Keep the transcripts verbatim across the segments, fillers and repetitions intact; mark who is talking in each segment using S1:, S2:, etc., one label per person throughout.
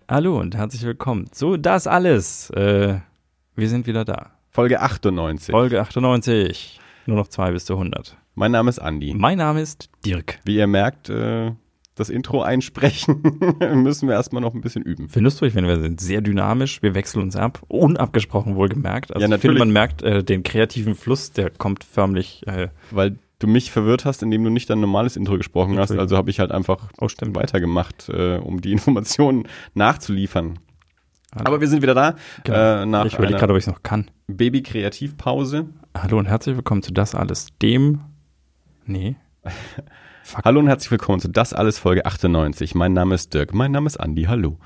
S1: Hallo und herzlich willkommen zu Das Alles. Äh, wir sind wieder da.
S2: Folge achtundneunzig.
S1: Folge achtundneunzig. Nur noch zwei bis zu hundert.
S2: Mein Name ist Andi.
S1: Mein Name ist Dirk.
S2: Wie ihr merkt, äh, das Intro einsprechen müssen wir erstmal noch ein bisschen üben.
S1: Findest du? Ich finde, wir sind sehr dynamisch. Wir wechseln uns ab. Unabgesprochen wohlgemerkt. Also
S2: ja, natürlich.
S1: Ich finde, man merkt äh, den kreativen Fluss, der kommt förmlich. Äh,
S2: Weil du mich verwirrt hast, indem du nicht dein normales Intro gesprochen hast. Also habe ich halt einfach
S1: oh, stimmt.
S2: weitergemacht, äh, um die Informationen nachzuliefern. Aber wir sind wieder da.
S1: Genau.
S2: Äh, nach
S1: ich überlege gerade, ob ich es noch kann.
S2: Baby-Kreativpause.
S1: Hallo und herzlich willkommen zu Das Alles, dem... Nee.
S2: Fuck. Hallo und herzlich willkommen zu Das Alles Folge achtundneunzig. Mein Name ist Dirk, mein Name ist Andi, hallo.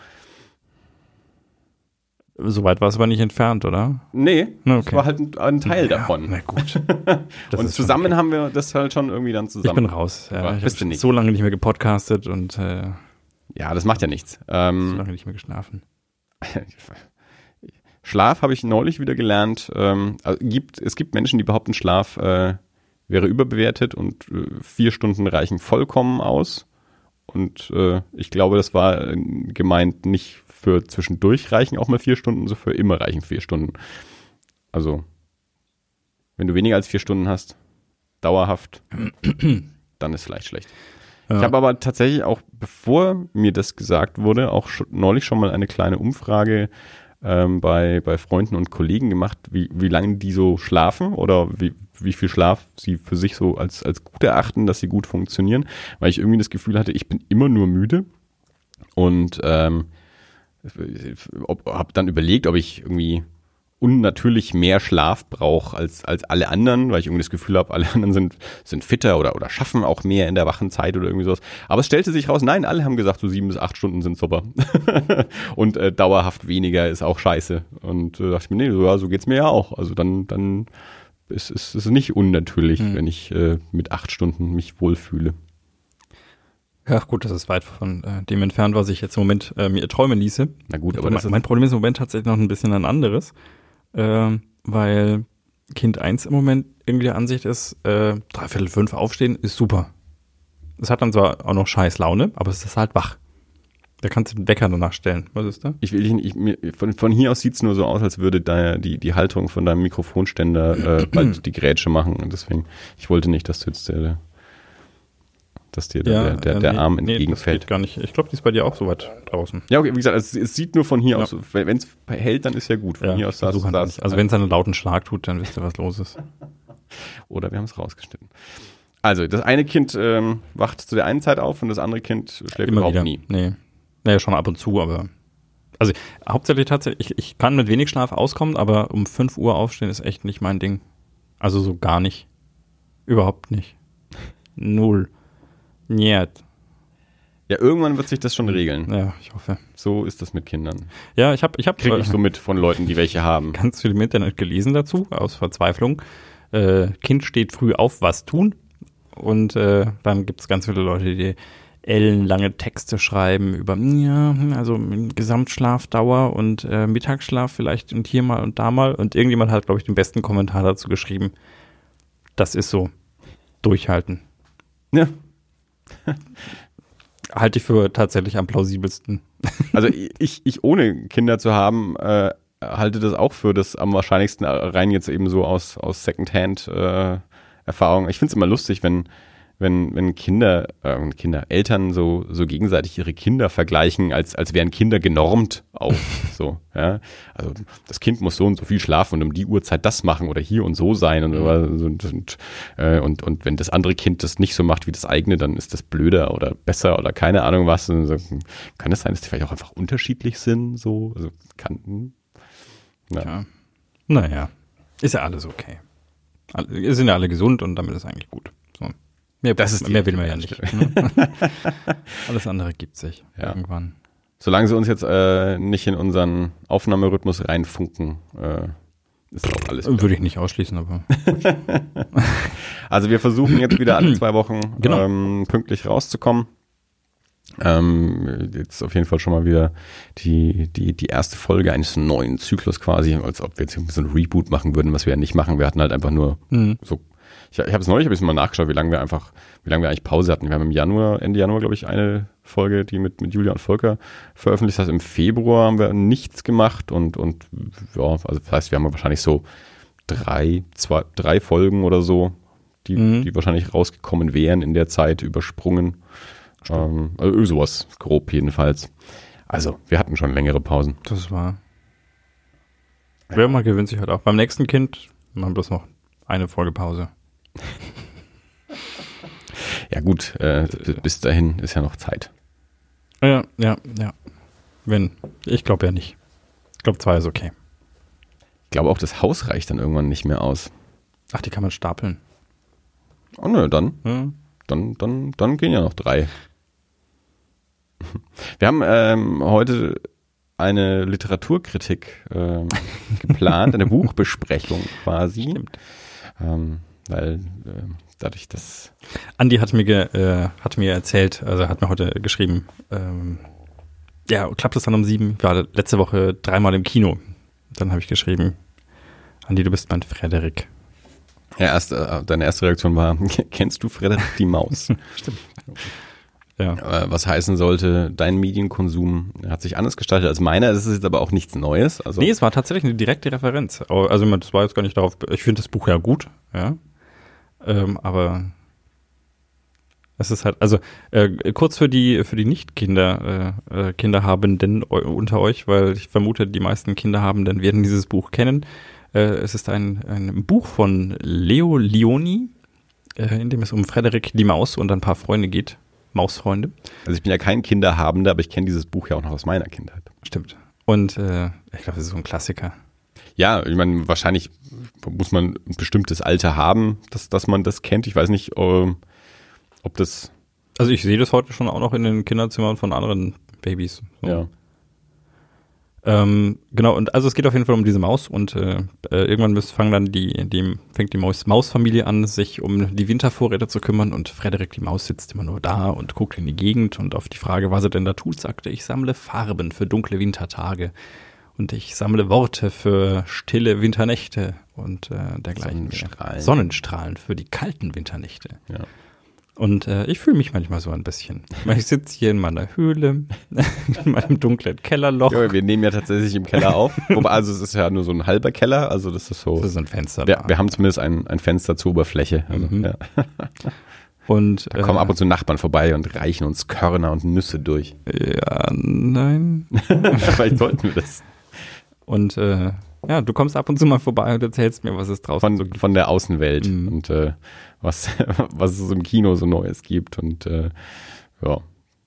S1: Soweit war es aber nicht entfernt, oder?
S2: Nee,
S1: okay.
S2: Das war halt ein, ein Teil
S1: ja,
S2: davon.
S1: Na gut.
S2: Und zusammen okay. haben wir das halt schon irgendwie dann zusammen.
S1: Ich bin raus. Ja, ich habe so lange nicht mehr gepodcastet und äh,
S2: ja, das macht ja nichts. Ähm,
S1: so lange nicht mehr geschlafen.
S2: Schlaf habe ich neulich wieder gelernt. Ähm, also gibt, es gibt Menschen, die behaupten, Schlaf äh, wäre überbewertet und äh, vier Stunden reichen vollkommen aus. Und äh, ich glaube, das war äh, gemeint nicht für zwischendurch reichen auch mal vier Stunden, so für immer reichen vier Stunden. Also, wenn du weniger als vier Stunden hast, dauerhaft, dann ist vielleicht schlecht. Ja. Ich habe aber tatsächlich auch, bevor mir das gesagt wurde, auch schon, neulich schon mal eine kleine Umfrage ähm, bei, bei Freunden und Kollegen gemacht, wie, wie lange die so schlafen oder wie, wie viel Schlaf sie für sich so als, als gut erachten, dass sie gut funktionieren, weil ich irgendwie das Gefühl hatte, ich bin immer nur müde und ähm, habe dann überlegt, ob ich irgendwie unnatürlich mehr Schlaf brauche als, als alle anderen, weil ich irgendwie das Gefühl habe, alle anderen sind, sind fitter oder, oder schaffen auch mehr in der wachen Zeit oder irgendwie sowas. Aber es stellte sich raus, nein, alle haben gesagt, so sieben bis acht Stunden sind super. Und äh, dauerhaft weniger ist auch scheiße. Und äh, dachte ich mir, nee, so, ja, so geht's mir ja auch. Also dann, dann ist es ist, ist nicht unnatürlich, hm. wenn ich äh, mit acht Stunden mich wohlfühle.
S1: Ja, gut, das ist weit von äh, dem entfernt, was ich jetzt im Moment äh, mir träumen ließe.
S2: Na gut, aber
S1: mein,
S2: das ist
S1: mein Problem ist im Moment tatsächlich noch ein bisschen ein anderes, äh, weil Kind eins im Moment irgendwie der Ansicht ist, äh, dreiviertel fünf aufstehen ist super. Es hat dann zwar auch noch scheiß Laune, aber es ist halt wach. Da kannst du den Wecker danach stellen. Was ist da?
S2: Ich will dich nicht, mir, von, von hier aus sieht es nur so aus, als würde da die, die Haltung von deinem Mikrofonständer äh, bald die Grätsche machen. Und deswegen, ich wollte nicht, dass du jetzt der dass dir
S1: ja,
S2: der, der,
S1: äh,
S2: der
S1: nee,
S2: Arm
S1: nee,
S2: entgegenfällt.
S1: Das geht gar nicht. Ich glaube, die ist bei dir auch so weit draußen.
S2: Ja, okay, wie gesagt, es, es sieht nur von hier
S1: ja.
S2: aus, wenn es hält, dann ist ja gut. Von
S1: ja,
S2: hier aus saß, saß,
S1: Also wenn es einen lauten Schlag tut, dann wisst ihr, was los ist.
S2: Oder wir haben es rausgeschnitten. Also, das eine Kind ähm, wacht zu der einen Zeit auf und das andere Kind schläft
S1: Immer
S2: überhaupt
S1: wieder.
S2: nie.
S1: Nee. Naja, schon ab und zu, aber also hauptsächlich tatsächlich, ich, ich kann mit wenig Schlaf auskommen, aber um fünf Uhr aufstehen ist echt nicht mein Ding. Also so gar nicht. Überhaupt nicht. Null. Niet.
S2: Ja, irgendwann wird sich das schon regeln.
S1: Ja, ich hoffe.
S2: So ist das mit Kindern.
S1: Ja, ich habe ich hab,
S2: Kriege ich so mit von Leuten, die welche haben.
S1: Ganz viel im Internet gelesen dazu, aus Verzweiflung. Äh, Kind steht früh auf, was tun? Und äh, dann gibt es ganz viele Leute, die ellenlange Texte schreiben über, ja, also Gesamtschlafdauer und äh, Mittagsschlaf vielleicht und hier mal und da mal. Und irgendjemand hat, glaube ich, den besten Kommentar dazu geschrieben. Das ist so. Durchhalten.
S2: Ja.
S1: Halte ich für tatsächlich am plausibelsten.
S2: Also ich, ich ohne Kinder zu haben, äh, halte das auch für das am wahrscheinlichsten rein jetzt eben so aus, aus Secondhand-Erfahrung. Äh, ich finde es immer lustig, wenn wenn wenn Kinder, äh, Kinder, Eltern so so gegenseitig ihre Kinder vergleichen, als als wären Kinder genormt auch so, ja. Also das Kind muss so und so viel schlafen und um die Uhrzeit das machen oder hier und so sein und und und, äh, und, und wenn das andere Kind das nicht so macht wie das eigene, dann ist das blöder oder besser oder keine Ahnung was. Und so, kann es sein, dass die vielleicht auch einfach unterschiedlich sind, so, also kann.
S1: Ja. ja. Naja, ist ja alles okay. Wir sind ja alle gesund und damit ist eigentlich gut. So. Mehr,
S2: das ist
S1: mehr will man ja nicht. Ne? Alles andere gibt sich ja. irgendwann.
S2: Solange sie uns jetzt äh, nicht in unseren Aufnahmerhythmus reinfunken, äh, ist auch alles wieder.
S1: Würde ich nicht ausschließen, aber
S2: also wir versuchen jetzt wieder alle zwei Wochen
S1: genau.
S2: ähm, pünktlich rauszukommen. Ähm, jetzt auf jeden Fall schon mal wieder die, die, die erste Folge eines neuen Zyklus quasi, als ob wir jetzt so ein Reboot machen würden, was wir ja nicht machen. Wir hatten halt einfach nur mhm. so ich, ich habe es neulich, habe ich mal nachgeschaut, wie lange wir einfach, wie lange wir eigentlich Pause hatten. Wir haben im Januar, Ende Januar, glaube ich, eine Folge, die mit, mit Julia und Volker veröffentlicht. Das heißt, im Februar haben wir nichts gemacht und, und ja, also das heißt, wir haben wahrscheinlich so drei, zwei, drei Folgen oder so, die, mhm. die wahrscheinlich rausgekommen wären in der Zeit, übersprungen. Ähm, also sowas, grob jedenfalls. Also, wir hatten schon längere Pausen.
S1: Das war. Wer mal gewinnt sich halt auch. Beim nächsten Kind machen wir bloß noch eine Folge Pause.
S2: Ja gut, äh, bis dahin ist ja noch Zeit.
S1: Ja, ja, ja. Wenn. Ich glaube ja nicht. Ich glaube, zwei ist okay.
S2: Ich glaube auch, das Haus reicht dann irgendwann nicht mehr aus.
S1: Ach, die kann man stapeln.
S2: Oh nö, dann,
S1: Ja.
S2: dann, dann, dann gehen ja noch drei. Wir haben ähm, heute eine Literaturkritik ähm, geplant, eine Buchbesprechung quasi.
S1: Stimmt.
S2: Ähm, weil äh, dadurch, dass...
S1: Andi hat mir, ge, äh, hat mir erzählt, also hat mir heute geschrieben, ähm, ja, klappt es dann um sieben? Ich war letzte Woche dreimal im Kino. Dann habe ich geschrieben, Andi, du bist mein Frederik.
S2: Ja, erst, äh, deine erste Reaktion war, kennst du Frederik die Maus?
S1: Stimmt. Ja.
S2: Äh, was heißen sollte, dein Medienkonsum hat sich anders gestaltet als meiner. Das ist jetzt aber auch nichts Neues. Also
S1: nee, es war tatsächlich eine direkte Referenz. Also das war jetzt gar nicht darauf, ich finde das Buch ja gut, ja, ähm, aber es ist halt, also äh, kurz für die für die Nicht-Kinder, äh, äh, Kinderhabenden unter euch, weil ich vermute, die meisten Kinderhabenden werden dieses Buch kennen. Äh, es ist ein, ein Buch von Leo Lionni, äh, in dem es um Frederik die Maus und ein paar Freunde geht. Mausfreunde.
S2: Also ich bin ja kein Kinderhabender, aber ich kenne dieses Buch ja auch noch aus meiner Kindheit.
S1: Stimmt. Und äh, ich glaube, das ist so ein Klassiker.
S2: Ja, ich meine, wahrscheinlich muss man ein bestimmtes Alter haben, dass, dass man das kennt. Ich weiß nicht, äh, ob das...
S1: Also ich sehe das heute schon auch noch in den Kinderzimmern von anderen Babys. So.
S2: Ja.
S1: Ähm, genau, und also es geht auf jeden Fall um diese Maus und äh, äh, irgendwann müssen, fangen dann die, die, fängt die Maus, Mausfamilie an, sich um die Wintervorräte zu kümmern und Frederik die Maus sitzt immer nur da und guckt in die Gegend und auf die Frage, was er denn da tut, sagte, ich sammle Farben für dunkle Wintertage und ich sammle Worte für stille Winternächte und äh, dergleichen.
S2: Sonnenstrahlen.
S1: Sonnenstrahlen für die kalten Winternächte.
S2: Ja.
S1: Und äh, ich fühle mich manchmal so ein bisschen. Ich sitze hier in meiner Höhle, in meinem dunklen Kellerloch.
S2: Ja, wir nehmen ja tatsächlich im Keller auf. Wobei, also es ist ja nur so ein halber Keller, also das ist so.
S1: Das ist ein Fenster.
S2: Wir,
S1: da.
S2: wir haben zumindest ein, ein Fenster zur Oberfläche. Also,
S1: Mhm.
S2: ja.
S1: Und
S2: Da kommen
S1: äh,
S2: ab und zu Nachbarn vorbei und reichen uns Körner und Nüsse durch.
S1: ja, nein.
S2: Vielleicht sollten wir das.
S1: Und äh, ja, du kommst ab und zu mal vorbei und erzählst mir, was es draußen so
S2: Von,
S1: gibt.
S2: von der Außenwelt
S1: Mhm.
S2: und äh, was, was es im Kino so Neues gibt. Und äh, ja.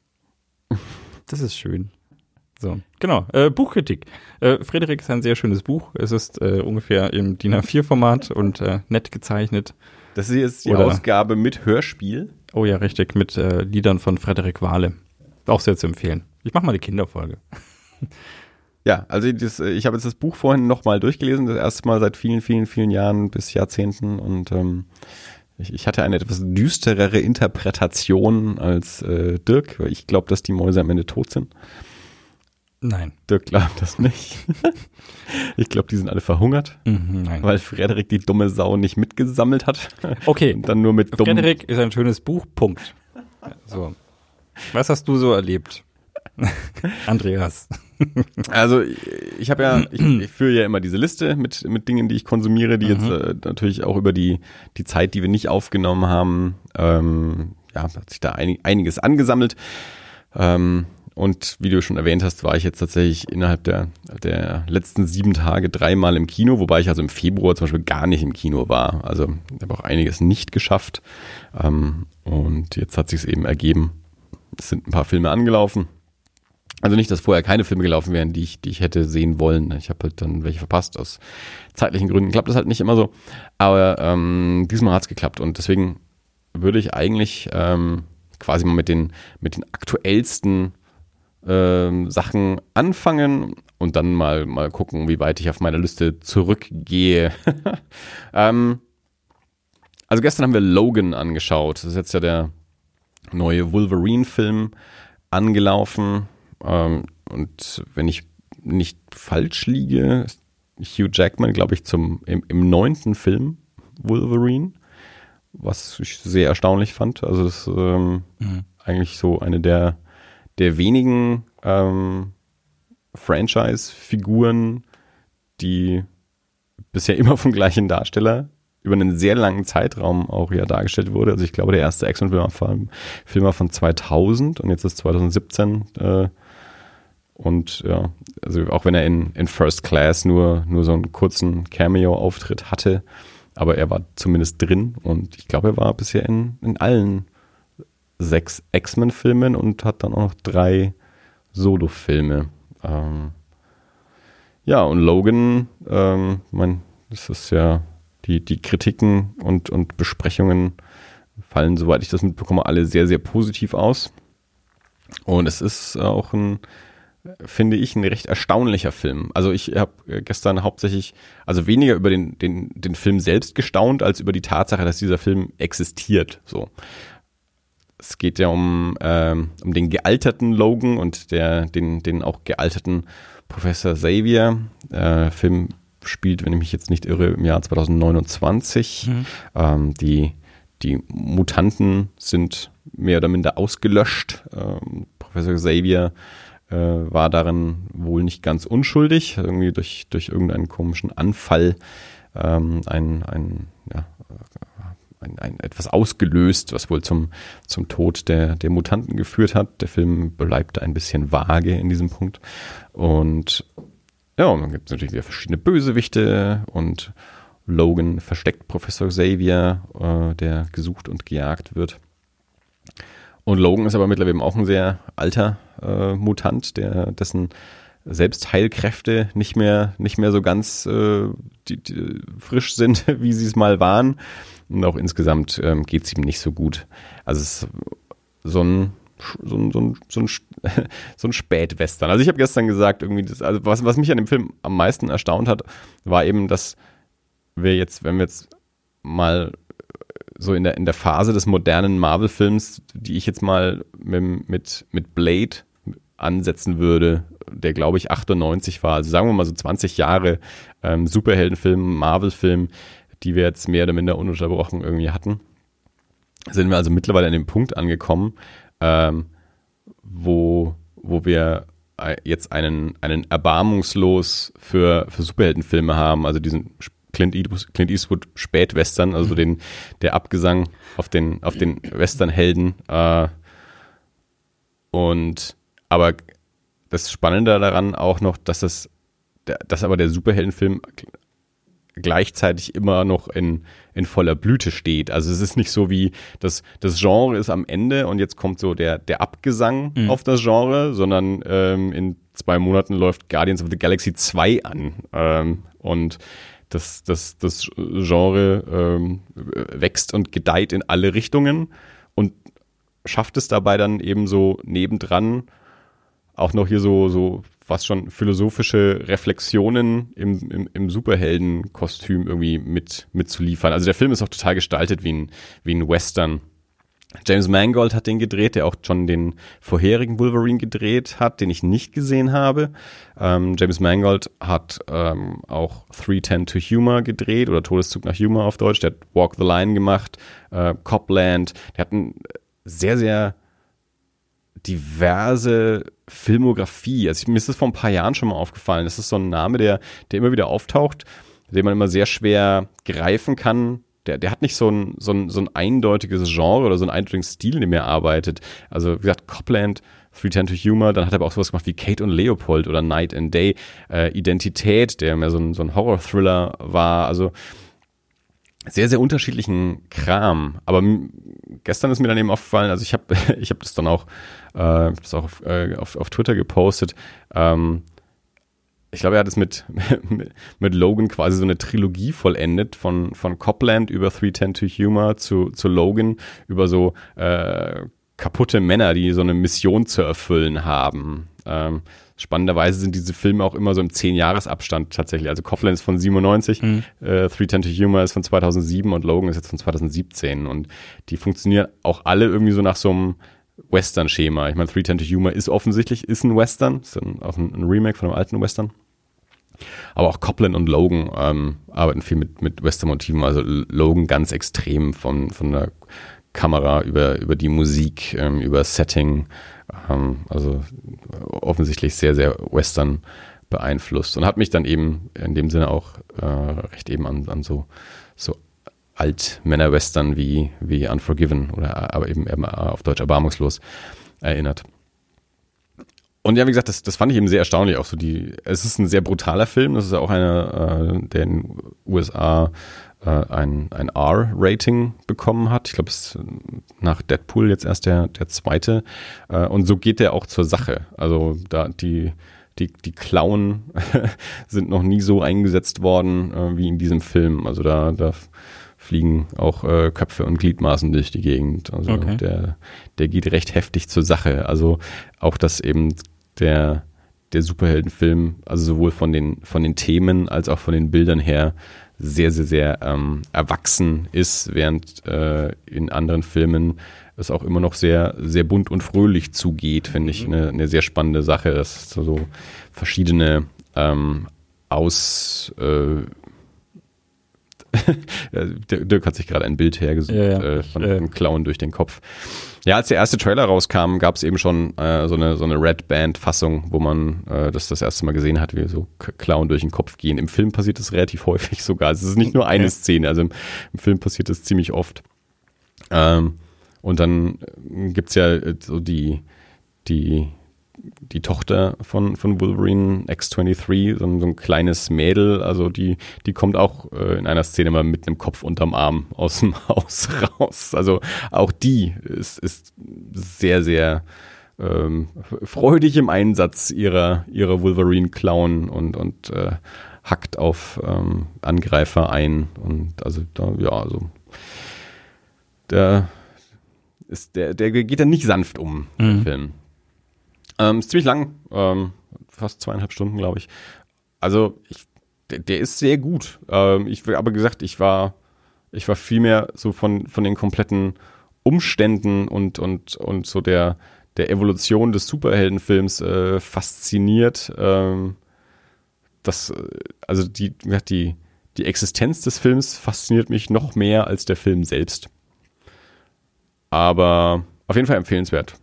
S1: Das ist schön. So, genau. Äh, Buchkritik. Äh, Frederik ist ein sehr schönes Buch. Es ist äh, ungefähr im D I N A vier Format und äh, nett gezeichnet.
S2: Das hier ist die
S1: Oder-
S2: Ausgabe mit Hörspiel.
S1: Oh ja, richtig, mit äh, Liedern von Frederik Wahle. Auch sehr zu empfehlen. Ich mache mal eine Kinderfolge.
S2: Ja, also das, ich habe jetzt das Buch vorhin nochmal durchgelesen, das erste Mal seit vielen, vielen, vielen Jahren bis Jahrzehnten und ähm, ich, ich hatte eine etwas düsterere Interpretation als äh, Dirk, weil ich glaube, dass die Mäuse am Ende tot sind.
S1: Nein.
S2: Dirk glaubt das nicht. Ich glaube, die sind alle verhungert,
S1: Mhm, nein.
S2: weil Frederik die dumme Sau nicht mitgesammelt hat.
S1: Okay,
S2: Und dann nur mit dummen...
S1: Frederik ist ein schönes Buch, Punkt. So. Was hast du so erlebt? Andreas.
S2: Also ich habe ja, ich, ich führe ja immer diese Liste mit mit Dingen, die ich konsumiere, die
S1: Mhm.
S2: jetzt äh, natürlich auch über die die Zeit, die wir nicht aufgenommen haben, ähm, ja, hat sich da einig, einiges angesammelt. Ähm, und wie du schon erwähnt hast, war ich jetzt tatsächlich innerhalb der der letzten sieben Tage dreimal im Kino, wobei ich also im Februar zum Beispiel gar nicht im Kino war. Also ich habe auch einiges nicht geschafft. Ähm, und jetzt hat sich es eben ergeben. Es sind ein paar Filme angelaufen. Also nicht, dass vorher keine Filme gelaufen wären, die ich, die ich hätte sehen wollen. Ich habe halt dann welche verpasst. Aus zeitlichen Gründen klappt das halt nicht immer so. Aber ähm, diesmal hat's geklappt. Und deswegen würde ich eigentlich ähm, quasi mal mit den, mit den aktuellsten ähm, Sachen anfangen und dann mal, mal gucken, wie weit ich auf meiner Liste zurückgehe. ähm, also gestern haben wir Logan angeschaut. Das ist jetzt ja der neue Wolverine-Film angelaufen. Ähm, und wenn ich nicht falsch liege, ist Hugh Jackman, glaube ich, zum, im, im neunten Film Wolverine. was ich sehr erstaunlich fand. Also das ist ähm,
S1: Mhm.
S2: eigentlich so eine der, der wenigen ähm, Franchise-Figuren, die bisher immer vom gleichen Darsteller über einen sehr langen Zeitraum auch ja dargestellt wurde. Also ich glaube, der erste X-Men-Film war von, Film war von zweitausend und jetzt ist zwanzig siebzehn. Äh, und ja, also auch wenn er in, in First Class nur, nur so einen kurzen Cameo-Auftritt hatte, aber er war zumindest drin und ich glaube, er war bisher in, in allen sechs X-Men-Filmen und hat dann auch noch drei Solo-Filme. Ähm, ja, und Logan, ähm, mein, das ist ja Die, die Kritiken und, und Besprechungen fallen, soweit ich das mitbekomme, alle sehr, sehr positiv aus. Und es ist auch ein, finde ich, ein recht erstaunlicher Film. Also ich habe gestern hauptsächlich, also weniger über den, den, den Film selbst gestaunt, als über die Tatsache, dass dieser Film existiert. So. Es geht ja um, ähm, um den gealterten Logan und der, den, den auch gealterten Professor Xavier. Äh, Film spielt, wenn ich mich jetzt nicht irre, im Jahr zwanzig neunundzwanzig. Mhm. Ähm, die, die Mutanten sind mehr oder minder ausgelöscht. Ähm, Professor Xavier äh, war darin wohl nicht ganz unschuldig, irgendwie durch, durch irgendeinen komischen Anfall ähm, ein, ein, ja, ein, ein etwas ausgelöst, was wohl zum, zum Tod der, der Mutanten geführt hat. Der Film bleibt ein bisschen vage in diesem Punkt. Und ja, und dann gibt es natürlich wieder verschiedene Bösewichte und Logan versteckt Professor Xavier, äh, der gesucht und gejagt wird. Und Logan ist aber mittlerweile auch ein sehr alter äh, Mutant, der dessen Selbstheilkräfte nicht mehr, nicht mehr so ganz äh, die, die frisch sind, wie sie es mal waren. Und auch insgesamt ähm, geht es ihm nicht so gut. Also es ist so ein So ein, so, ein, so, ein, so ein Spätwestern. Also ich habe gestern gesagt, irgendwie das, also was, was mich an dem Film am meisten erstaunt hat, war eben, dass wir jetzt, wenn wir jetzt mal so in der, in der Phase des modernen Marvel-Films, die ich jetzt mal mit, mit, mit Blade ansetzen würde, der glaube ich achtundneunzig war, also sagen wir mal so zwanzig Jahre ähm, Superheldenfilm, Marvel-Film, die wir jetzt mehr oder minder ununterbrochen irgendwie hatten, sind wir also mittlerweile an dem Punkt angekommen, Ähm, wo, wo wir jetzt einen, einen erbarmungslos für, für Superheldenfilme haben, also diesen Clint Eastwood, Clint Eastwood Spätwestern, also den, der Abgesang auf den, auf den Westernhelden. Äh, und aber das Spannende daran auch noch, dass das, dass aber der Superheldenfilm gleichzeitig immer noch in, in voller Blüte steht. Also es ist nicht so wie, das, das Genre ist am Ende und jetzt kommt so der, der Abgesang mhm. auf das Genre, sondern ähm, in zwei Monaten läuft Guardians of the Galaxy zwei an. Ähm, und das, das, das Genre ähm, wächst und gedeiht in alle Richtungen und schafft es dabei dann eben so nebendran auch noch hier so, so fast schon philosophische Reflexionen im, im, im Superheldenkostüm irgendwie mit, mitzuliefern. Also der Film ist auch total gestaltet wie ein, wie ein Western. James Mangold hat den gedreht, der auch schon den vorherigen Wolverine gedreht hat, den ich nicht gesehen habe. Ähm, James Mangold hat ähm, auch three ten to Humor gedreht oder Todeszug nach Humor auf Deutsch. Der hat Walk the Line gemacht, äh, Copland. Der hat ein sehr, sehr diverse Filmografie. Also mir ist das vor ein paar Jahren schon mal aufgefallen. Das ist so ein Name, der, der immer wieder auftaucht, den man immer sehr schwer greifen kann. Der, der hat nicht so ein, so, ein, so ein eindeutiges Genre oder so einen eindeutigen Stil, in dem er arbeitet. Also wie gesagt, Copland, three ten to Humor, dann hat er aber auch sowas gemacht wie Kate und Leopold oder Night and Day, äh, Identität, der mehr so ein, so ein Horror-Thriller war. Also sehr, sehr unterschiedlichen Kram. Aber m- gestern ist mir dann eben aufgefallen, also ich habe ich hab das dann auch, äh, das auch auf, äh, auf, auf Twitter gepostet. Ähm, ich glaube, er hat es mit, mit, mit Logan quasi so eine Trilogie vollendet, von, von Copland über three ten to Humor zu, zu Logan, über so äh, kaputte Männer, die so eine Mission zu erfüllen haben. Ähm, Spannenderweise sind diese Filme auch immer so im zehn-Jahres-Abstand tatsächlich. Also Copland ist von siebenundneunzig, mhm. äh, three ten to Humor ist von zweitausendsieben und Logan ist jetzt von zweitausendsiebzehn. Und die funktionieren auch alle irgendwie so nach so einem Western-Schema. Ich meine, three ten to Humor ist offensichtlich, ist ein Western, ist ein, auch ein, ein Remake von einem alten Western. Aber auch Copland und Logan ähm, arbeiten viel mit, mit Western-Motiven. Also Logan ganz extrem von, von der Kamera über, über die Musik, ähm, über Setting. Ähm, also offensichtlich sehr, sehr Western beeinflusst. Und hat mich dann eben in dem Sinne auch äh, recht eben an, an so, so Alt-Männer-Western wie, wie Unforgiven oder aber eben auf Deutsch erbarmungslos erinnert. Und ja, wie gesagt, das, das fand ich eben sehr erstaunlich. Auch so die, es ist ein sehr brutaler Film. Das ist auch einer, äh, der in den U S A äh, ein, ein R-Rating bekommen hat. Ich glaube, es ist nach Deadpool jetzt erst der, der zweite. Äh, und so geht der auch zur Sache. Also da die, die, die Klauen sind noch nie so eingesetzt worden äh, wie in diesem Film. Also da, da fliegen auch äh, Köpfe und Gliedmaßen durch die Gegend. Also
S1: Okay.
S2: der, der geht recht heftig zur Sache. Also auch, dass eben der, der Superheldenfilm, also sowohl von den, von den Themen als auch von den Bildern her sehr, sehr, sehr ähm, erwachsen ist, während äh, in anderen Filmen es auch immer noch sehr, sehr bunt und fröhlich zugeht, finde ich eine, eine sehr spannende Sache, dass so, so verschiedene ähm, aus äh, Dirk hat sich gerade ein Bild hergesucht
S1: Ja, ja.
S2: äh, von
S1: Ich, äh,
S2: einem Klauen durch den Kopf. Ja, als der erste Trailer rauskam, gab es eben schon äh, so eine so eine Red Band-Fassung, wo man äh, das das erste Mal gesehen hat, wie so K- Klauen durch den Kopf gehen. Im Film passiert das relativ häufig sogar. Also es ist nicht nur eine
S1: Okay.
S2: Szene, also im, im Film passiert das ziemlich oft. Ähm, und dann gibt's ja äh, so die die die Tochter von, von Wolverine, X dreiundzwanzig, so ein, so ein kleines Mädel, also die, die kommt auch äh, in einer Szene mal mit einem Kopf unterm Arm aus dem Haus raus. Also auch die ist, ist sehr, sehr ähm, freudig im Einsatz ihrer, ihrer Wolverine-Klauen und, und äh, hackt auf ähm, Angreifer ein. Und also da, ja, also der, ist, der, der geht dann nicht sanft um,
S1: Mhm.
S2: der Film. Ähm, ist ziemlich lang, ähm, fast zweieinhalb Stunden, glaube ich. Also ich, der, der ist sehr gut. Ähm, ich will aber gesagt, ich war, ich war viel mehr so von von den kompletten Umständen und und und so der der Evolution des Superheldenfilms äh, fasziniert. Ähm, das, also die die die Existenz des Films fasziniert mich noch mehr als der Film selbst. Aber auf jeden Fall empfehlenswert.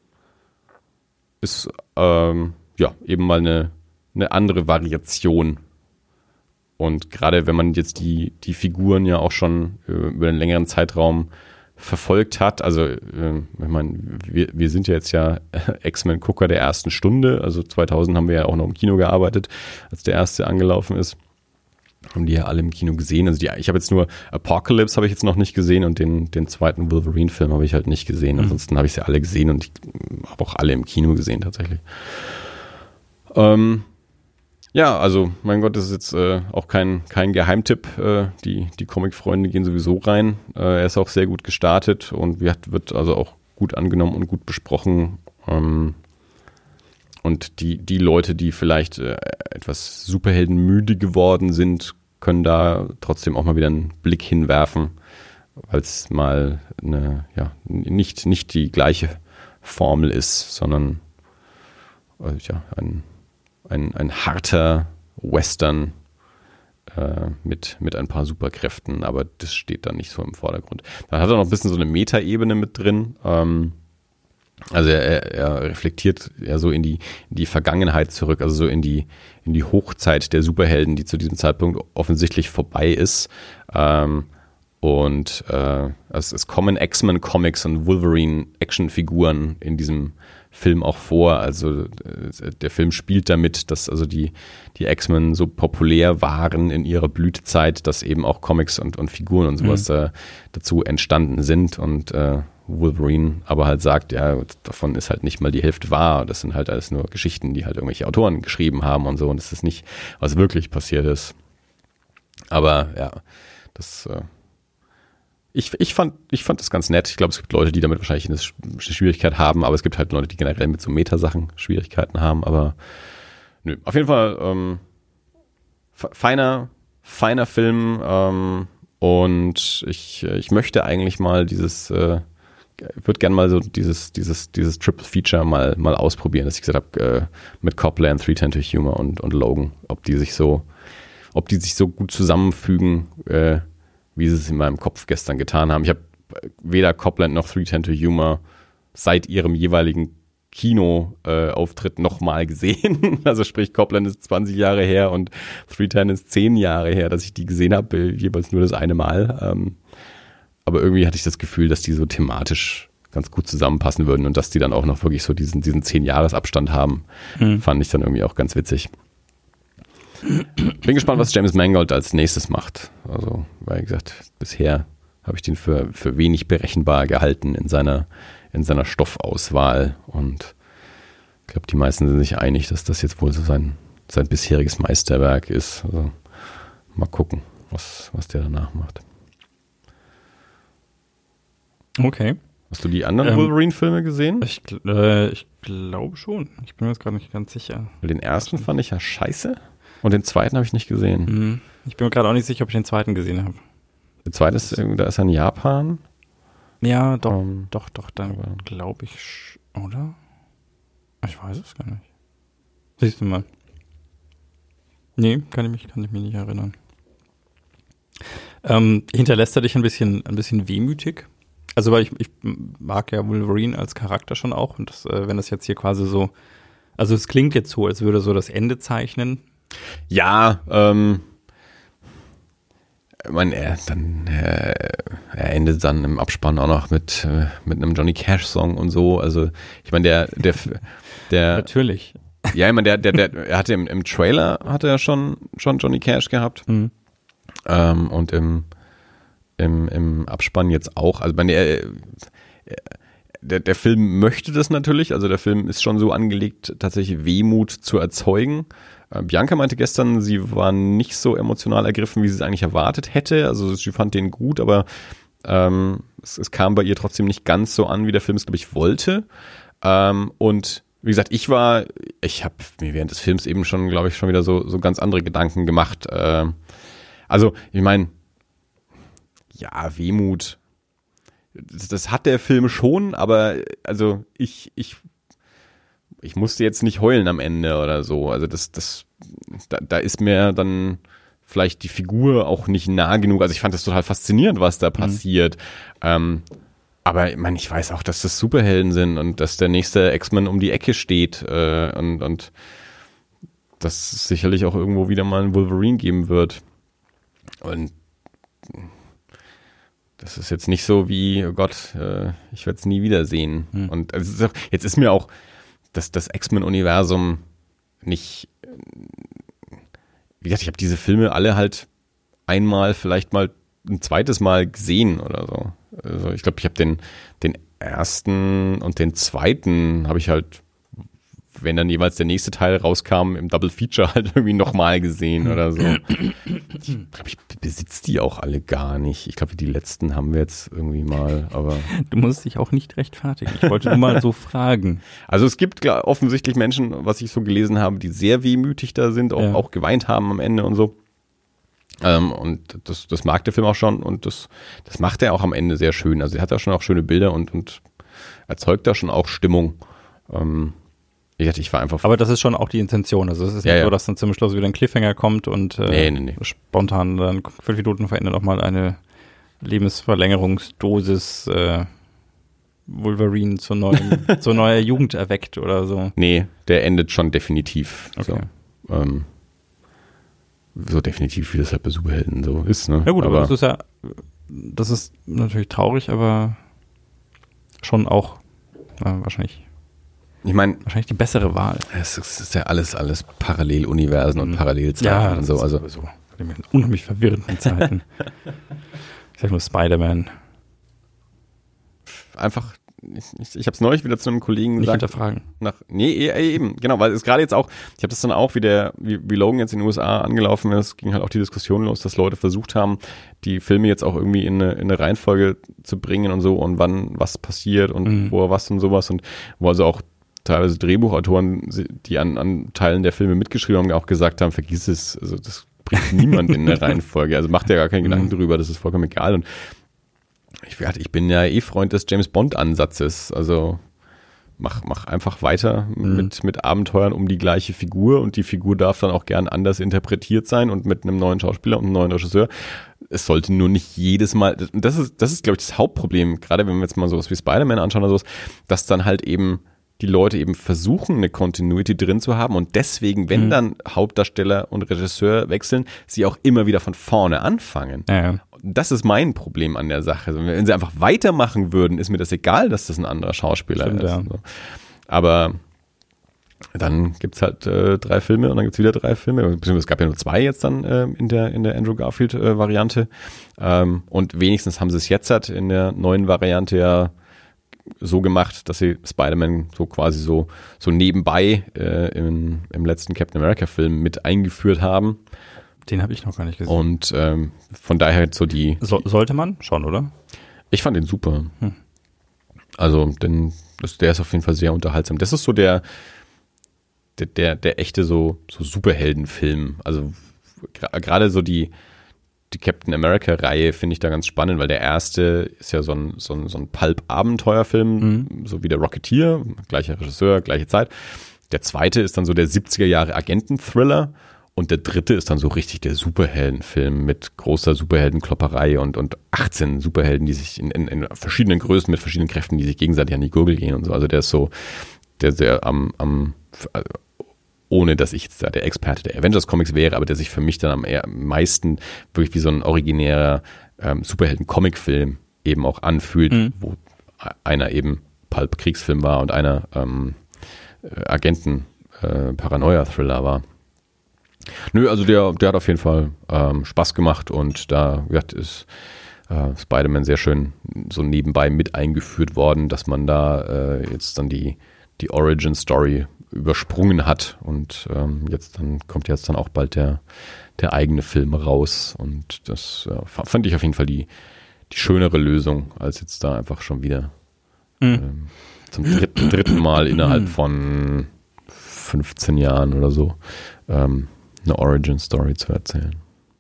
S2: Ist ähm, ja eben mal eine, eine andere Variation. Und gerade wenn man jetzt die, die Figuren ja auch schon äh, über einen längeren Zeitraum verfolgt hat, also äh, ich meine, wir, wir sind ja jetzt ja X-Men-Gucker der ersten Stunde, also zweitausend haben wir ja auch noch im Kino gearbeitet, als der erste angelaufen ist. Haben die ja alle im Kino gesehen. Also die, ich habe jetzt nur Apocalypse habe ich jetzt noch nicht gesehen und den, den zweiten Wolverine-Film habe ich halt nicht gesehen.
S1: Mhm.
S2: Ansonsten habe ich sie alle gesehen und ich habe auch alle im Kino gesehen tatsächlich. Ähm, ja, also mein Gott, das ist jetzt äh, auch kein, kein Geheimtipp. Äh, die die Comic-Freunde gehen sowieso rein. Äh, er ist auch sehr gut gestartet und wird, wird also auch gut angenommen und gut besprochen. Ähm, Und die, die Leute, die vielleicht äh, etwas superheldenmüde geworden sind, können da trotzdem auch mal wieder einen Blick hinwerfen, weil es mal eine, ja, nicht, nicht die gleiche Formel ist, sondern äh, ja, ein, ein, ein harter Western äh, mit, mit ein paar Superkräften, aber das steht dann nicht so im Vordergrund. Dann hat er noch ein bisschen so eine Metaebene mit drin, ähm, Also er, er reflektiert ja so in die, in die Vergangenheit zurück, also so in die, in die Hochzeit der Superhelden, die zu diesem Zeitpunkt offensichtlich vorbei ist. Ähm, und äh, es, es kommen X-Men-Comics und Wolverine-Actionfiguren in diesem Film auch vor. Also äh, der Film spielt damit, dass also die, die X-Men so populär waren in ihrer Blütezeit, dass eben auch Comics und, und Figuren und sowas
S1: Mhm.
S2: äh, dazu entstanden sind und äh, Wolverine aber halt sagt, ja, davon ist halt nicht mal die Hälfte wahr. Das sind halt alles nur Geschichten, die halt irgendwelche Autoren geschrieben haben und so. Und das ist nicht, was wirklich passiert ist. Aber ja, das äh, ich, ich, fand, ich fand das ganz nett. Ich glaube, es gibt Leute, die damit wahrscheinlich eine Sch- eine Schwierigkeit haben, aber es gibt halt Leute, die generell mit so Metasachen Schwierigkeiten haben. Aber nö, auf jeden Fall ähm, feiner, feiner Film ähm, und ich, ich möchte eigentlich mal dieses äh, würde gerne mal so dieses, dieses, dieses Triple Feature mal, mal ausprobieren, dass ich gesagt habe, äh, mit Copland, three ten to Humor und, und Logan, ob die sich so, ob die sich so gut zusammenfügen, äh, wie sie es in meinem Kopf gestern getan haben. Ich habe weder Copland noch three ten to Humor seit ihrem jeweiligen Kino-Auftritt äh, nochmal gesehen. Also sprich, Copland ist zwanzig Jahre her und three ten ist zehn Jahre her, dass ich die gesehen habe, jeweils nur das eine Mal. Ähm, aber irgendwie hatte ich das Gefühl, dass die so thematisch ganz gut zusammenpassen würden und dass die dann auch noch wirklich so diesen, diesen zehn-Jahres-Abstand haben, mhm. fand ich dann irgendwie auch ganz witzig. Bin gespannt, was James Mangold als nächstes macht. Also, weil gesagt, bisher habe ich den für, für wenig berechenbar gehalten in seiner, in seiner Stoffauswahl. Und ich glaube, die meisten sind sich einig, dass das jetzt wohl so sein, sein bisheriges Meisterwerk ist. Also mal gucken, was, was der danach macht.
S1: Okay.
S2: Hast du die anderen ähm, Wolverine-Filme gesehen?
S1: Ich, äh, ich glaube schon. Ich bin mir jetzt gerade nicht ganz sicher.
S2: Den ersten fand ich ja scheiße und den zweiten habe ich nicht gesehen.
S1: Mhm. Ich bin mir gerade auch nicht sicher, ob ich den zweiten gesehen habe.
S2: Der zweite ist, da ist er in Japan.
S1: Ja, doch, um, doch, doch, dann glaube ich, oder? Ich weiß es gar nicht. Siehst du mal. Nee, kann ich mich, kann ich mich nicht erinnern. Ähm, hinterlässt er dich ein bisschen, ein bisschen wehmütig? Also, weil ich, ich mag ja Wolverine als Charakter schon auch und das, äh, wenn das jetzt hier quasi so, also es klingt jetzt so, als würde so das Ende zeichnen.
S2: Ja, ähm, ich meine, er, dann, äh, er endet dann im Abspann auch noch mit, äh, mit einem Johnny Cash-Song und so. Also, ich meine, der, der, der.
S1: Natürlich.
S2: Ja, ich meine, der, der, der, er hatte im, im Trailer hatte er schon, schon Johnny Cash gehabt. Mhm. Ähm, und im, im, im Abspann jetzt auch. Also, meine, er, der, der Film möchte das natürlich. Also, der Film ist schon so angelegt, tatsächlich Wehmut zu erzeugen. Bianca meinte gestern, sie war nicht so emotional ergriffen, wie sie es eigentlich erwartet hätte. Also sie fand den gut, aber ähm, es, es kam bei ihr trotzdem nicht ganz so an, wie der Film es, glaube ich, wollte. Ähm, und wie gesagt, ich war, ich habe mir während des Films eben schon, glaube ich, schon wieder so, so ganz andere Gedanken gemacht. Ähm, also ich meine, ja, Wehmut, das, das hat der Film schon, aber also ich, ich Ich musste jetzt nicht heulen am Ende oder so. Also das, das, da, da ist mir dann vielleicht die Figur auch nicht nah genug. Also ich fand das total faszinierend, was da passiert. Mhm. Ähm, aber ich meine, ich weiß auch, dass das Superhelden sind und dass der nächste X-Men um die Ecke steht äh, und, und dass es sicherlich auch irgendwo wieder mal einen Wolverine geben wird. Und das ist jetzt nicht so wie, oh Gott, äh, ich werde es nie wiedersehen. Mhm. Und also ist auch, jetzt ist mir auch dass das X-Men-Universum nicht, wie gesagt, ich habe diese Filme alle halt einmal, vielleicht mal ein zweites Mal gesehen oder so. Also ich glaube, ich habe den, den ersten und den zweiten habe ich halt, wenn dann jeweils der nächste Teil rauskam, im Double Feature halt irgendwie nochmal gesehen oder so. Ich glaube, ich besitze die auch alle gar nicht. Ich glaube, die letzten haben wir jetzt irgendwie mal, aber...
S1: Du musst dich auch nicht rechtfertigen. Ich wollte nur mal so fragen.
S2: Also es gibt klar, offensichtlich Menschen, was ich so gelesen habe, die sehr wehmütig da sind, auch, ja. auch geweint haben am Ende und so. Ähm, und das, das mag der Film auch schon und das, das macht er auch am Ende sehr schön. Also er hat da schon auch schöne Bilder und, und erzeugt da schon auch Stimmung. Ähm, Ich war einfach.
S1: Aber das ist schon auch die Intention. Also es ist
S2: ja,
S1: nicht
S2: ja.
S1: so, dass dann zum Schluss wieder ein Cliffhanger kommt und äh,
S2: nee, nee, nee.
S1: spontan dann fünf Minuten verändert auch mal eine Lebensverlängerungsdosis äh, Wolverine zur neuen, zur neuer Jugend erweckt oder so.
S2: Nee, der endet schon definitiv.
S1: Okay.
S2: So, ähm, so definitiv, wie das halt bei Superhelden so ist. Ne?
S1: Ja gut, aber,
S2: aber
S1: das ist ja, das ist natürlich traurig, aber schon auch äh, wahrscheinlich.
S2: Ich meine,
S1: wahrscheinlich die bessere Wahl.
S2: Es ist, ist ja alles, alles Paralleluniversen mhm. und Parallelzeiten
S1: ja,
S2: und so.
S1: Ist
S2: also
S1: sowieso. In unheimlich verwirrenden Zeiten. Ich sag nur Spider-Man.
S2: Einfach, ich, ich, ich habe es neulich wieder zu einem Kollegen
S1: Nicht
S2: gesagt.
S1: hinterfragen.
S2: Nach, nee, eben, genau, weil es gerade jetzt auch, ich habe das dann auch, wie der, wie, wie Logan jetzt in den U S A angelaufen ist, ging halt auch die Diskussion los, dass Leute versucht haben, die Filme jetzt auch irgendwie in eine, in eine Reihenfolge zu bringen und so und wann was passiert und mhm. wo was und sowas und wo also auch teilweise Drehbuchautoren, die an, an Teilen der Filme mitgeschrieben haben, auch gesagt haben, vergiss es, also das bringt niemand in eine Reihenfolge, also macht ja gar keinen Gedanken drüber, das ist vollkommen egal und Ich, ich bin ja eh Freund des James-Bond-Ansatzes, also mach, mach einfach weiter mhm. mit, mit Abenteuern um die gleiche Figur und die Figur darf dann auch gern anders interpretiert sein und mit einem neuen Schauspieler und einem neuen Regisseur. Es sollte nur nicht jedes Mal, das ist, das ist glaube ich das Hauptproblem, gerade wenn wir jetzt mal sowas wie Spider-Man anschauen oder sowas, dass dann halt eben die Leute eben versuchen, eine Continuity drin zu haben und deswegen, wenn mhm. dann Hauptdarsteller und Regisseur wechseln, sie auch immer wieder von vorne anfangen.
S1: Ja, ja.
S2: Das ist mein Problem an der Sache. Wenn sie einfach weitermachen würden, ist mir das egal, dass das ein anderer Schauspieler
S1: Stimmt,
S2: ist.
S1: Ja.
S2: Aber dann gibt's halt äh, drei Filme und dann gibt's wieder drei Filme. Beziehungsweise es gab ja nur zwei jetzt dann äh, in der in der Andrew Garfield-Variante. Äh, ähm, und wenigstens haben sie es jetzt halt in der neuen Variante ja so gemacht, dass sie Spider-Man so quasi so, so nebenbei äh, im, im letzten Captain America-Film mit eingeführt haben.
S1: Den habe ich noch gar nicht gesehen.
S2: Und ähm, von daher so die...
S1: So, sollte man? Schon, oder?
S2: Ich fand den super.
S1: Hm.
S2: Also, denn das, der ist auf jeden Fall sehr unterhaltsam. Das ist so der der, der, der echte so, so Superheldenfilm. Also gerade so die Die Captain America-Reihe finde ich da ganz spannend, weil der erste ist ja so ein, so ein, so ein Pulp-Abenteuerfilm, mhm. so wie der Rocketeer, gleicher Regisseur, gleiche Zeit. Der zweite ist dann so der siebziger Jahre Agenten-Thriller und der dritte ist dann so richtig der Superheldenfilm mit großer Superheldenklopperei und, und achtzehn Superhelden, die sich in, in, in verschiedenen Größen mit verschiedenen Kräften, die sich gegenseitig an die Gurgel gehen und so. Also der ist so, der sehr am, am ohne dass ich jetzt da der Experte der Avengers-Comics wäre, aber der sich für mich dann am eher, meisten wirklich wie so ein originärer ähm, Superhelden-Comic-Film eben auch anfühlt, mhm. wo einer eben Pulp-Kriegsfilm war und einer ähm, Agenten-Paranoia-Thriller äh, war. Nö, also der, der hat auf jeden Fall ähm, Spaß gemacht und da ja, ist äh, Spider-Man sehr schön so nebenbei mit eingeführt worden, dass man da äh, jetzt dann die, die Origin-Story übersprungen hat und ähm, jetzt dann kommt jetzt dann auch bald der, der eigene Film raus und das ja, fand ich auf jeden Fall die, die schönere Lösung, als jetzt da einfach schon wieder mhm. ähm, zum dritten, dritten Mal innerhalb von fünfzehn Jahren oder so ähm, eine Origin-Story zu erzählen.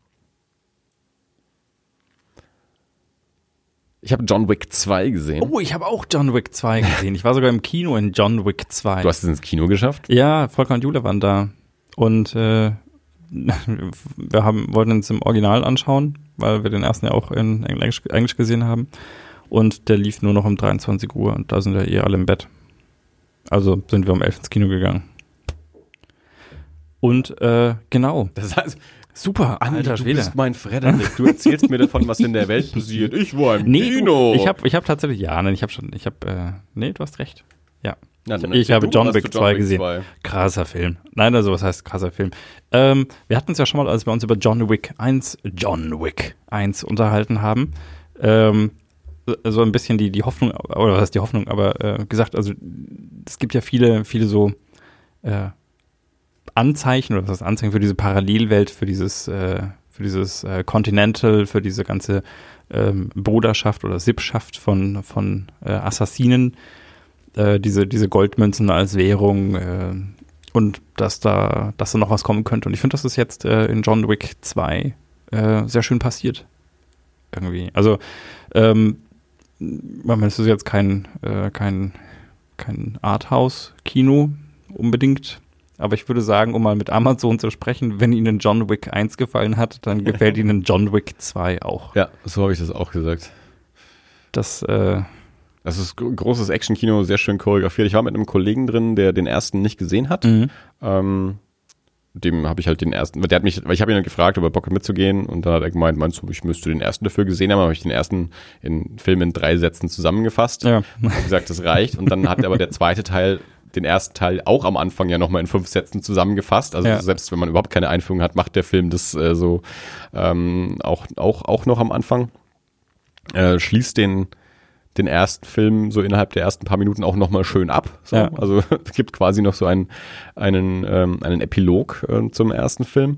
S2: Ich habe John Wick zwei gesehen.
S1: Oh, ich habe auch John Wick zwei gesehen. Ich war sogar im Kino in John Wick zwei.
S2: Du hast es ins Kino geschafft?
S1: Ja, Volker und Jule waren da. Und äh, wir haben, wollten uns im Original anschauen, weil wir den ersten ja auch in Englisch, Englisch gesehen haben. Und der lief nur noch um dreiundzwanzig Uhr und da sind wir eh alle im Bett. Also sind wir um elf ins Kino gegangen. Und äh, genau.
S2: Das heißt...
S1: Super, alter
S2: du
S1: Schwede.
S2: bist mein Frederik. Du erzählst mir davon, was in der Welt passiert. Ich war im
S1: nee,
S2: Kino.
S1: Ich habe ich hab tatsächlich, ja, nein, ich habe schon, ich habe, äh, nee, du hast recht. Ja.
S2: Na,
S1: ich ich habe
S2: du,
S1: John Wick zwei
S2: Wick
S1: gesehen.
S2: zwei.
S1: Krasser Film. Nein, also was heißt krasser Film? Ähm, wir hatten uns ja schon mal, als wir uns über John Wick eins, John Wick eins unterhalten haben, ähm, so ein bisschen die, die Hoffnung, oder was heißt die Hoffnung, aber äh, gesagt, also es gibt ja viele, viele so äh, Anzeichen, oder was heißt Anzeichen für diese Parallelwelt, für dieses äh, für dieses äh, Continental, für diese ganze ähm, Bruderschaft oder Sippschaft von, von äh, Assassinen, äh, diese, diese Goldmünzen als Währung äh, und dass da, dass da noch was kommen könnte. Und ich finde, das ist jetzt äh, in John Wick zwei äh, sehr schön passiert. Irgendwie. Also, ähm, es ist jetzt kein, äh, kein, kein Arthouse-Kino unbedingt. Aber ich würde sagen, um mal mit Amazon zu sprechen, wenn Ihnen John Wick eins gefallen hat, dann gefällt Ihnen John Wick zwei auch.
S2: Ja, so habe ich das auch gesagt.
S1: Das, äh
S2: das ist ein großes Action-Kino, sehr schön choreografiert. Ich war mit einem Kollegen drin, der den ersten nicht gesehen hat. Mhm. Ähm, dem habe ich halt den ersten, der hat mich, weil ich habe ihn dann gefragt, ob er Bock hat mitzugehen und dann hat er gemeint, meinst du, ich müsste den ersten dafür gesehen haben, habe ich den ersten in Film in drei Sätzen zusammengefasst. Ja. Hab gesagt, das reicht und dann hat aber der zweite Teil den ersten Teil auch am Anfang ja nochmal in fünf Sätzen zusammengefasst. Also ja. Selbst wenn man überhaupt keine Einführung hat, macht der Film das äh, so ähm, auch, auch, auch noch am Anfang. Äh, schließt den, den ersten Film so innerhalb der ersten paar Minuten auch nochmal schön ab. So. Ja. Also es gibt quasi noch so einen, einen, ähm, einen Epilog äh, zum ersten Film.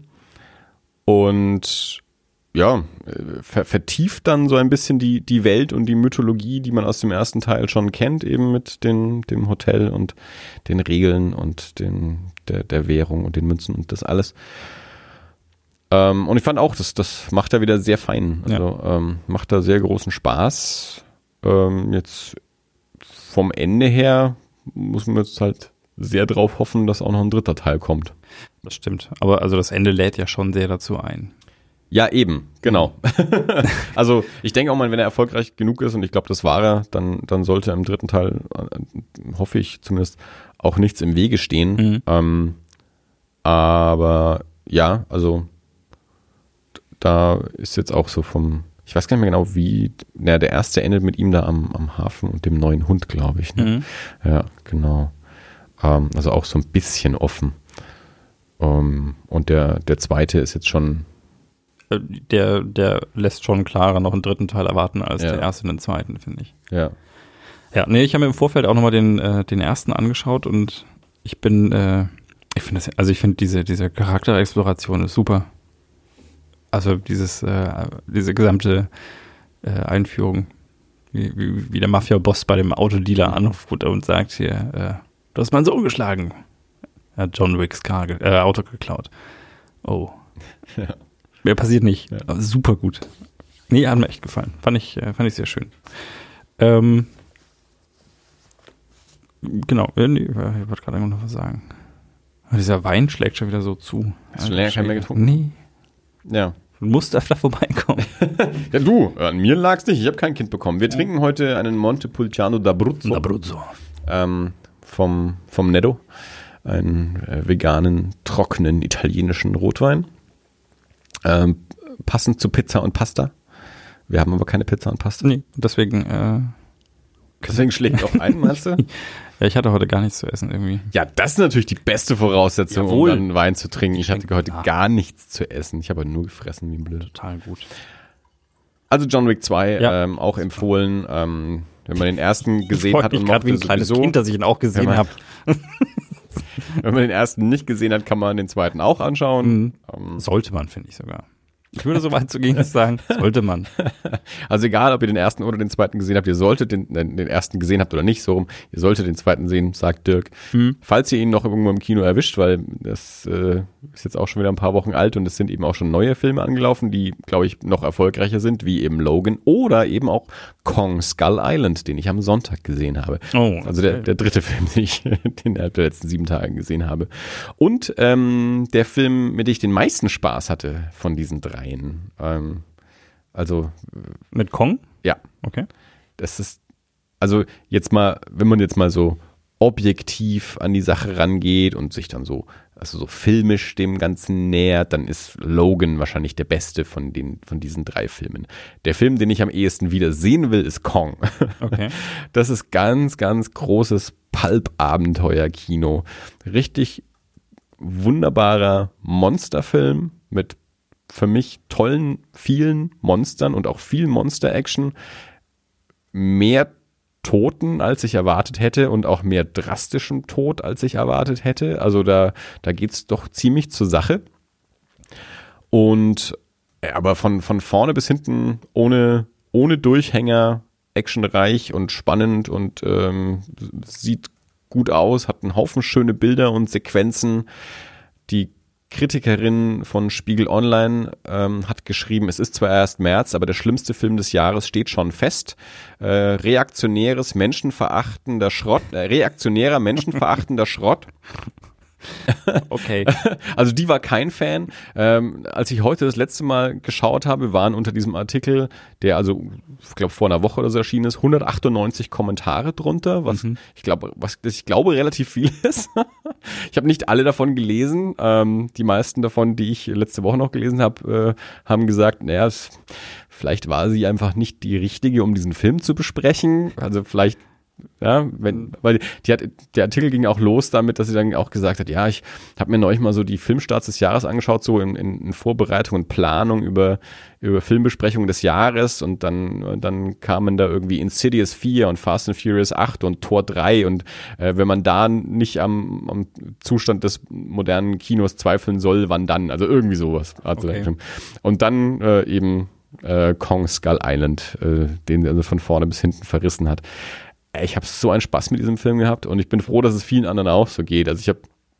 S2: Und ja, ver- vertieft dann so ein bisschen die, die Welt und die Mythologie, die man aus dem ersten Teil schon kennt, eben mit den, dem Hotel und den Regeln und den, der, der Währung und den Münzen und das alles. Ähm, und ich fand auch, das, das macht er wieder sehr fein. Also ja. ähm, macht da sehr großen Spaß. Ähm, jetzt vom Ende her muss man jetzt halt sehr drauf hoffen, dass auch noch ein dritter Teil kommt.
S1: Das stimmt. Aber also das Ende lädt ja schon sehr dazu ein.
S2: Ja, eben, genau. Also ich denke auch mal, wenn er erfolgreich genug ist, und ich glaube, das war er, dann, dann sollte im dritten Teil, äh, hoffe ich zumindest, auch nichts im Wege stehen. Mhm. Ähm, aber ja, also da ist jetzt auch so vom, ich weiß gar nicht mehr genau, wie, na, der erste endet mit ihm da am, am Hafen und dem neuen Hund, glaube ich. Ne? Mhm. Ja, genau. Ähm, also auch so ein bisschen offen. Um, und der, der zweite ist jetzt schon
S1: Der, der lässt schon klarer noch einen dritten Teil erwarten als ja. der erste und den zweiten, finde ich.
S2: Ja.
S1: Ja, nee, ich habe mir im Vorfeld auch nochmal den, äh, den ersten angeschaut und ich bin, äh, ich finde das, also ich finde diese, diese Charakterexploration ist super. Also dieses, äh, diese gesamte äh, Einführung, wie, wie, wie der Mafia-Boss bei dem Autodealer anruft und sagt hier, äh, du hast meinen Sohn geschlagen. Er hat John Wicks Car, ge- äh, Auto geklaut. Oh. Ja. Mehr passiert nicht. Ja. Aber super gut. Nee, hat mir echt gefallen. Fand ich, äh, fand ich sehr schön. Ähm, genau. Äh, nee, ich wollte gerade noch was sagen. Aber dieser Wein schlägt schon wieder so zu.
S2: Hast du länger keinen mehr getrunken?
S1: Nee.
S2: Ja.
S1: Du musst öfter vorbeikommen.
S2: Ja, du, an mir lag's nicht. Ich habe kein Kind bekommen. Wir trinken heute einen Montepulciano d'Abruzzo.
S1: D'Abruzzo.
S2: Ähm, vom, vom Netto. Einen äh, veganen, trockenen, italienischen Rotwein. Ähm, passend zu Pizza und Pasta. Wir haben aber keine Pizza und Pasta.
S1: Nee, deswegen äh,
S2: deswegen schlägt auch ein, meinst du?
S1: Ja, ich hatte heute gar nichts zu essen irgendwie.
S2: Ja, das ist natürlich die beste Voraussetzung,
S1: Jawohl.
S2: um dann Wein zu trinken. Ich hatte heute
S1: nach.
S2: gar nichts zu essen. Ich habe nur gefressen wie ein Blöd.
S1: Total gut.
S2: Also John Wick zwei,
S1: ja.
S2: ähm, auch empfohlen. Ähm, wenn man den ersten gesehen
S1: ich
S2: hat und
S1: mochte wie ein kleines
S2: sowieso,
S1: Kind, dass ich ihn auch gesehen habe.
S2: Wenn man den ersten nicht gesehen hat, kann man den zweiten auch anschauen.
S1: Mhm. Ähm, sollte man, finde ich sogar. Ich würde so weit zu gehen, zu sagen, sollte man.
S2: Also egal, ob ihr den ersten oder den zweiten gesehen habt, ihr solltet den, den ersten gesehen habt oder nicht, so rum, ihr solltet den zweiten sehen, sagt Dirk. Hm. Falls ihr ihn noch irgendwo im Kino erwischt, weil das äh, ist jetzt auch schon wieder ein paar Wochen alt und es sind eben auch schon neue Filme angelaufen, die, glaube ich, noch erfolgreicher sind, wie eben Logan oder eben auch Kong Skull Island, den ich am Sonntag gesehen habe.
S1: Oh,
S2: also der, der dritte Film, den ich innerhalb der letzten sieben Tage gesehen habe. Und ähm, der Film, mit dem ich den meisten Spaß hatte von diesen drei. Ähm, also
S1: mit Kong?
S2: Ja.
S1: Okay.
S2: Das ist, also jetzt mal, wenn man jetzt mal so objektiv an die Sache rangeht und sich dann so, also so filmisch dem Ganzen nähert, dann ist Logan wahrscheinlich der beste von den, von diesen drei Filmen. Der Film, den ich am ehesten wieder sehen will, ist Kong.
S1: Okay.
S2: Das ist ganz, ganz großes Pulp-Abenteuer-Kino. Richtig wunderbarer Monsterfilm mit für mich tollen, vielen Monstern und auch viel Monster-Action, mehr Toten, als ich erwartet hätte und auch mehr drastischem Tod, als ich erwartet hätte. Also da, da geht's doch ziemlich zur Sache. Und aber von, von vorne bis hinten ohne, ohne Durchhänger, actionreich und spannend und ähm, sieht gut aus, hat einen Haufen schöne Bilder und Sequenzen. Die Kritikerin von Spiegel Online ähm, hat geschrieben, es ist zwar erst März, aber der schlimmste Film des Jahres steht schon fest. Äh, reaktionäres, menschenverachtender Schrott, äh, reaktionärer, menschenverachtender Schrott.
S1: Okay.
S2: Also die war kein Fan. Ähm, als ich heute das letzte Mal geschaut habe, waren unter diesem Artikel, der also, ich glaube vor einer Woche oder so erschienen ist, hundertachtundneunzig Kommentare drunter, was mhm. ich glaube, was ich glaube relativ viel ist. Ich habe nicht alle davon gelesen. Ähm, die meisten davon, die ich letzte Woche noch gelesen habe, äh, haben gesagt, naja, es, vielleicht war sie einfach nicht die richtige, um diesen Film zu besprechen. Also vielleicht Ja, wenn, weil die hat, der Artikel ging auch los damit, dass sie dann auch gesagt hat, ja, ich habe mir neulich mal so die Filmstarts des Jahres angeschaut, so in, in, in Vorbereitung und Planung über, über Filmbesprechungen des Jahres und dann, dann kamen da irgendwie Insidious vier und Fast and Furious acht und Tor drei und äh, wenn man da nicht am, am Zustand des modernen Kinos zweifeln soll, wann dann? Also irgendwie sowas. Also okay. Und dann äh, eben äh, Kong Skull Island, äh, den er also von vorne bis hinten verrissen hat. Ich habe so einen Spaß mit diesem Film gehabt und ich bin froh, dass es vielen anderen auch so geht. Also ich habe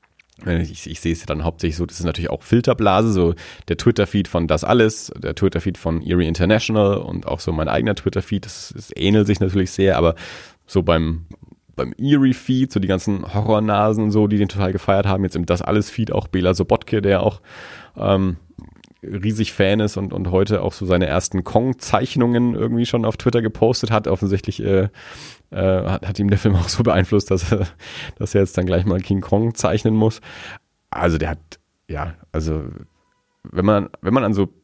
S2: Ich, ich sehe es ja dann hauptsächlich so, das ist natürlich auch Filterblase, so der Twitter-Feed von Das Alles, der Twitter-Feed von Eerie International und auch so mein eigener Twitter-Feed, das, das ähnelt sich natürlich sehr, aber so beim, beim Eerie-Feed, so die ganzen Horrornasen und so, die den total gefeiert haben, jetzt im Das Alles-Feed auch Bela Sobotke, der auch ähm, riesig Fan ist und, und heute auch so seine ersten Kong-Zeichnungen irgendwie schon auf Twitter gepostet hat, offensichtlich äh, Äh, hat, hat ihm der Film auch so beeinflusst, dass er, dass er jetzt dann gleich mal King Kong zeichnen muss. Also der hat, ja, also wenn man, wenn man an so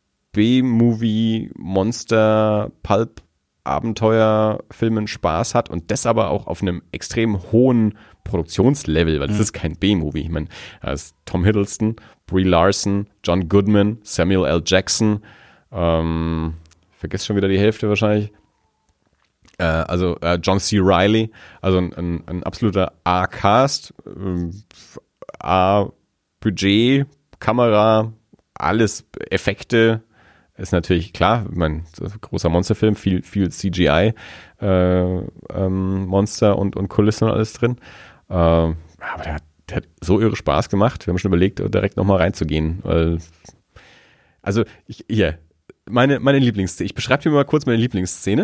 S2: B-Movie, Monster, Pulp, Abenteuerfilmen Spaß hat und das aber auch auf einem extrem hohen Produktionslevel, weil das mhm. ist kein B-Movie. Ich meine, da ist Tom Hiddleston, Brie Larson, John Goodman, Samuel L. Jackson, ähm, vergesst schon wieder die Hälfte wahrscheinlich. Also äh, John C. Reilly, also ein, ein, ein absoluter A-Cast, äh, A-Budget, Kamera, alles Effekte, ist natürlich klar, ich meine, großer Monsterfilm, viel, viel C G I, äh, ähm, Monster und, und Kulissen und alles drin. Äh, aber der hat, der hat so irre Spaß gemacht, wir haben schon überlegt, direkt nochmal reinzugehen, weil, also, ich, hier, meine, meine Lieblingsszene, ich beschreibe dir mal kurz meine Lieblingsszene.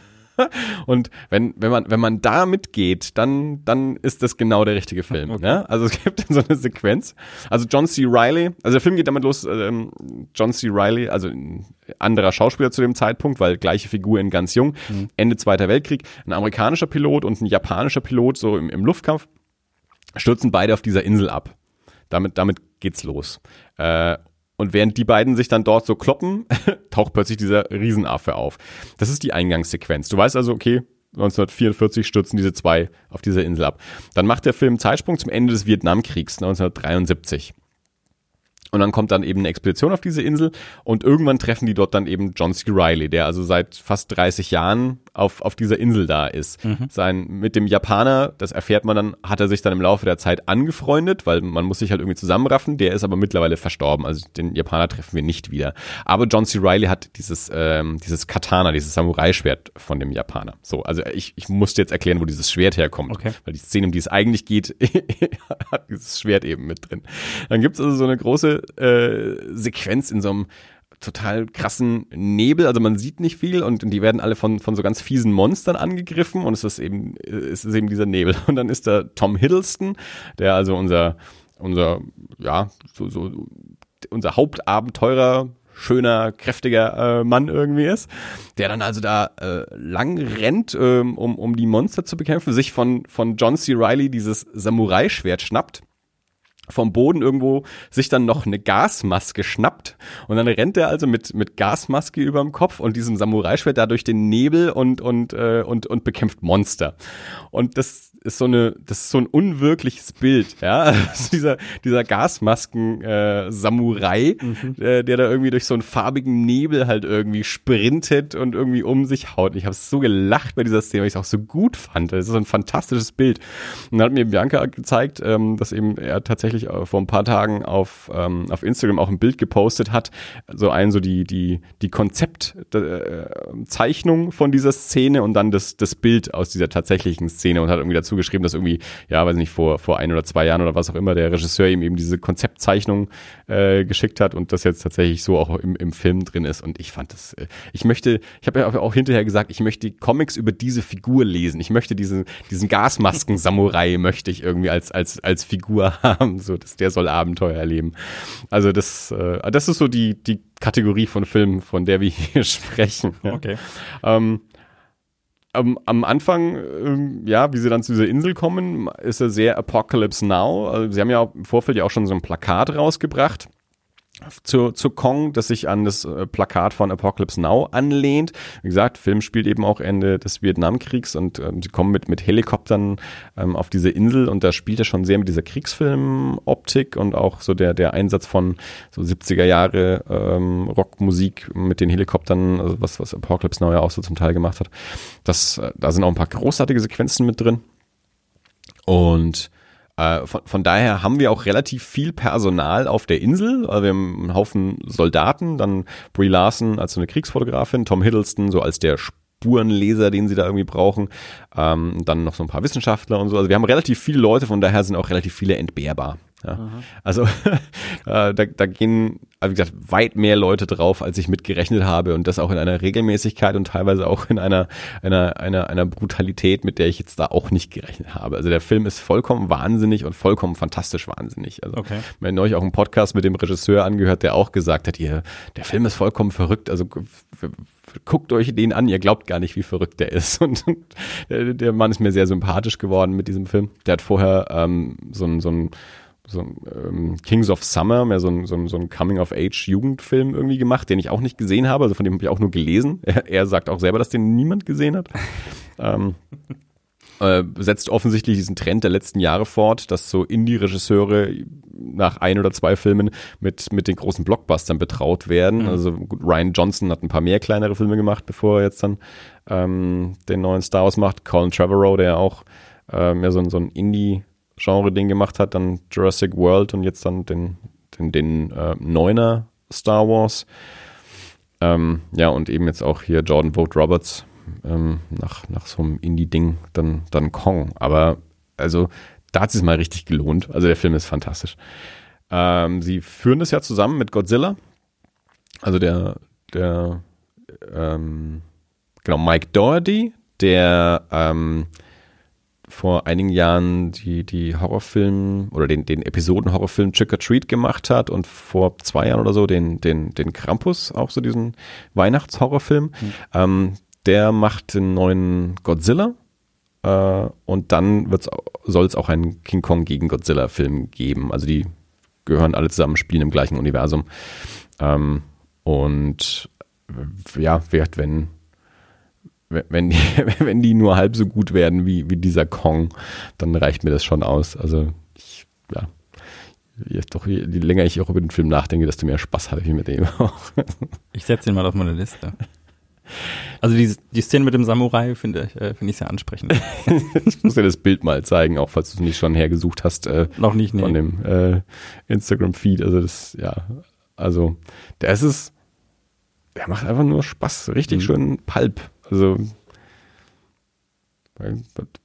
S2: Und wenn, wenn man, wenn man da mitgeht, dann, dann ist das genau der richtige Film. Okay. Ne? Also es gibt so eine Sequenz. Also John C. Reilly, also der Film geht damit los, ähm, John C. Reilly, also ein anderer Schauspieler zu dem Zeitpunkt, weil gleiche Figur in ganz jung, mhm. Ende Zweiter Weltkrieg, ein amerikanischer Pilot und ein japanischer Pilot, so im, im Luftkampf, stürzen beide auf dieser Insel ab. Damit, damit geht's los. Äh, Und während die beiden sich dann dort so kloppen, taucht plötzlich dieser Riesenaffe auf. Das ist die Eingangssequenz. Du weißt also, okay, neunzehnhundertvierundvierzig stürzen diese zwei auf dieser Insel ab. Dann macht der Film einen Zeitsprung zum Ende des Vietnamkriegs, neunzehnhundertdreiundsiebzig. Und dann kommt dann eben eine Expedition auf diese Insel und irgendwann treffen die dort dann eben John C. Reilly, der also seit fast dreißig Jahren auf, auf dieser Insel da ist. Mhm. Sein, mit dem Japaner, das erfährt man dann, hat er sich dann im Laufe der Zeit angefreundet, weil man muss sich halt irgendwie zusammenraffen. Der ist aber mittlerweile verstorben, also den Japaner treffen wir nicht wieder. Aber John C. Reilly hat dieses, ähm, dieses Katana, dieses Samurai-Schwert von dem Japaner. So, also ich, ich musste jetzt erklären, wo dieses Schwert herkommt, okay. Weil die Szene, um die es eigentlich geht, hat dieses Schwert eben mit drin. Dann gibt es also so eine große Äh, Sequenz in so einem total krassen Nebel, also man sieht nicht viel und, und die werden alle von, von so ganz fiesen Monstern angegriffen und es ist eben, es ist eben dieser Nebel. Und dann ist da Tom Hiddleston, der also unser, unser, ja, so, so, unser Hauptabenteurer, schöner, kräftiger äh, Mann irgendwie ist, der dann also da äh, lang rennt, ähm, um, um die Monster zu bekämpfen, sich von, von John C. Reilly dieses Samurai-Schwert schnappt, vom Boden irgendwo sich dann noch eine Gasmaske schnappt und dann rennt er also mit mit Gasmaske überm Kopf und diesem Samurai-Schwert da durch den Nebel und und äh, und und bekämpft Monster. Und das ist so eine das ist so ein unwirkliches Bild, ja, also dieser dieser Gasmasken äh, Samurai, mhm. äh, der da irgendwie durch so einen farbigen Nebel halt irgendwie sprintet und irgendwie um sich haut. Ich habe so gelacht bei dieser Szene, weil ich es auch so gut fand. Das ist so ein fantastisches Bild. Und dann hat mir Bianca gezeigt, ähm, dass eben er tatsächlich vor ein paar Tagen auf ähm, auf Instagram auch ein Bild gepostet hat, so ein so die die die Konzeptzeichnung äh, von dieser Szene und dann das das Bild aus dieser tatsächlichen Szene und hat irgendwie dazu geschrieben, dass irgendwie, ja, weiß nicht, vor vor ein oder zwei Jahren oder was auch immer der Regisseur ihm eben diese Konzeptzeichnung äh, geschickt hat und das jetzt tatsächlich so auch im im Film drin ist und ich fand das, äh, ich möchte, ich habe ja auch hinterher gesagt, ich möchte die Comics über diese Figur lesen, ich möchte diesen diesen Gasmasken-Samurai möchte ich irgendwie als als als Figur haben. So, dass der soll Abenteuer erleben. Also das, äh, das ist so die, die Kategorie von Filmen, von der wir hier sprechen. Ja.
S1: Okay.
S2: Ähm, am, am Anfang, ähm, ja, wie sie dann zu dieser Insel kommen, ist er sehr Apocalypse Now. Also sie haben ja im Vorfeld ja auch schon so ein Plakat rausgebracht zu, zu Kong, das sich an das äh, Plakat von Apocalypse Now anlehnt. Wie gesagt, Film spielt eben auch Ende des Vietnamkriegs und ähm, sie kommen mit, mit Helikoptern ähm, auf diese Insel und da spielt er schon sehr mit dieser Kriegsfilm-Optik und auch so der, der Einsatz von so siebziger Jahre ähm, Rockmusik mit den Helikoptern, also was, was Apocalypse Now ja auch so zum Teil gemacht hat. Das, äh, da sind auch ein paar großartige Sequenzen mit drin und Äh, von, von daher haben wir auch relativ viel Personal auf der Insel. Also wir haben einen Haufen Soldaten, dann Brie Larson als so eine Kriegsfotografin, Tom Hiddleston so als der Spurenleser, den sie da irgendwie brauchen, ähm, dann noch so ein paar Wissenschaftler und so. Also wir haben relativ viele Leute, von daher sind auch relativ viele entbehrbar. Ja. Also äh, da, da gehen, wie gesagt, weit mehr Leute drauf, als ich mitgerechnet habe und das auch in einer Regelmäßigkeit und teilweise auch in einer, einer, einer, einer Brutalität, mit der ich jetzt da auch nicht gerechnet habe. Also der Film ist vollkommen wahnsinnig und vollkommen fantastisch wahnsinnig. Also
S1: okay.
S2: mir neulich auch einen Podcast mit dem Regisseur angehört, der auch gesagt hat, ihr, der Film ist vollkommen verrückt, also guckt euch den an, ihr glaubt gar nicht, wie verrückt der ist. Und, und der, der Mann ist mir sehr sympathisch geworden mit diesem Film. Der hat vorher ähm, so ein, so ein so ein ähm, Kings of Summer, mehr so ein, so ein, so ein Coming-of-Age-Jugendfilm irgendwie gemacht, den ich auch nicht gesehen habe, also von dem habe ich auch nur gelesen. Er, er sagt auch selber, dass den niemand gesehen hat. ähm, äh, setzt offensichtlich diesen Trend der letzten Jahre fort, dass so Indie-Regisseure nach ein oder zwei Filmen mit, mit den großen Blockbustern betraut werden. Mhm. Also gut, Rian Johnson hat ein paar mehr kleinere Filme gemacht, bevor er jetzt dann ähm, den neuen Star Wars macht. Colin Trevorrow, der auch äh, mehr so, so ein Indie- Genre-Ding gemacht hat, dann Jurassic World und jetzt dann den, den, den äh, Neuner Star Wars. Ähm, ja, und eben jetzt auch hier Jordan Vogt Roberts ähm, nach, nach so einem Indie-Ding, dann, dann Kong. Aber also, da hat es sich mal richtig gelohnt. Also der Film ist fantastisch. Ähm, sie führen das ja zusammen mit Godzilla. Also der, der ähm, genau, Mike Dougherty, der ähm, vor einigen Jahren die, die Horrorfilm oder den, den Episoden-Horrorfilm Trick or Treat gemacht hat und vor zwei Jahren oder so den, den, den Krampus, auch so diesen Weihnachtshorrorfilm. Mhm. Ähm, der macht den neuen Godzilla äh, und dann soll es auch einen King Kong gegen Godzilla-Film geben. Also die gehören alle zusammen, spielen im gleichen Universum. Ähm, und ja, wird, wenn Wenn die, wenn die nur halb so gut werden wie, wie dieser Kong, dann reicht mir das schon aus. Also, ich, ja, jetzt doch, je länger ich auch über den Film nachdenke, desto mehr Spaß habe ich mit dem auch.
S1: Ich setze ihn mal auf meine Liste. Also, die, die Szene mit dem Samurai finde ich, äh, finde ich sehr ansprechend.
S2: Ich muss dir das Bild mal zeigen, auch falls du es nicht schon hergesucht hast. Äh,
S1: Noch nicht, nee.
S2: Von dem äh, Instagram-Feed. Also, das, ja, also, der ist es, der macht einfach nur Spaß. Richtig mhm. schön Pulp. Also man,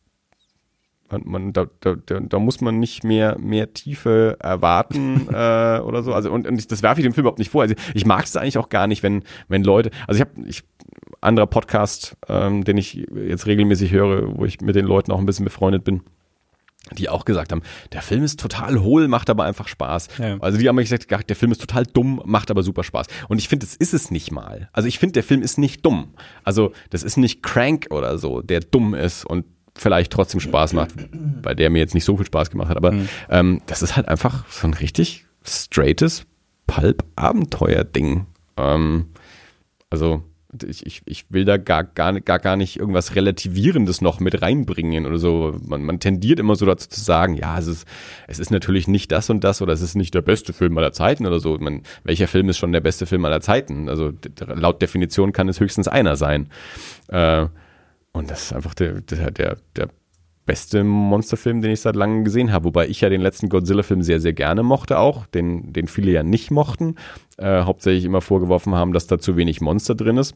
S2: man, da, da, da muss man nicht mehr, mehr Tiefe erwarten äh, oder so. Also und, und ich, das werfe ich dem Film überhaupt nicht vor. Also ich mag es eigentlich auch gar nicht, wenn, wenn Leute, also ich habe ich anderer Podcast, ähm, den ich jetzt regelmäßig höre, wo ich mit den Leuten auch ein bisschen befreundet bin, die auch gesagt haben, der Film ist total hohl, macht aber einfach Spaß. Ja. Also die haben mir gesagt, der Film ist total dumm, macht aber super Spaß. Und ich finde, das ist es nicht mal. Also ich finde, der Film ist nicht dumm. Also das ist nicht Crank oder so, der dumm ist und vielleicht trotzdem Spaß macht, bei der mir jetzt nicht so viel Spaß gemacht hat. Aber mhm. ähm, das ist halt einfach so ein richtig straightes Pulp-Abenteuer-Ding. Ähm, also Ich, ich, ich will da gar, gar, gar, gar nicht irgendwas Relativierendes noch mit reinbringen oder so. Man, man tendiert immer so dazu zu sagen, ja, es ist, es ist natürlich nicht das und das oder es ist nicht der beste Film aller Zeiten oder so. Man, welcher Film ist schon der beste Film aller Zeiten? Also laut Definition kann es höchstens einer sein. Äh, und das ist einfach der, der, der, der beste Monsterfilm, den ich seit langem gesehen habe. Wobei ich ja den letzten Godzilla-Film sehr, sehr gerne mochte auch, den, den viele ja nicht mochten. Äh, hauptsächlich immer vorgeworfen haben, dass da zu wenig Monster drin ist.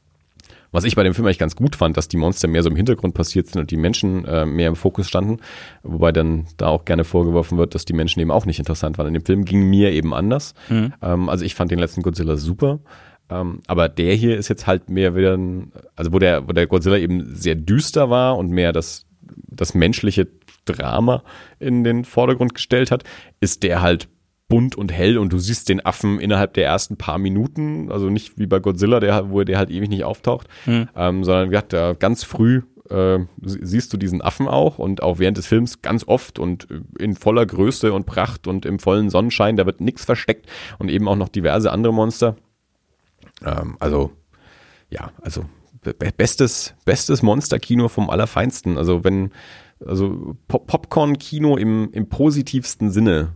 S2: Was ich bei dem Film eigentlich ganz gut fand, dass die Monster mehr so im Hintergrund passiert sind und die Menschen äh, mehr im Fokus standen. Wobei dann da auch gerne vorgeworfen wird, dass die Menschen eben auch nicht interessant waren. In dem Film ging mir eben anders. Mhm. Ähm, also ich fand den letzten Godzilla super. Ähm, aber der hier ist jetzt halt mehr wieder, ein, also wo der, wo der Godzilla eben sehr düster war und mehr das das menschliche Drama in den Vordergrund gestellt hat, ist der halt bunt und hell und du siehst den Affen innerhalb der ersten paar Minuten, also nicht wie bei Godzilla, der, wo der halt ewig nicht auftaucht, hm. ähm, sondern wie gesagt, da ganz früh äh, siehst du diesen Affen auch und auch während des Films ganz oft und in voller Größe und Pracht und im vollen Sonnenschein, da wird nichts versteckt und eben auch noch diverse andere Monster. Ähm, also, ja, also Bestes, bestes Monsterkino vom Allerfeinsten. Also wenn, also Pop- Popcorn-Kino im, im positivsten Sinne.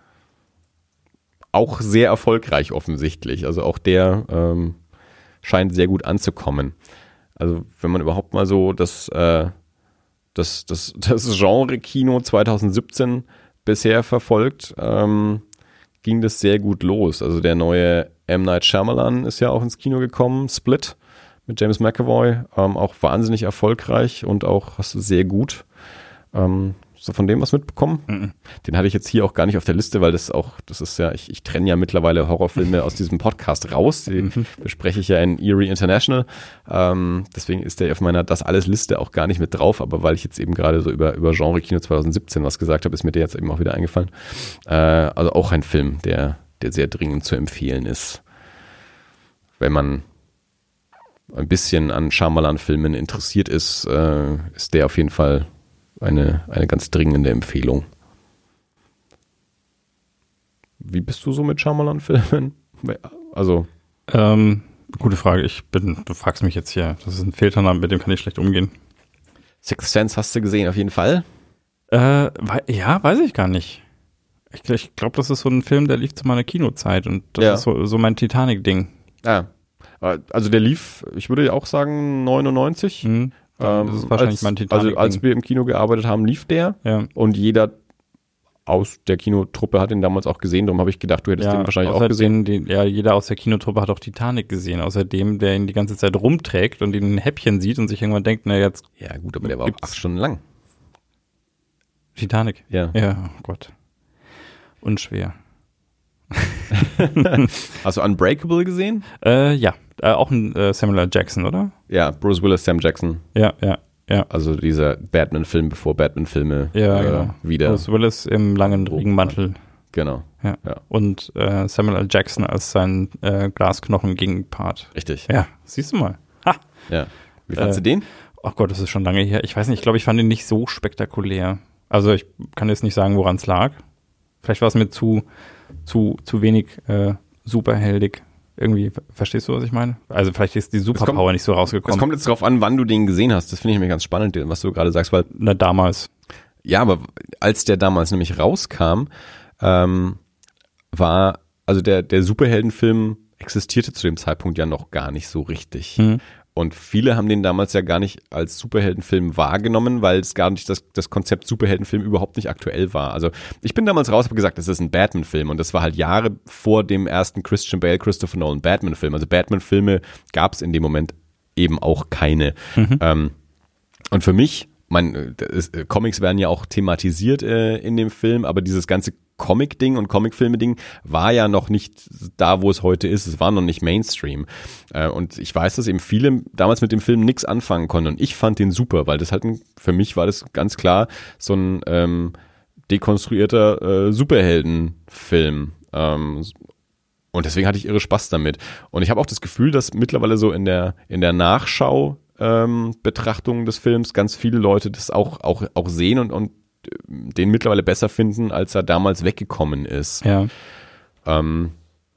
S2: Auch sehr erfolgreich offensichtlich. Also auch der ähm, scheint sehr gut anzukommen. Also wenn man überhaupt mal so das, äh, das, das, das Genre-Kino zwanzig siebzehn bisher verfolgt, ähm, ging das sehr gut los. Also der neue M. Night Shyamalan ist ja auch ins Kino gekommen, Split. Mit James McAvoy, ähm, auch wahnsinnig erfolgreich und auch sehr gut. Ähm, Hast du von dem was mitbekommen?
S1: Mhm.
S2: Den hatte ich jetzt hier auch gar nicht auf der Liste, weil das auch, das ist ja, ich, ich trenne ja mittlerweile Horrorfilme aus diesem Podcast raus. Die
S1: Mhm.
S2: bespreche ich ja in Eerie International. Ähm, deswegen ist der auf meiner Das alles Liste auch gar nicht mit drauf, aber weil ich jetzt eben gerade so über, über Genre Kino zwanzig siebzehn was gesagt habe, ist mir der jetzt eben auch wieder eingefallen. Äh, also auch ein Film, der, der sehr dringend zu empfehlen ist. Wenn man ein bisschen an Shyamalan-Filmen interessiert ist, äh, ist der auf jeden Fall eine, eine ganz dringende Empfehlung. Wie bist du so mit Shyamalan-Filmen? Also.
S1: Ähm, gute Frage. Ich bin, du fragst mich jetzt hier. Das ist ein Filternamen, mit dem kann ich schlecht umgehen.
S2: Sixth Sense hast du gesehen, auf jeden Fall?
S1: Äh, wei- ja, weiß ich gar nicht. Ich, ich glaube, das ist so ein Film, der lief zu meiner Kinozeit und das
S2: Ja.
S1: ist so, so mein Titanic-Ding.
S2: Ah. Also der lief, ich würde ja auch sagen, neunundneunzig.
S1: Mhm. Dann
S2: Ähm,
S1: ist es wahrscheinlich
S2: als,
S1: mein Titanic-Ding.
S2: Also als wir im Kino gearbeitet haben, lief der
S1: Ja.
S2: und jeder aus der Kinotruppe hat ihn damals auch gesehen. Darum habe ich gedacht, du hättest den wahrscheinlich auch gesehen.
S1: Den, den, ja, jeder aus der Kinotruppe hat auch Titanic gesehen. Außerdem, der ihn die ganze Zeit rumträgt und ihn in Häppchen sieht und sich irgendwann denkt, na jetzt
S2: Ja gut, aber der war auch
S1: Gibt's-
S2: acht Stunden lang.
S1: Titanic.
S2: Ja.
S1: Ja, oh Gott. Unschwer.
S2: Hast du Unbreakable gesehen?
S1: Äh, ja, äh, auch ein äh, Samuel L. Jackson, oder?
S2: Ja, Bruce Willis, Sam Jackson.
S1: Ja, ja, ja.
S2: Also dieser Batman-Film, bevor Batman-Filme
S1: Ja,
S2: äh,
S1: genau.
S2: wieder.
S1: Bruce Willis im langen
S2: Drogen-
S1: Regenmantel.
S2: Genau,
S1: Ja.
S2: Ja.
S1: Und äh, Samuel L. Jackson als sein äh, Glasknochen-Gegenpart.
S2: richtig.
S1: Ja, siehst du mal. Ha!
S2: Ja. Wie fandst
S1: Äh,
S2: du den?
S1: Ach Gott, das ist schon lange her. Ich weiß nicht, ich glaube, ich fand ihn nicht so spektakulär. Also ich kann jetzt nicht sagen, woran es lag. Vielleicht war es mir zu, zu, zu wenig äh, superheldig. Irgendwie, verstehst du, was ich meine? Also vielleicht ist die Superpower
S2: kommt-
S1: nicht so
S2: Es
S1: rausgekommen.
S2: kommt jetzt drauf an, wann du den gesehen hast. Das finde ich mir ganz spannend, was du gerade sagst, weil
S1: Na, damals.
S2: ja, aber als der damals nämlich rauskam, ähm, war, also der, der Superheldenfilm existierte zu dem Zeitpunkt ja noch gar nicht so richtig.
S1: Mhm.
S2: Und viele haben den damals ja gar nicht als Superheldenfilm wahrgenommen, weil es gar nicht das, das Konzept Superheldenfilm überhaupt nicht aktuell war. Also ich bin damals raus, habe gesagt, das ist ein Batman-Film und das war halt Jahre vor dem ersten Christian Bale, Christopher Nolan Batman-Film. Also Batman-Filme gab es in dem Moment eben auch keine.
S1: Mhm.
S2: Ähm, und für mich, mein, das, äh, Comics werden ja auch thematisiert äh, in dem Film, aber dieses ganze Comic-Ding und Comic-Filme-Ding war ja noch nicht da, wo es heute ist. Es war noch nicht Mainstream. Äh, und ich weiß, dass eben viele damals mit dem Film nichts anfangen konnten. Und ich fand den super, weil das halt ein, für mich war das ganz klar so ein ähm, dekonstruierter äh, Superheldenfilm. Ähm, und deswegen hatte ich irre Spaß damit. Und ich habe auch das Gefühl, dass mittlerweile so in der, in der Nachschau ähm, Betrachtung des Films ganz viele Leute das auch, auch, auch sehen und, und den mittlerweile besser finden, als er damals weggekommen ist.
S1: Ja.
S2: Ähm,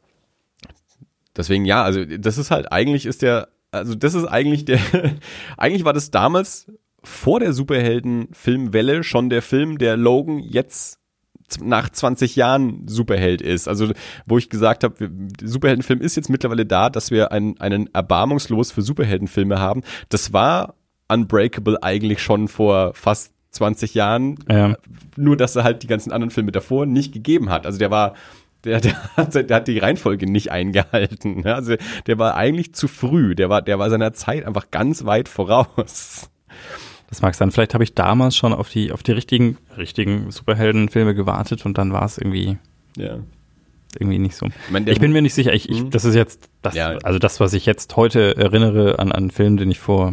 S2: deswegen ja, also das ist halt, eigentlich ist der, also das ist eigentlich der, eigentlich war das damals vor der Superhelden-Filmwelle schon der Film, der Logan jetzt nach zwanzig Jahren Superheld ist. Also wo ich gesagt habe, der Superheldenfilm ist jetzt mittlerweile da, dass wir einen, einen erbarmungslos für Superheldenfilme haben. Das war Unbreakable eigentlich schon vor fast zwanzig Jahren,
S1: Ja.
S2: nur dass er halt die ganzen anderen Filme davor nicht gegeben hat. Also der war, der, der, hat, der hat die Reihenfolge nicht eingehalten. Also der war eigentlich zu früh. Der war, der war seiner Zeit einfach ganz weit voraus.
S1: Das mag sein. Vielleicht habe ich damals schon auf die, auf die richtigen, richtigen Superheldenfilme gewartet und dann war es irgendwie,
S2: Ja.
S1: irgendwie nicht so.
S2: Ich, meine, der,
S1: Ich bin mir nicht sicher. Ich, ich,
S2: Mhm.
S1: das ist jetzt, das,
S2: Ja.
S1: also das, was ich jetzt heute erinnere an einen Film, den ich vor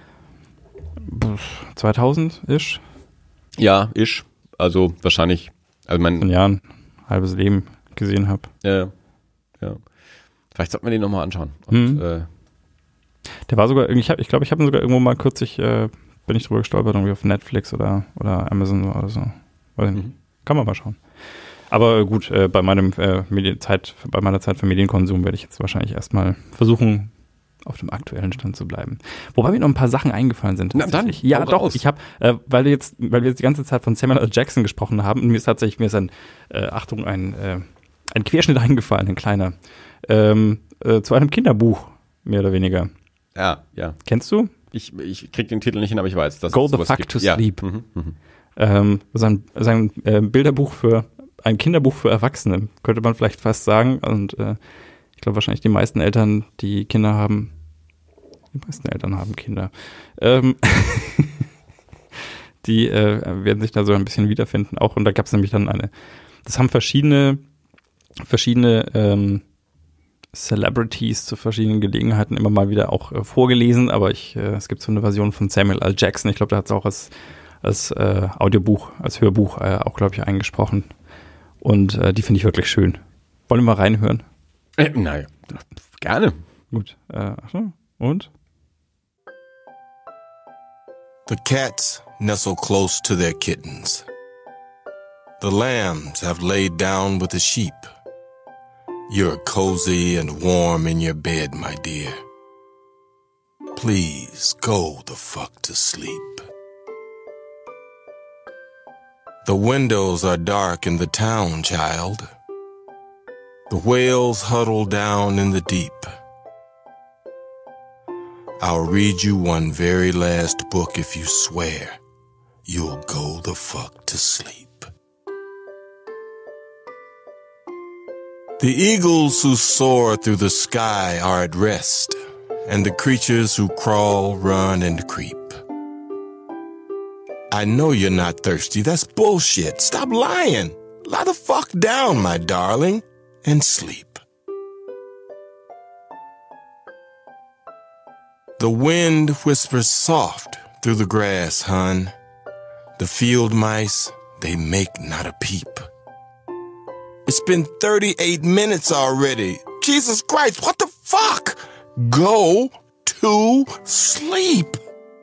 S1: zweitausend-ish,
S2: ja, ich. Also wahrscheinlich, also
S1: in
S2: mein,
S1: Jahren, halbes Leben gesehen habe.
S2: ja, ja. Vielleicht sollten wir den nochmal anschauen.
S1: Mhm.
S2: Und, äh,
S1: Der war sogar, ich glaube, ich, glaub, ich habe ihn sogar irgendwo mal kürzlich, äh, bin ich drüber gestolpert, irgendwie auf Netflix oder, oder Amazon oder so. Weiß ich nicht.
S2: Mhm.
S1: Kann man mal schauen. Aber gut, äh, bei meinem äh, Medienzeit, bei meiner Zeit für Medienkonsum werde ich jetzt wahrscheinlich erstmal versuchen, auf dem aktuellen Stand zu bleiben. Wobei mir noch ein paar Sachen eingefallen sind.
S2: Na dann,
S1: ja,
S2: hau
S1: doch.
S2: raus.
S1: Ich habe, äh, weil wir jetzt, weil wir jetzt die ganze Zeit von Samuel L. Jackson gesprochen haben, und mir ist tatsächlich, mir ist ein, äh, Achtung, ein, äh, ein Querschnitt eingefallen, ein kleiner, ähm, äh, zu einem Kinderbuch, mehr oder weniger.
S2: ja, ja.
S1: Kennst du?
S2: Ich, ich krieg den Titel nicht hin, aber ich weiß, dass
S1: Go
S2: es
S1: the
S2: sowas
S1: fuck
S2: gibt.
S1: to
S2: Ja.
S1: sleep.
S2: Mhm, mhm.
S1: Ähm, sein sein äh, Bilderbuch für, ein Kinderbuch für Erwachsene, könnte man vielleicht fast sagen. Und äh, ich glaube wahrscheinlich die meisten Eltern, die Kinder haben, die meisten Eltern haben Kinder, ähm, die äh, werden sich da so ein bisschen wiederfinden auch. Und da gab es nämlich dann eine, das haben verschiedene, verschiedene ähm, Celebrities zu verschiedenen Gelegenheiten immer mal wieder auch äh, vorgelesen, aber ich, äh, es gibt so eine Version von Samuel L. Jackson, ich glaube, da hat es auch als, als äh, Audiobuch, als Hörbuch äh, auch, glaube ich, eingesprochen. Und äh, die finde ich wirklich schön. Wollen wir mal reinhören?
S2: Äh, naja, gerne.
S1: Gut. Äh, achso. Und?
S3: The cats nestle close to their kittens. The lambs have laid down with the sheep. You're cozy and warm in your bed, my dear. Please go the fuck to sleep. The windows are dark in the town, child. The whales huddle down in the deep. I'll read you one very last book if you swear you'll go the fuck to sleep. The eagles who soar through the sky are at rest, and the creatures who crawl, run, and creep. I know you're not thirsty. That's bullshit. Stop lying. Lie the fuck down, my darling, and sleep. The wind whispers soft through the grass, hun. The field mice, they make not a peep. It's been thirty-eight minutes already. Jesus Christ, what the fuck? Go to sleep.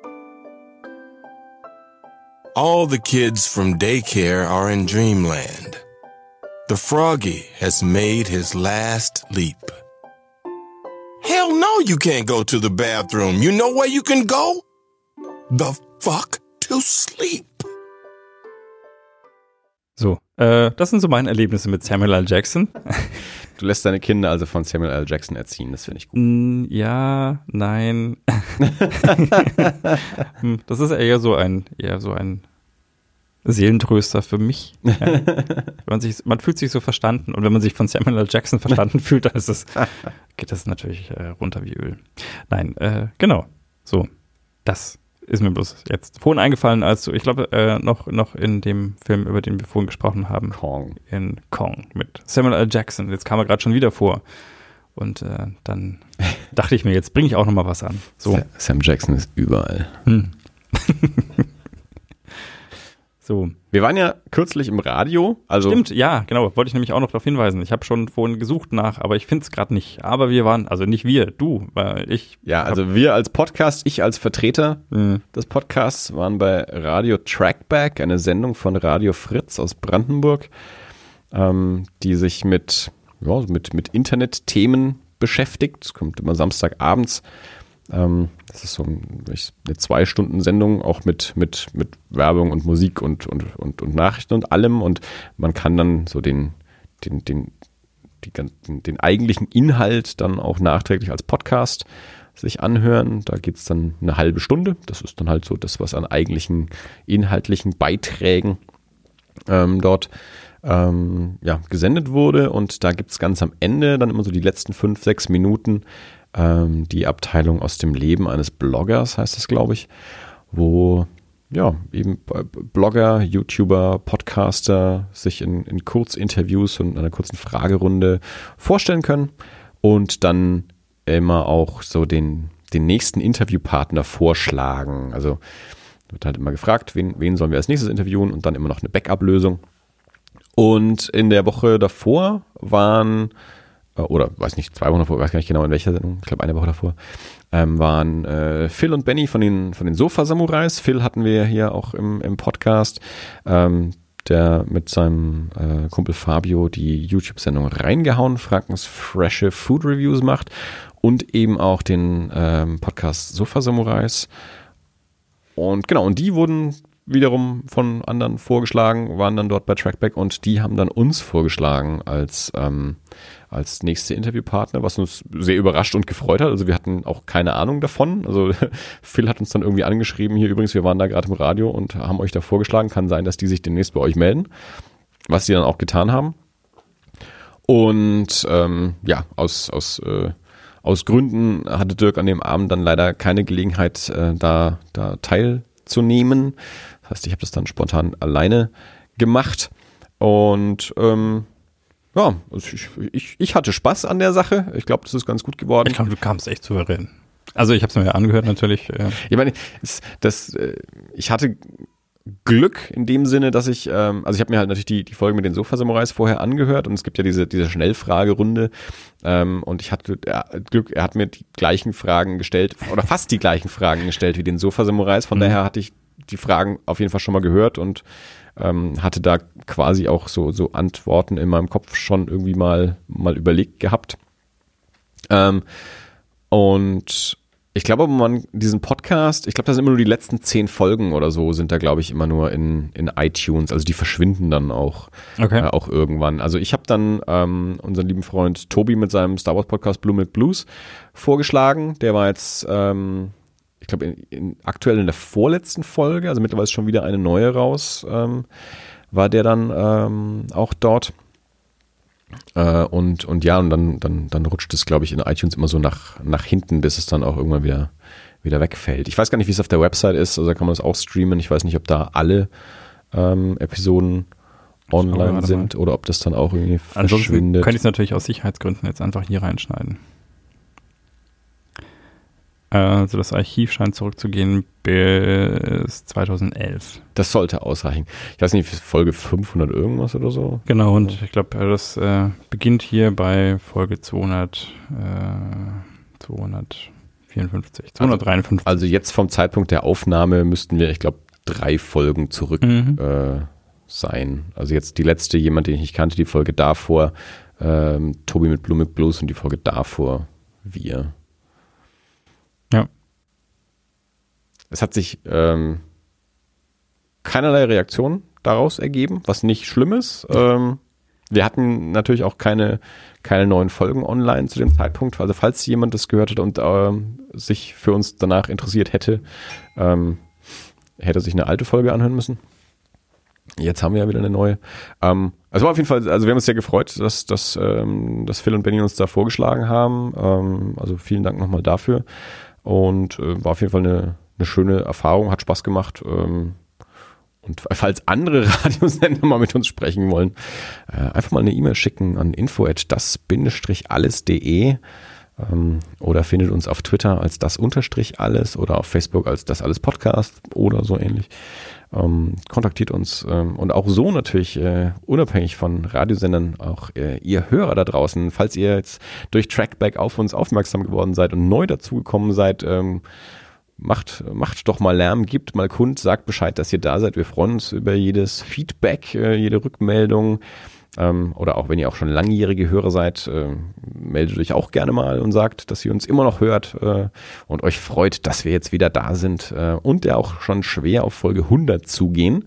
S3: All the kids from daycare are in dreamland. The froggy has made his last leap. Hell no, you can't go to the bathroom. You know where you can go? The fuck to sleep.
S1: So, äh, das sind so meine Erlebnisse mit Samuel L. Jackson.
S2: Du lässt deine Kinder also von Samuel L. Jackson erziehen, das finde ich gut.
S1: Mm, ja, nein. Das ist eher so ein, eher so ein Seelentröster für mich. Ja. man, sich, man fühlt sich so verstanden und wenn man sich von Samuel L. Jackson verstanden fühlt, dann ist es, geht das natürlich äh, runter wie Öl. Nein, äh, genau. So, das ist mir bloß jetzt vorhin eingefallen, als du, ich glaube, äh, noch, noch in dem Film, über den wir vorhin gesprochen haben.
S2: Kong.
S1: In Kong mit Samuel L. Jackson. Jetzt kam er gerade schon wieder vor. Und äh, dann dachte ich mir, jetzt bringe ich auch noch mal was an. So.
S2: Sam Jackson ist überall.
S1: Hm. So.
S2: Wir waren ja kürzlich im Radio. Also
S1: Stimmt, ja, genau. Wollte ich nämlich auch noch darauf hinweisen. Ich habe schon vorhin gesucht nach, aber ich finde es gerade nicht. Aber wir waren, also nicht wir, du, weil ich.
S2: Ja, also wir als Podcast, ich als Vertreter
S1: Mhm.
S2: des Podcasts waren bei Radio Trackback, eine Sendung von Radio Fritz aus Brandenburg, ähm, die sich mit, ja, mit, mit Internetthemen beschäftigt. Es kommt immer Samstagabends. Ähm, das ist so ein, eine Zwei-Stunden-Sendung, auch mit, mit, mit Werbung und Musik und, und, und, und Nachrichten und allem. Und man kann dann so den, den, den, die, den, den eigentlichen Inhalt dann auch nachträglich als Podcast sich anhören. Da geht es dann eine halbe Stunde. Das ist dann halt so das, was an eigentlichen inhaltlichen Beiträgen ähm, dort ähm, ja, gesendet wurde. Und da gibt es ganz am Ende dann immer so die letzten fünf, sechs Minuten ähm, die Abteilung aus dem Leben eines Bloggers, heißt das, glaube ich, wo ja eben Blogger, YouTuber, Podcaster sich in, in Kurzinterviews und einer kurzen Fragerunde vorstellen können und dann immer auch so den, den nächsten Interviewpartner vorschlagen. Also wird halt immer gefragt, wen, wen sollen wir als nächstes interviewen und dann immer noch eine Backup-Lösung. Und in der Woche davor waren, oder weiß nicht, zwei Wochen davor, weiß gar nicht genau in welcher Sendung, ich glaube eine Woche davor, ähm, waren äh, Phil und Benny von den, von den Sofa-Samurais. Phil hatten wir hier auch im, im Podcast, ähm, der mit seinem äh, Kumpel Fabio die YouTube-Sendung Reingehauen, Frankens frische Food Reviews macht und eben auch den ähm, Podcast Sofa-Samurais. Und genau, und die wurden wiederum von anderen vorgeschlagen, waren dann dort bei Trackback und die haben dann uns vorgeschlagen als, ähm, als nächste Interviewpartner, was uns sehr überrascht und gefreut hat. Also wir hatten auch keine Ahnung davon. Also Phil hat uns dann irgendwie angeschrieben, hier übrigens, wir waren da gerade im Radio und haben euch da vorgeschlagen. Kann sein, dass die sich demnächst bei euch melden, was sie dann auch getan haben. Und ähm, ja, aus, aus, äh, aus Gründen hatte Dirk an dem Abend dann leider keine Gelegenheit, äh, da, da teil aufzunehmen. Das heißt, ich habe das dann spontan alleine gemacht. Und ähm, ja, also ich, ich, ich hatte Spaß an der Sache. Ich glaube, das ist ganz gut geworden.
S1: Ich glaube, du kamst echt souverän. Also ich habe es mir ja angehört natürlich. Äh.
S2: Ich meine, das, das, ich hatte Glück in dem Sinne, dass ich, ähm, also ich habe mir halt natürlich die, die Folge mit den Sofa-Samurais vorher angehört und es gibt ja diese, diese Schnellfragerunde ähm, und ich hatte ja, Glück, er hat mir die gleichen Fragen gestellt oder fast die gleichen Fragen gestellt wie den Sofa-Samurais, von mhm. daher hatte ich die Fragen auf jeden Fall schon mal gehört und ähm, hatte da quasi auch so, so Antworten in meinem Kopf schon irgendwie mal, mal überlegt gehabt. Ähm, und ich glaube, man diesen Podcast, ich glaube, da sind immer nur die letzten zehn Folgen oder so, sind da, glaube ich, immer nur in, in iTunes. Also die verschwinden dann auch,
S1: okay.
S2: äh, auch irgendwann. Also ich habe dann ähm, unseren lieben Freund Tobi mit seinem Star Wars Podcast Blue Milk Blues vorgeschlagen. Der war jetzt, ähm, ich glaube, in, in, aktuell in der vorletzten Folge, also mittlerweile ist schon wieder eine neue raus, ähm, war der dann ähm, auch dort. Äh, und, und ja, und dann, dann, dann rutscht es, glaube ich, in iTunes immer so nach, nach hinten, bis es dann auch irgendwann wieder, wieder wegfällt. Ich weiß gar nicht, wie es auf der Website ist, also da kann man das auch streamen. Ich weiß nicht, ob da alle ähm, Episoden online sind oder ob das dann auch irgendwie
S1: Ansonsten
S2: verschwindet.
S1: Könnte ich es natürlich aus Sicherheitsgründen jetzt einfach hier reinschneiden. Also das Archiv scheint zurückzugehen bis zweitausendelf.
S2: Das sollte ausreichen. Ich weiß nicht, Folge fünfhundert irgendwas oder so.
S1: Genau, und ich glaube, das äh, beginnt hier bei Folge zweihundert, äh, zweihundertvierundfünfzig, zweihundertdreiundfünfzig.
S2: Also, also jetzt vom Zeitpunkt der Aufnahme müssten wir, ich glaube, drei Folgen zurück mhm. äh, sein. Also jetzt die letzte, jemand, den ich nicht kannte, die Folge davor, ähm, Tobi mit Blue Milk Blues und die Folge davor wir.
S1: Ja.
S2: Es hat sich ähm, keinerlei Reaktion daraus ergeben, was nicht schlimm ist. Ähm, wir hatten natürlich auch keine, keine neuen Folgen online zu dem Zeitpunkt. Also falls jemand das gehört hat und ähm, sich für uns danach interessiert hätte, ähm, hätte sich eine alte Folge anhören müssen. Jetzt haben wir ja wieder eine neue. Ähm, also war auf jeden Fall, also wir haben uns sehr gefreut, dass, dass, ähm, dass Phil und Benny uns da vorgeschlagen haben. Ähm, also vielen Dank nochmal dafür. Und äh, war auf jeden Fall eine, eine schöne Erfahrung, hat Spaß gemacht. Ähm, und falls andere Radiosender mal mit uns sprechen wollen, äh, einfach mal eine E-Mail schicken an info at das alles punkt de ähm, oder findet uns auf Twitter als das unterstrich alles oder auf Facebook als das alles Podcast oder so ähnlich. Ähm, kontaktiert uns ähm, und auch so natürlich äh, unabhängig von Radiosendern auch äh, ihr Hörer da draußen, falls ihr jetzt durch Trackback auf uns aufmerksam geworden seid und neu dazugekommen seid, ähm, macht, macht doch mal Lärm, gebt mal kund, sagt Bescheid, dass ihr da seid. Wir freuen uns über jedes Feedback, äh, jede Rückmeldung. Ähm, oder auch wenn ihr auch schon langjährige Hörer seid, äh, meldet euch auch gerne mal und sagt, dass ihr uns immer noch hört äh, und euch freut, dass wir jetzt wieder da sind äh, und ja auch schon schwer auf Folge hundert zugehen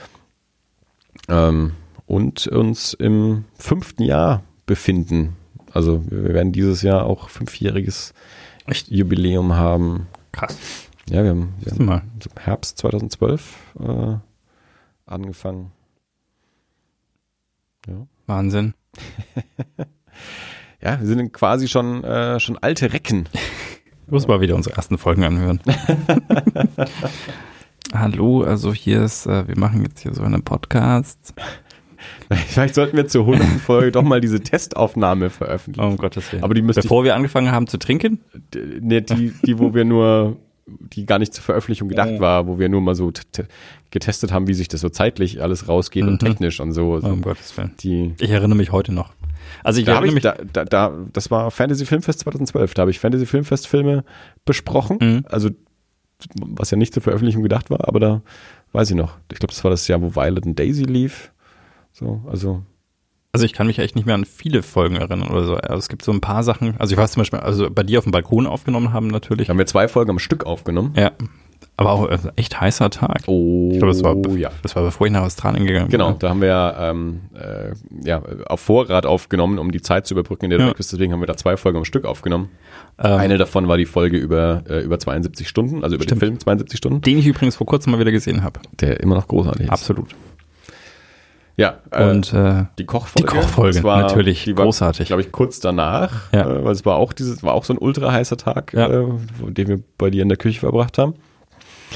S2: ähm, und uns im fünften Jahr befinden. Also wir werden dieses Jahr auch fünfjähriges Echt? Jubiläum haben.
S1: Krass.
S2: Ja, wir haben, wir haben im Herbst zweitausendzwölf äh, angefangen. Ja.
S1: Wahnsinn.
S2: Ja, wir sind quasi schon, äh, schon alte Recken.
S1: Ich muss mal wieder unsere ersten Folgen anhören. Hallo, also hier ist, äh, wir machen jetzt hier so einen Podcast.
S2: Vielleicht sollten wir zur hunderten Folge doch mal diese Testaufnahme veröffentlichen.
S1: Oh, um Gottes Willen.
S2: Aber die müsste
S1: Bevor ich, wir angefangen haben zu trinken?
S2: Ne, die, die, wo wir nur, die gar nicht zur Veröffentlichung gedacht war, wo wir nur mal so t- getestet haben, wie sich das so zeitlich alles rausgeht mhm. und technisch und so. so.
S1: Oh, um Gottes Willen.
S2: Die,
S1: ich erinnere mich heute noch. Also ich
S2: da
S1: erinnere
S2: ich,
S1: mich.
S2: Da, da, da, das war Fantasy Filmfest zweitausendzwölf. Da habe ich Fantasy Filmfest Filme besprochen. Mhm. Also, was ja nicht zur Veröffentlichung gedacht war, aber da weiß ich noch. Ich glaube, das war das Jahr, wo Violet and Daisy lief. So, also.
S1: Also ich kann mich echt nicht mehr an viele Folgen erinnern oder so. Also es gibt so ein paar Sachen. Also ich weiß zum Beispiel, also bei dir auf dem Balkon aufgenommen haben natürlich.
S2: Haben wir zwei Folgen am Stück aufgenommen.
S1: Ja. Aber auch also echt heißer Tag.
S2: Oh,
S1: ich glaube, das war,
S2: ja.
S1: das war bevor ich nach Australien gegangen bin.
S2: Genau, da haben wir ja, ähm, äh, ja auf Vorrat aufgenommen, um die Zeit zu überbrücken in der ja. Deswegen haben wir da zwei Folgen am Stück aufgenommen. Ähm, Eine davon war die Folge über, äh, über zweiundsiebzig Stunden, also über stimmt. den Film zweiundsiebzig Stunden.
S1: Den ich übrigens vor kurzem mal wieder gesehen habe.
S2: Der immer noch großartig ist.
S1: Absolut.
S2: Ja,
S1: äh, und äh,
S2: die Kochfolge,
S1: die Kochfolge war, natürlich die war, großartig.
S2: Glaube ich, kurz danach,
S1: ja.
S2: äh, weil es war auch dieses, war auch so ein ultra heißer Tag,
S1: ja.
S2: äh, den wir bei dir in der Küche verbracht haben.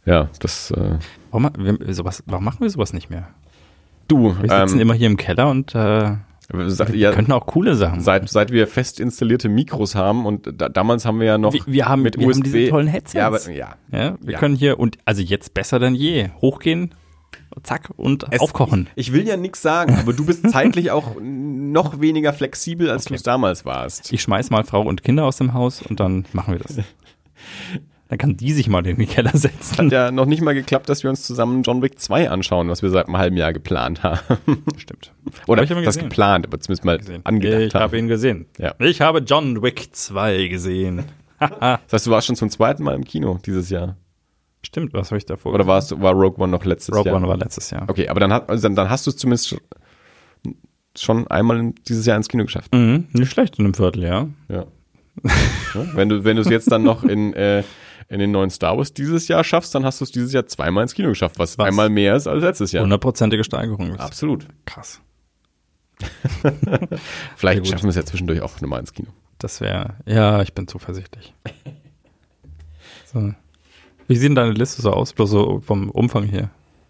S2: Ja, das äh,
S1: Warum, ma- wir, sowas, warum machen wir sowas nicht mehr?
S2: du,
S1: Wir sitzen
S2: ähm,
S1: immer hier im Keller und äh,
S2: sa-
S1: wir
S2: ja,
S1: könnten auch coole Sachen machen.
S2: seit, seit wir fest installierte Mikros haben und da, damals haben wir ja noch
S1: Wir, wir, haben,
S2: mit
S1: wir
S2: U
S1: haben
S2: S B.
S1: diese tollen Headsets.
S2: Ja, aber ja.
S1: Ja, wir
S2: Ja.
S1: können hier, und also jetzt besser denn je, hochgehen, zack, und
S2: Es-
S1: aufkochen.
S2: Ich, ich will ja nichts sagen, aber du bist zeitlich auch noch weniger flexibel, als
S1: Okay.
S2: du es damals warst.
S1: Ich schmeiß mal Frau und Kinder aus dem Haus und dann machen wir das. Dann kann die sich mal in den Keller setzen.
S2: Hat ja noch nicht mal geklappt, dass wir uns zusammen John Wick zwei anschauen, was wir seit einem halben Jahr geplant haben.
S1: Stimmt.
S2: Oder
S1: Hab ich aber
S2: das
S1: gesehen.
S2: geplant, aber zumindest mal
S1: Gesehen.
S2: angedacht
S1: Ich habe
S2: haben.
S1: ihn gesehen.
S2: Ja.
S1: Ich habe John Wick zwei gesehen.
S2: Das heißt, du warst schon zum zweiten Mal im Kino dieses Jahr.
S1: Stimmt, was habe ich davor
S2: Oder warst, war Rogue One noch letztes
S1: Rogue
S2: Jahr?
S1: One war letztes Jahr.
S2: Okay, aber dann, hat, also dann, dann hast du es zumindest schon, schon einmal in, dieses Jahr ins Kino geschafft.
S1: Mhm, nicht schlecht in einem Viertel, ja.
S2: Ja. Ja, wenn du wenn du es jetzt dann noch in, äh, in den neuen Star Wars dieses Jahr schaffst, dann hast du es dieses Jahr zweimal ins Kino geschafft, was,
S1: Was?
S2: einmal mehr ist als letztes Jahr.
S1: Hundertprozentige Steigerung.
S2: Absolut.
S1: Krass.
S2: Vielleicht
S1: gut.
S2: schaffen wir es ja zwischendurch auch nochmal ins Kino.
S1: Das wäre, ja, ich bin zuversichtlich. So. Wie sieht denn deine Liste so aus? Bloß so vom Umfang her.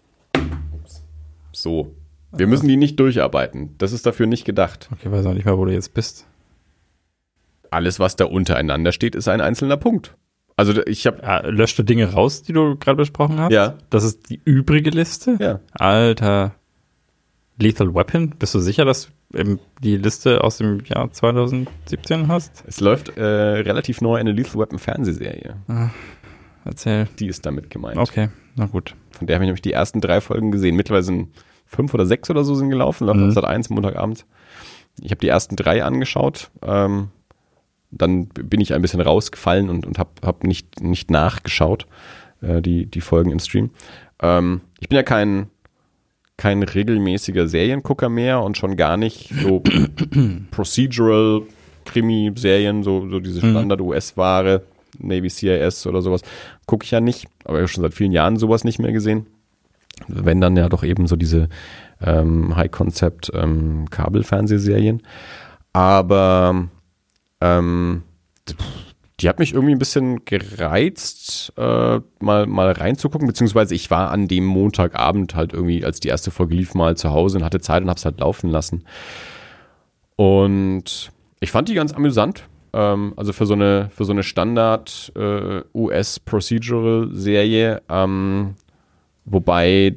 S2: So. Wir müssen die nicht durcharbeiten. Das ist dafür nicht gedacht.
S1: Okay, weiß auch nicht mehr, wo du jetzt bist.
S2: Alles, was da untereinander steht, ist ein einzelner Punkt. Also ich habe
S1: Ja, löscht du Dinge raus, die du gerade besprochen hast?
S2: Ja.
S1: Das ist die übrige Liste?
S2: Ja.
S1: Alter. Lethal Weapon? Bist du sicher, dass du die Liste aus dem Jahr zwanzig siebzehn hast?
S2: Es läuft äh, relativ neu eine Lethal Weapon Fernsehserie.
S1: Erzähl.
S2: Die ist damit gemeint.
S1: Okay, na gut.
S2: Von der habe ich nämlich die ersten drei Folgen gesehen. Mittlerweile sind fünf oder sechs oder so sind gelaufen. Läuft
S1: Mhm.
S2: mhm. seit eins Montagabend. Ich habe die ersten drei angeschaut. Ähm, dann bin ich ein bisschen rausgefallen und, und habe hab nicht, nicht nachgeschaut, äh, die, die Folgen im Stream. Ähm, ich bin ja kein, kein regelmäßiger Seriengucker mehr und schon gar nicht so Procedural Krimi-Serien, so, so diese Standard-U S-Ware, Navy C I S oder sowas, gucke ich ja nicht. Aber ich habe schon seit vielen Jahren sowas nicht mehr gesehen. Wenn dann ja doch eben so diese ähm, High-Concept ähm, Kabelfernsehserien. Aber ähm, die hat mich irgendwie ein bisschen gereizt, äh, mal, mal reinzugucken, beziehungsweise ich war an dem Montagabend halt irgendwie, als die erste Folge lief, mal zu Hause und hatte Zeit und hab's halt laufen lassen. Und ich fand die ganz amüsant. Ähm, also für so eine, für so eine Standard äh, U S-Procedural-Serie, ähm, wobei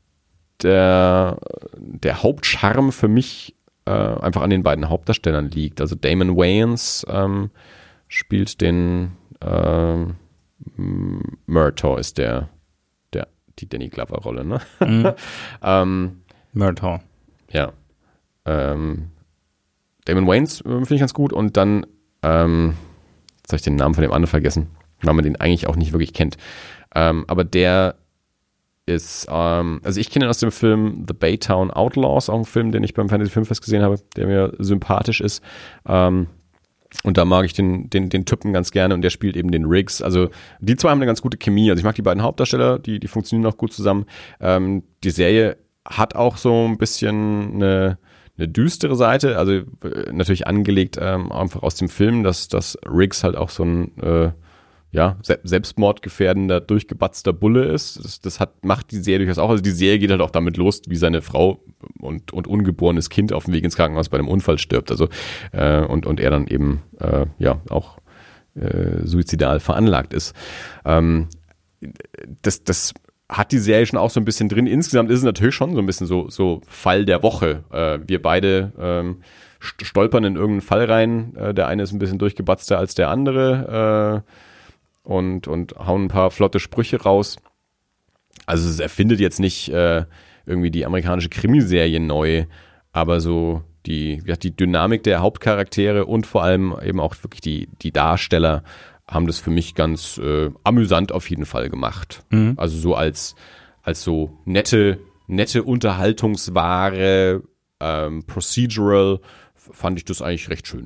S2: der, der Hauptcharme für mich äh, einfach an den beiden Hauptdarstellern liegt. Also Damon Wayans ähm, spielt den ähm, Murtaugh ist der, der die Danny Glover-Rolle, ne?
S1: Mhm.
S2: ähm,
S1: Murtaugh.
S2: ja. Ähm, Damon Wayans äh, finde ich ganz gut und dann ähm, jetzt habe ich den Namen von dem anderen vergessen, weil man den eigentlich auch nicht wirklich kennt. Ähm, aber der ist, ähm, also ich kenne ihn aus dem Film The Baytown Outlaws, auch ein Film, den ich beim Fantasy Filmfest gesehen habe, der mir sympathisch ist. Ähm, und da mag ich den, den, den Typen ganz gerne und der spielt eben den Riggs. Also die zwei haben eine ganz gute Chemie. Also ich mag die beiden Hauptdarsteller, die, die funktionieren auch gut zusammen. Ähm, die Serie hat auch so ein bisschen eine, eine düstere Seite, also äh, natürlich angelegt ähm, einfach aus dem Film, dass, dass Riggs halt auch so ein äh, ja, se- selbstmordgefährdender, durchgebatzter Bulle ist. Das, das hat, macht die Serie durchaus auch. Also die Serie geht halt auch damit los, wie seine Frau und, und ungeborenes Kind auf dem Weg ins Krankenhaus bei einem Unfall stirbt. Also äh, und, und er dann eben äh, ja auch äh, suizidal veranlagt ist. Ähm, das, das hat die Serie schon auch so ein bisschen drin. Insgesamt ist es natürlich schon so ein bisschen so, so Fall der Woche. Äh, wir beide ähm, st- stolpern in irgendeinen Fall rein. Äh, der eine ist ein bisschen durchgebatzter als der andere. Äh, und, und hauen ein paar flotte Sprüche raus. Also es erfindet jetzt nicht äh, irgendwie die amerikanische Krimiserie neu, aber so die, ja, die Dynamik der Hauptcharaktere und vor allem eben auch wirklich die, die Darsteller haben das für mich ganz äh, amüsant auf jeden Fall gemacht.
S1: Mhm.
S2: Also so als, als so nette, nette Unterhaltungsware, ähm, Procedural, fand ich das eigentlich recht schön.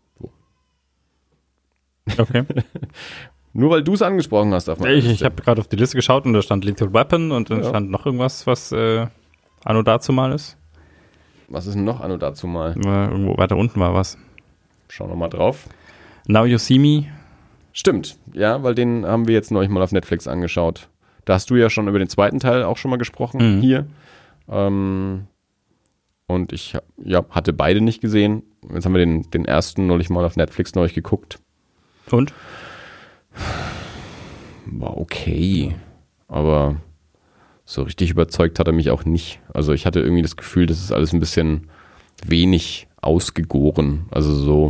S1: Okay.
S2: Nur weil du es angesprochen hast, darf man.
S1: Ich, ich habe gerade auf die Liste geschaut und da stand Lethal Weapon und dann
S2: Ja.
S1: stand noch irgendwas, was äh, anno dazu mal ist.
S2: Was ist denn noch anno dazu mal?
S1: Äh, irgendwo weiter unten war was.
S2: Schauen wir mal drauf.
S1: Now You See Me.
S2: Stimmt, ja, weil den haben wir jetzt neulich mal auf Netflix angeschaut. Da hast du ja schon über den zweiten Teil auch schon mal gesprochen
S1: Mhm.
S2: hier. Ähm, und ich ja, hatte beide nicht gesehen. Jetzt haben wir den, den ersten neulich mal auf Netflix neulich geguckt.
S1: Und?
S2: War okay, aber so richtig überzeugt hat er mich auch nicht. Also ich hatte irgendwie das Gefühl, das ist alles ein bisschen wenig ausgegoren. Also so,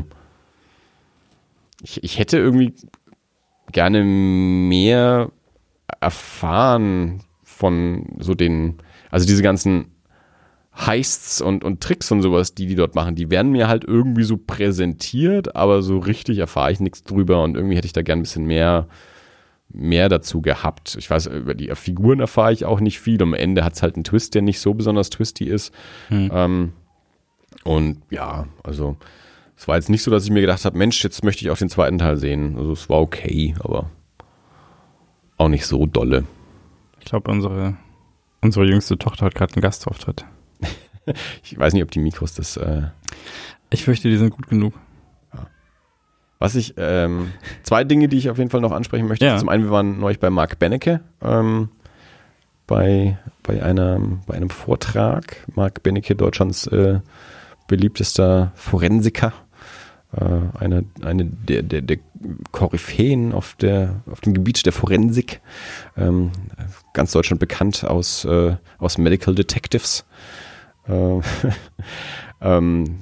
S2: ich, ich hätte irgendwie gerne mehr erfahren von so den, also diese ganzen Heists und, und Tricks und sowas, die die dort machen, die werden mir halt irgendwie so präsentiert, aber so richtig erfahre ich nichts drüber und irgendwie hätte ich da gern ein bisschen mehr mehr dazu gehabt. Ich weiß, über die Figuren erfahre ich auch nicht viel. Am Ende hat es halt einen Twist, der nicht so besonders twisty ist.
S1: Hm.
S2: Ähm, und ja, also es war jetzt nicht so, dass ich mir gedacht habe, Mensch, jetzt möchte ich auch den zweiten Teil sehen. Also es war okay, aber auch nicht so dolle.
S1: Ich glaube, unsere, unsere jüngste Tochter hat gerade einen Gastauftritt.
S2: Ich weiß nicht, ob die Mikros das... Äh
S1: Ich fürchte, die sind gut genug.
S2: Was ich, ähm, zwei Dinge, die ich auf jeden Fall noch ansprechen möchte.
S1: Ja.
S2: Zum einen, wir waren neulich bei Mark Benecke, ähm, bei, bei, einem, bei einem Vortrag. Mark Benecke, Deutschlands äh, beliebtester Forensiker. Äh, eine eine der, der, der Koryphäen auf, der, auf dem Gebiet der Forensik. Ähm, ganz Deutschland bekannt aus, äh, aus Medical Detectives. Äh, ähm,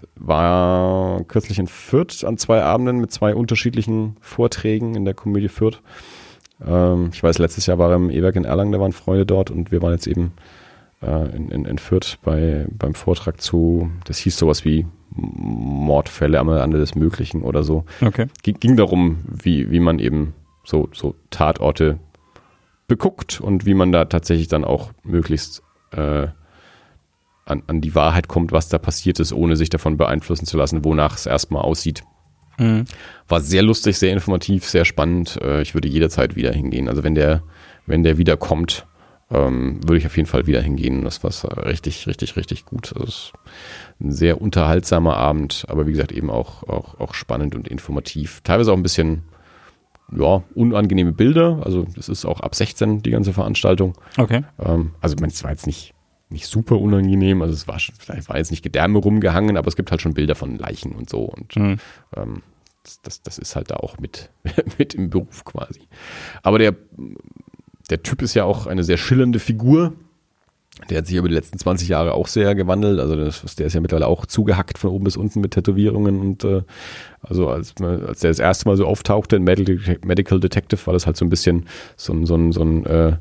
S2: war kürzlich in Fürth an zwei Abenden mit zwei unterschiedlichen Vorträgen in der Komödie Fürth. Ähm, ich weiß, letztes Jahr war er im E-Werk in Erlangen, da waren Freunde dort und wir waren jetzt eben äh, in, in, in Fürth bei, beim Vortrag zu, das hieß sowas wie Mordfälle am Rande des Möglichen oder so.
S1: Okay.
S2: Ging, ging darum, wie, wie man eben so, so Tatorte beguckt und wie man da tatsächlich dann auch möglichst äh, An, an die Wahrheit kommt, was da passiert ist, ohne sich davon beeinflussen zu lassen, wonach es erstmal aussieht.
S1: Mhm.
S2: War sehr lustig, sehr informativ, sehr spannend. Ich würde jederzeit wieder hingehen. Also wenn der, wenn der wieder kommt, ähm, würde ich auf jeden Fall wieder hingehen. Das war richtig, richtig, richtig gut. Also es ist ein sehr unterhaltsamer Abend, aber wie gesagt eben auch, auch, auch spannend und informativ. Teilweise auch ein bisschen ja, unangenehme Bilder. Also es ist auch ab sechzehn die ganze Veranstaltung.
S1: Okay.
S2: Ähm, also ich meine, es war jetzt nicht nicht super unangenehm, also es war, vielleicht war jetzt nicht Gedärme rumgehangen, aber es gibt halt schon Bilder von Leichen und so und
S1: Mhm.
S2: ähm, das, das, das ist halt da auch mit, mit im Beruf quasi. Aber der, der Typ ist ja auch eine sehr schillernde Figur, der hat sich über die letzten zwanzig Jahre auch sehr gewandelt, also das, der ist ja mittlerweile auch zugehackt von oben bis unten mit Tätowierungen und äh, also als, als der das erste Mal so auftauchte in Medical, Medical Detective, war das halt so ein bisschen so ein, so ein, so ein äh,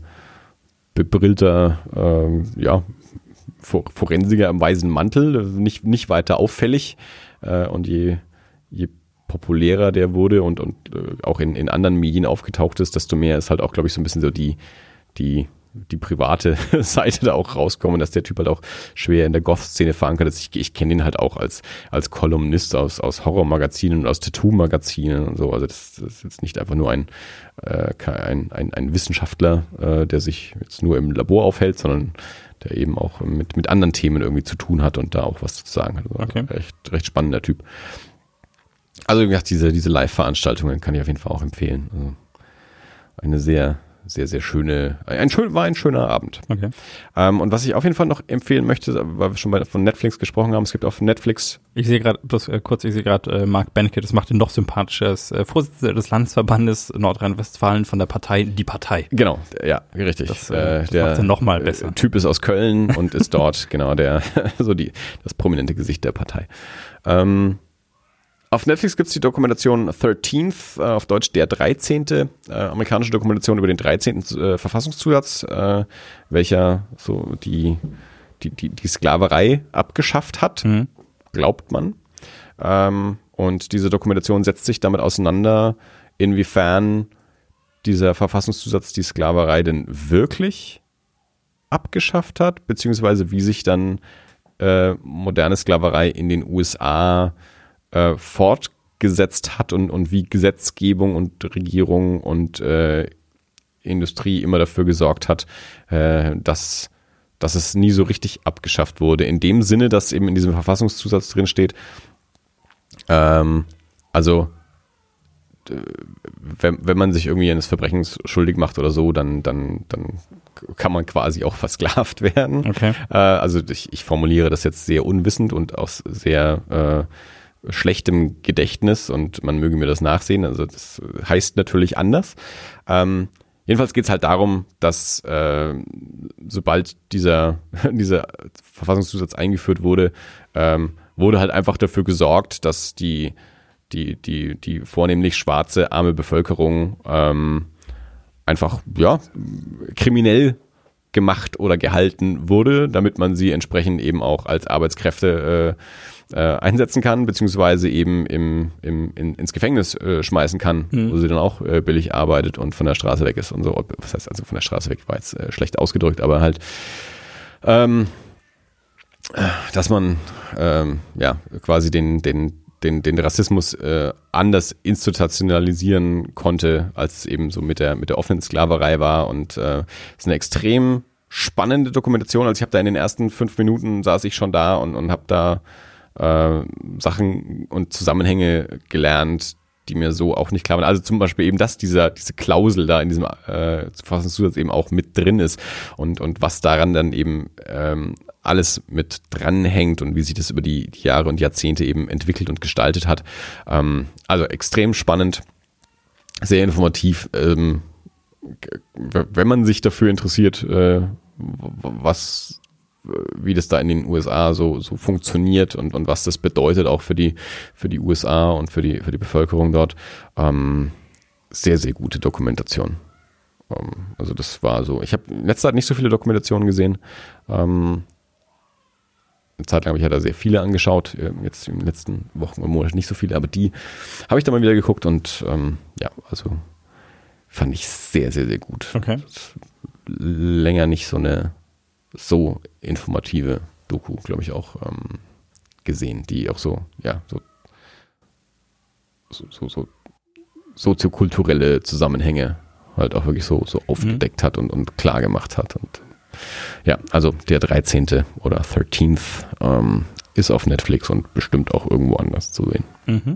S2: bebrillter, ähm, ja, Forensiker im weißen Mantel, nicht, nicht weiter auffällig. Äh, und je, je populärer der wurde und, und äh, auch in, in anderen Medien aufgetaucht ist, desto mehr ist halt auch, glaube ich, so ein bisschen so die, die, die private Seite da auch rauskommen, dass der Typ halt auch schwer in der Goth-Szene verankert ist. Ich, ich kenne ihn halt auch als, als Kolumnist aus, aus Horrormagazinen und aus Tattoo-Magazinen und so. Also das, das ist jetzt nicht einfach nur ein, äh, ein, ein, ein Wissenschaftler, äh, der sich jetzt nur im Labor aufhält, sondern der eben auch mit, mit anderen Themen irgendwie zu tun hat und da auch was zu sagen hat. Also
S1: Okay.
S2: recht, recht spannender Typ. Also wie gesagt, diese, diese Live-Veranstaltungen kann ich auf jeden Fall auch empfehlen. Also eine sehr, sehr, sehr schöne, ein schön, war ein schöner Abend.
S1: Okay.
S2: Ähm, und was ich auf jeden Fall noch empfehlen möchte, weil wir schon bei, von Netflix gesprochen haben, es gibt auf Netflix.
S1: Ich sehe gerade, bloß äh, kurz, ich sehe gerade äh, Mark Benecke, das macht ihn noch sympathischer, ist äh, Vorsitzender des Landesverbandes Nordrhein-Westfalen von der Partei Die Partei.
S2: Genau, ja, richtig.
S1: Das, äh, das macht's ja noch mal besser.
S2: äh, Typ ist aus Köln und ist dort, genau, der, so die, das prominente Gesicht der Partei. Ähm, Auf Netflix gibt es die Dokumentation thirteenth, äh, auf Deutsch der dreizehnte Äh, amerikanische Dokumentation über den dreizehnten Äh, Verfassungszusatz, äh, welcher so die, die, die, die Sklaverei abgeschafft hat,
S1: Mhm.
S2: glaubt man. Ähm, und diese Dokumentation setzt sich damit auseinander, inwiefern dieser Verfassungszusatz die Sklaverei denn wirklich abgeschafft hat, beziehungsweise wie sich dann äh, moderne Sklaverei in den U S A Äh, fortgesetzt hat und, und wie Gesetzgebung und Regierung und äh, Industrie immer dafür gesorgt hat, äh, dass, dass es nie so richtig abgeschafft wurde. In dem Sinne, dass eben in diesem Verfassungszusatz drin steht, ähm, also wenn, wenn man sich irgendwie eines Verbrechens schuldig macht oder so, dann, dann, dann kann man quasi auch versklavt werden.
S1: Okay.
S2: Äh, also ich, ich formuliere das jetzt sehr unwissend und aus sehr äh, schlechtem Gedächtnis und man möge mir das nachsehen. Also das heißt natürlich anders. Ähm, jedenfalls geht es halt darum, dass äh, sobald dieser, dieser Verfassungszusatz eingeführt wurde, ähm, wurde halt einfach dafür gesorgt, dass die die, die, die vornehmlich schwarze, arme Bevölkerung ähm, einfach, ja, kriminell gemacht oder gehalten wurde, damit man sie entsprechend eben auch als Arbeitskräfte äh, äh, einsetzen kann, beziehungsweise eben im, im, in, ins Gefängnis äh, schmeißen kann, mhm. wo sie dann auch äh, billig arbeitet und von der Straße weg ist und so. Was heißt also von der Straße weg, war jetzt äh, schlecht ausgedrückt, aber halt ähm, dass man ähm, ja quasi den, den Den, den Rassismus äh, anders institutionalisieren konnte, als es eben so mit der mit der offenen Sklaverei war. Und es äh, ist eine extrem spannende Dokumentation. Also ich habe da in den ersten fünf Minuten saß ich schon da und, und habe da äh, Sachen und Zusammenhänge gelernt, die mir so auch nicht klar waren. Also zum Beispiel eben, dass dieser diese Klausel da in diesem äh, Verfassungszusatz eben auch mit drin ist und und was daran dann eben ähm, alles mit dranhängt und wie sich das über die, die Jahre und Jahrzehnte eben entwickelt und gestaltet hat. Ähm, also extrem spannend, sehr informativ. Ähm, wenn man sich dafür interessiert, äh, was, wie das da in den U S A so, so funktioniert und, und was das bedeutet auch für die, für die U S A und für die, für die Bevölkerung dort, ähm, sehr, sehr gute Dokumentation. Ähm, also das war so, ich habe in letzter Zeit nicht so viele Dokumentationen gesehen. Ähm, Eine Zeit lang habe ich ja da sehr viele angeschaut, jetzt in den letzten Wochen und Monaten nicht so viele, aber die habe ich dann mal wieder geguckt und ähm, ja, also fand ich sehr, sehr, sehr gut.
S1: Okay.
S2: Länger nicht so eine so informative Doku, glaube ich, auch ähm, gesehen, die auch so, ja, so, so, so, so soziokulturelle Zusammenhänge halt auch wirklich so, so aufgedeckt mhm. hat und, und klar gemacht hat und ja, also der dreizehnte oder thirteenth ähm, ist auf Netflix und bestimmt auch irgendwo anders zu sehen.
S1: Mhm.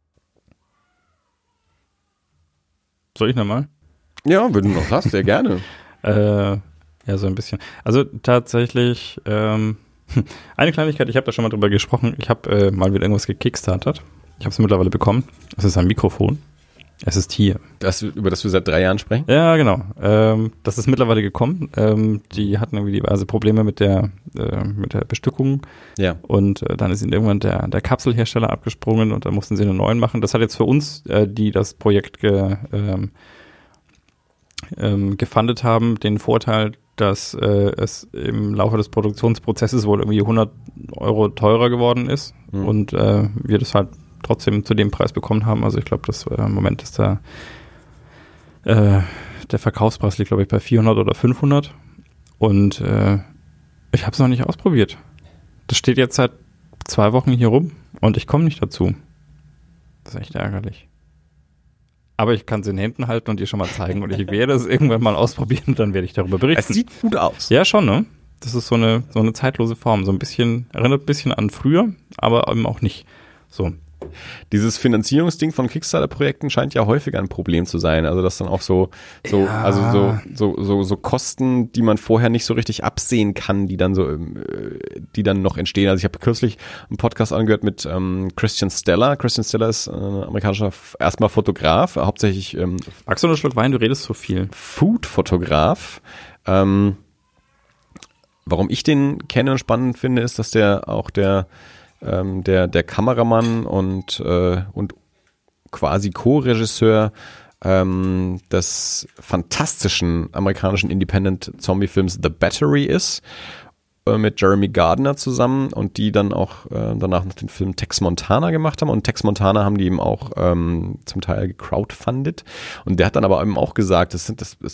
S1: Soll ich nochmal?
S2: Ja, wenn du noch hast, sehr gerne.
S1: äh, ja, so ein bisschen. Also tatsächlich, ähm, eine Kleinigkeit, ich habe da schon mal drüber gesprochen, ich habe äh, mal wieder irgendwas gekickstartert. Ich habe es mittlerweile bekommen. Es ist ein Mikrofon. Es ist hier.
S2: Das, über das wir seit drei Jahren sprechen?
S1: Ja, genau. Ähm, das ist mittlerweile gekommen. Ähm, die hatten irgendwie diverse Probleme mit der, äh, mit der Bestückung.
S2: Ja.
S1: Und äh, dann ist ihnen irgendwann der, der Kapselhersteller abgesprungen und dann mussten sie einen neuen machen. Das hat jetzt für uns, äh, die das Projekt ge, ähm, ähm, gefundet haben, den Vorteil, dass äh, es im Laufe des Produktionsprozesses wohl irgendwie hundert Euro teurer geworden ist. Mhm. Und äh, wir das halt trotzdem zu dem Preis bekommen haben. Also ich glaube, das äh, im Moment ist der, äh, der Verkaufspreis liegt, glaube ich, bei vierhundert oder fünfhundert. Und äh, ich habe es noch nicht ausprobiert. Das steht jetzt seit zwei Wochen hier rum und ich komme nicht dazu. Das ist echt ärgerlich. Aber ich kann es in den Händen halten und dir schon mal zeigen und ich werde es irgendwann mal ausprobieren und dann werde ich darüber berichten.
S2: Es sieht gut aus.
S1: Ja, schon, ne? Das ist so eine, so eine zeitlose Form. So ein bisschen, erinnert ein bisschen an früher, aber eben auch nicht. So.
S2: Dieses Finanzierungsding von Kickstarter-Projekten scheint ja häufiger ein Problem zu sein. Also dass dann auch so, so,
S1: ja.
S2: also so, so, so, so Kosten, die man vorher nicht so richtig absehen kann, die dann so, die dann noch entstehen. Also ich habe kürzlich einen Podcast angehört mit ähm, Christian Steller. Christian Steller ist äh, amerikanischer erstmal Fotograf, hauptsächlich ähm,
S1: Magst du noch einen Schluck Wein? Du redest so viel.
S2: Food-Fotograf. Ähm, warum ich den kenne und spannend finde, ist, dass der auch der Ähm, der, der Kameramann und, äh, und quasi Co-Regisseur ähm, des fantastischen amerikanischen Independent-Zombie-Films The Battery ist, äh, mit Jeremy Gardner zusammen und die dann auch äh, danach noch den Film Tex Montana gemacht haben und Tex Montana haben die eben auch ähm, zum Teil gecrowdfundet und der hat dann aber eben auch gesagt, das, sind, das, das ist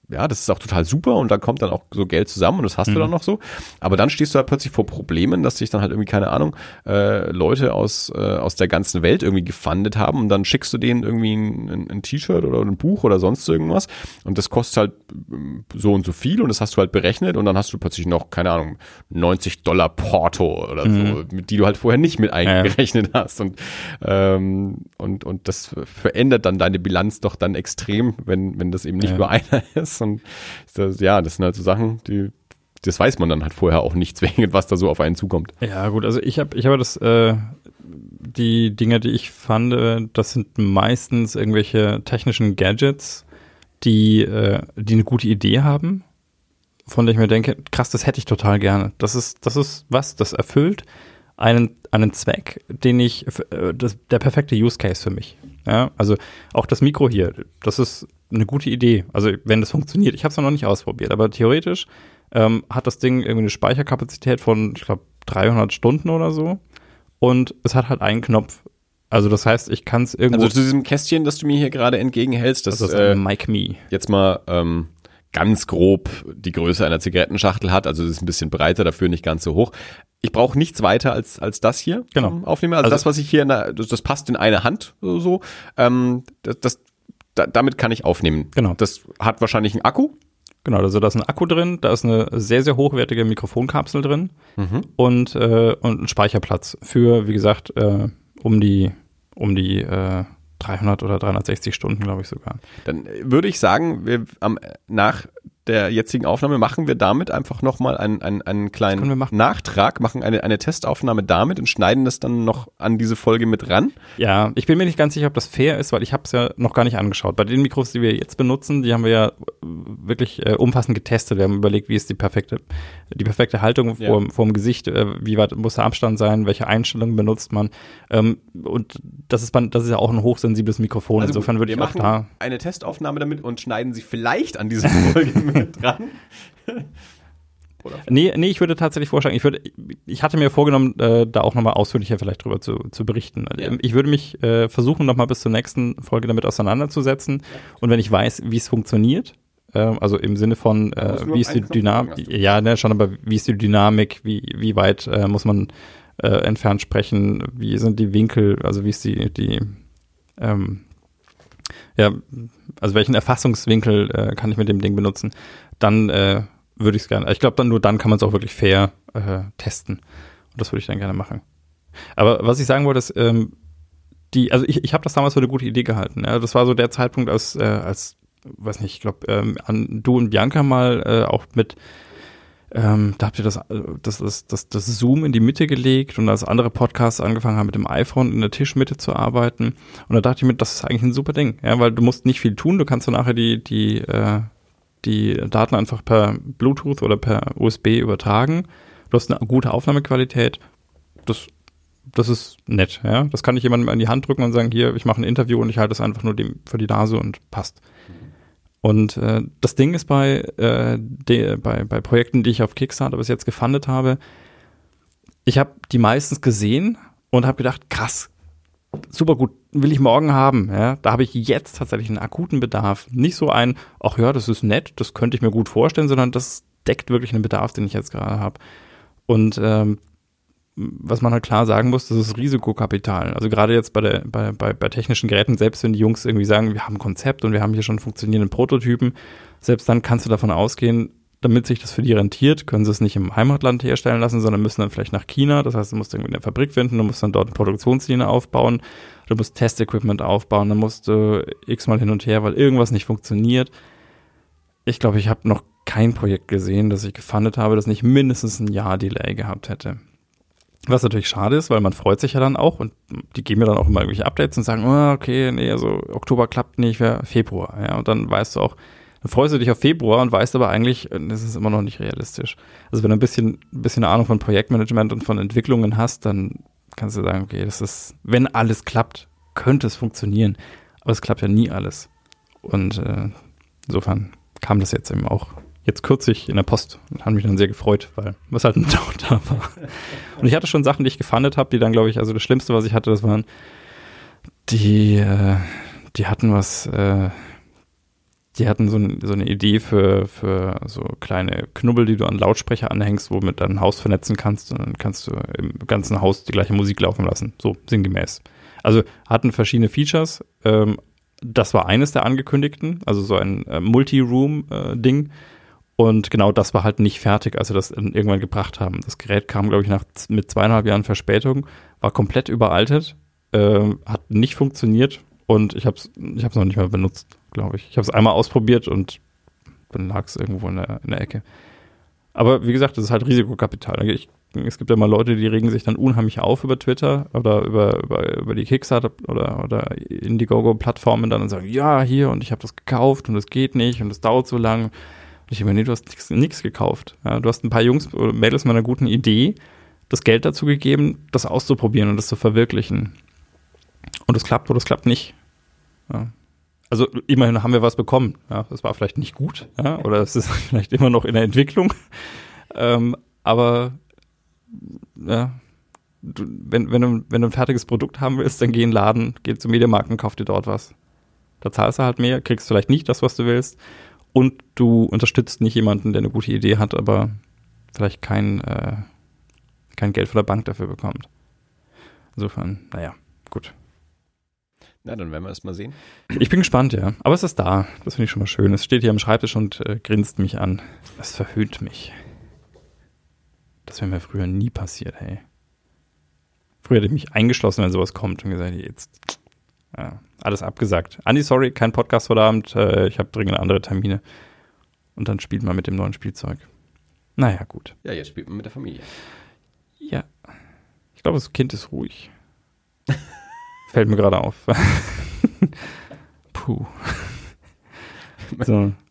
S2: ja, das ist auch total super und da kommt dann auch so Geld zusammen und das hast mhm. du dann noch so. Aber dann stehst du halt plötzlich vor Problemen, dass sich dann halt irgendwie, keine Ahnung, äh, Leute aus, äh, aus der ganzen Welt irgendwie gefundet haben und dann schickst du denen irgendwie ein, ein, ein T-Shirt oder ein Buch oder sonst irgendwas und das kostet halt so und so viel und das hast du halt berechnet und dann hast du plötzlich noch, keine Ahnung, neunzig Dollar Porto oder mhm. so, mit die du halt vorher nicht mit eingerechnet ja. hast und, ähm, und, und das verändert dann deine Bilanz doch dann extrem, wenn, wenn das eben nicht ja. nur einer ist. Und das, ja, das sind halt so Sachen, die, das weiß man dann halt vorher auch nicht zwingend, was da so auf einen zukommt.
S1: Ja, gut, also ich habe ich habe das, äh, die Dinge, die ich fand, äh, das sind meistens irgendwelche technischen Gadgets, die, äh, die eine gute Idee haben, von der ich mir denke, krass, das hätte ich total gerne. Das ist, das ist was, das erfüllt einen, einen Zweck, den ich, äh, das, der perfekte Use Case für mich. Ja, also auch das Mikro hier, das ist eine gute Idee. Also wenn das funktioniert, ich habe es noch nicht ausprobiert, aber theoretisch ähm, hat das Ding irgendwie eine Speicherkapazität von, ich glaube, dreihundert Stunden oder so und es hat halt einen Knopf. Also das heißt, ich kann es irgendwo...
S2: Also zu diesem Kästchen, das du mir hier gerade entgegenhältst, das,
S1: das ist
S2: äh,
S1: Mic Me.
S2: Jetzt mal ähm, ganz grob die Größe einer Zigarettenschachtel hat, also es ist ein bisschen breiter, dafür nicht ganz so hoch. Ich brauche nichts weiter als als das hier
S1: genau.
S2: zum Aufnehmen. Also, also das, was ich hier, in der, das, das passt in eine Hand so. so. Ähm, das, das da, damit kann ich aufnehmen.
S1: Genau.
S2: Das hat wahrscheinlich einen Akku.
S1: Genau, also da ist ein Akku drin, da ist eine sehr, sehr hochwertige Mikrofonkapsel drin
S2: mhm.
S1: und, äh, und ein Speicherplatz für, wie gesagt, äh, um die, um die äh, dreihundert oder dreihundertsechzig Stunden, glaube ich sogar.
S2: Dann würde ich sagen, wir am, nach der jetzigen Aufnahme machen wir damit einfach nochmal einen, einen, einen kleinen
S1: machen.
S2: Nachtrag, machen eine, eine Testaufnahme damit und schneiden das dann noch an diese Folge mit ran.
S1: Ja, ich bin mir nicht ganz sicher, ob das fair ist, weil ich habe es ja noch gar nicht angeschaut. Bei den Mikros, die wir jetzt benutzen, die haben wir ja wirklich äh, umfassend getestet. Wir haben überlegt, wie ist die perfekte, die perfekte Haltung
S2: ja.
S1: vor, vor dem Gesicht, äh, wie weit muss der Abstand sein, welche Einstellungen benutzt man. Ähm, und das ist, das ist ja auch ein hochsensibles Mikrofon.
S2: Also
S1: insofern würde ich auch da
S2: eine Testaufnahme damit und schneiden sie vielleicht an diese Folge mit dran.
S1: Nee, nee, ich würde tatsächlich vorschlagen, ich würde, ich hatte mir vorgenommen, äh, da auch nochmal ausführlicher vielleicht drüber zu, zu berichten.
S2: Ja.
S1: Ich würde mich äh, versuchen, nochmal bis zur nächsten Folge damit auseinanderzusetzen. Ja. Und wenn ich weiß, wie es funktioniert, äh, also im Sinne von, äh, wie ist die Dynamik, ja, ne, schon, aber wie ist die Dynamik, wie, wie weit äh, muss man äh, entfernt sprechen, wie sind die Winkel, also wie ist die, die, ähm, ja, also welchen Erfassungswinkel äh, kann ich mit dem Ding benutzen, dann äh, würde ich es gerne. Ich glaube, dann nur dann kann man es auch wirklich fair äh, testen. Und das würde ich dann gerne machen. Aber was ich sagen wollte, ist, ähm, die, also ich, ich habe das damals für eine gute Idee gehalten. Ja? Das war so der Zeitpunkt, als, äh, als weiß nicht, ich glaube, ähm, an du und Bianca mal äh, auch mit, ähm, da habt ihr das, das, das, das, das Zoom in die Mitte gelegt und als andere Podcasts angefangen haben, mit dem iPhone in der Tischmitte zu arbeiten. Und da dachte ich mir, das ist eigentlich ein super Ding, ja, weil du musst nicht viel tun, du kannst dann nachher die, die, äh, die Daten einfach per Bluetooth oder per U S B übertragen. Du hast eine gute Aufnahmequalität. Das, das ist nett, ja. Das kann ich jemandem an die Hand drücken und sagen, hier, ich mache ein Interview und ich halte das einfach nur dem für die Nase und passt. Und äh, das Ding ist bei, äh, de, bei, bei Projekten, die ich auf Kickstarter bis jetzt gefundet habe, ich habe die meistens gesehen und habe gedacht, krass, super gut, will ich morgen haben. Ja? Da habe ich jetzt tatsächlich einen akuten Bedarf. Nicht so ein, ach ja, das ist nett, das könnte ich mir gut vorstellen, sondern das deckt wirklich einen Bedarf, den ich jetzt gerade habe. Und ähm, was man halt klar sagen muss, das ist Risikokapital. Also gerade jetzt bei, der, bei, bei, bei technischen Geräten, selbst wenn die Jungs irgendwie sagen, wir haben ein Konzept und wir haben hier schon funktionierende Prototypen, selbst dann kannst du davon ausgehen, damit sich das für die rentiert, können sie es nicht im Heimatland herstellen lassen, sondern müssen dann vielleicht nach China. Das heißt, du musst irgendwie eine Fabrik finden, du musst dann dort eine Produktionslinie aufbauen, du musst Testequipment aufbauen, dann musst du x-mal hin und her, weil irgendwas nicht funktioniert. Ich glaube, ich habe noch kein Projekt gesehen, das ich gefundet habe, das nicht mindestens ein Jahr Delay gehabt hätte. Was natürlich schade ist, weil man freut sich ja dann auch und die geben mir dann auch immer irgendwelche Updates und sagen, oh, okay, nee, also Oktober klappt nicht, wäre Februar. Ja, und dann weißt du auch, dann freust du dich auf Februar und weißt aber eigentlich, das ist immer noch nicht realistisch. Also wenn du ein bisschen, ein bisschen eine Ahnung von Projektmanagement und von Entwicklungen hast, dann kannst du sagen, okay, das ist, wenn alles klappt, könnte es funktionieren. Aber es klappt ja nie alles. Und äh, insofern kam das jetzt eben auch jetzt kürzlich in der Post und haben mich dann sehr gefreut, weil was halt ein da war. Und ich hatte schon Sachen, die ich gefundet habe, die dann, glaube ich, also das Schlimmste, was ich hatte, das waren die, äh, die hatten was, äh, die hatten so, ein, so eine Idee für, für so kleine Knubbel, die du an Lautsprecher anhängst, womit dein Haus vernetzen kannst und dann kannst du im ganzen Haus die gleiche Musik laufen lassen, so sinngemäß. Also hatten verschiedene Features, ähm, das war eines der angekündigten, also so ein äh, Multi-Room-Ding. Äh, Und genau das war halt nicht fertig, als sie das irgendwann gebracht haben. Das Gerät kam, glaube ich, nach mit zweieinhalb Jahren Verspätung, war komplett überaltet, äh, hat nicht funktioniert und ich habe es ich hab's noch nicht mal benutzt, glaube ich. Ich habe es einmal ausprobiert und dann lag es irgendwo in der, in der Ecke. Aber wie gesagt, das ist halt Risikokapital. Ich, es gibt ja mal Leute, die regen sich dann unheimlich auf über Twitter oder über, über, über die Kickstarter oder, oder Indiegogo-Plattformen dann und sagen, ja, hier und ich habe das gekauft und es geht nicht und es dauert so lang. Ich meine, nee, du hast nichts gekauft. Ja, du hast ein paar Jungs oder Mädels mit einer guten Idee das Geld dazu gegeben, das auszuprobieren und das zu verwirklichen. Und es klappt oder es klappt nicht. Ja. Also immerhin haben wir was bekommen. Ja, das war vielleicht nicht gut, ja, oder es ist vielleicht immer noch in der Entwicklung. Ähm, aber ja, du, wenn, wenn, du, wenn du ein fertiges Produkt haben willst, dann geh in den Laden, geh zum Mediamarkt und kauf dir dort was. Da zahlst du halt mehr, kriegst vielleicht nicht das, was du willst. Und du unterstützt nicht jemanden, der eine gute Idee hat, aber vielleicht kein, äh, kein Geld von der Bank dafür bekommt. Insofern, naja, gut.
S2: Na, dann werden wir es mal sehen.
S1: Ich bin gespannt, ja. Aber es ist da. Das finde ich schon mal schön. Es steht hier am Schreibtisch und äh, grinst mich an. Es verhöhnt mich. Das wäre mir früher nie passiert, hey. Früher hätte ich mich eingeschlossen, wenn sowas kommt und gesagt, jetzt... Ja, alles abgesagt. Andi, sorry, kein Podcast heute Abend. Äh, ich habe dringend andere Termine. Und dann spielt man mit dem neuen Spielzeug. Naja, gut.
S2: Ja, jetzt spielt man mit der Familie.
S1: Ja. Ich glaube, das Kind ist ruhig. Fällt mir gerade auf. Puh. So.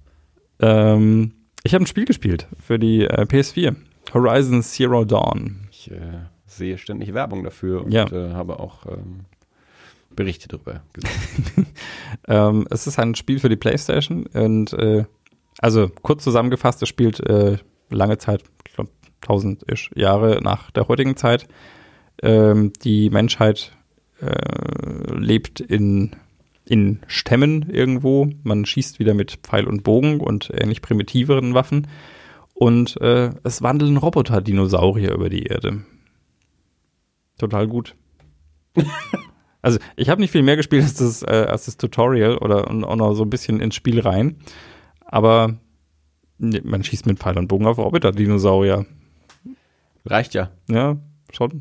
S1: Ähm, ich habe ein Spiel gespielt für die äh, P S vier. Horizon Zero Dawn.
S2: Ich äh, sehe ständig Werbung dafür und
S1: ja.
S2: äh, habe auch... Ähm Berichte darüber gesehen.
S1: ähm, es ist ein Spiel für die PlayStation und äh, also kurz zusammengefasst, es spielt äh, lange Zeit, ich glaube tausend-ish Jahre nach der heutigen Zeit. Ähm, die Menschheit äh, lebt in, in Stämmen irgendwo. Man schießt wieder mit Pfeil und Bogen und ähnlich primitiveren Waffen und äh, es wandeln Roboter-Dinosaurier über die Erde. Total gut. Also ich habe nicht viel mehr gespielt als das, äh, als das Tutorial oder und auch noch so ein bisschen ins Spiel rein. Aber ne, man schießt mit Pfeil und Bogen auf Roboter-Dinosaurier.
S2: Reicht ja.
S1: Ja, schon.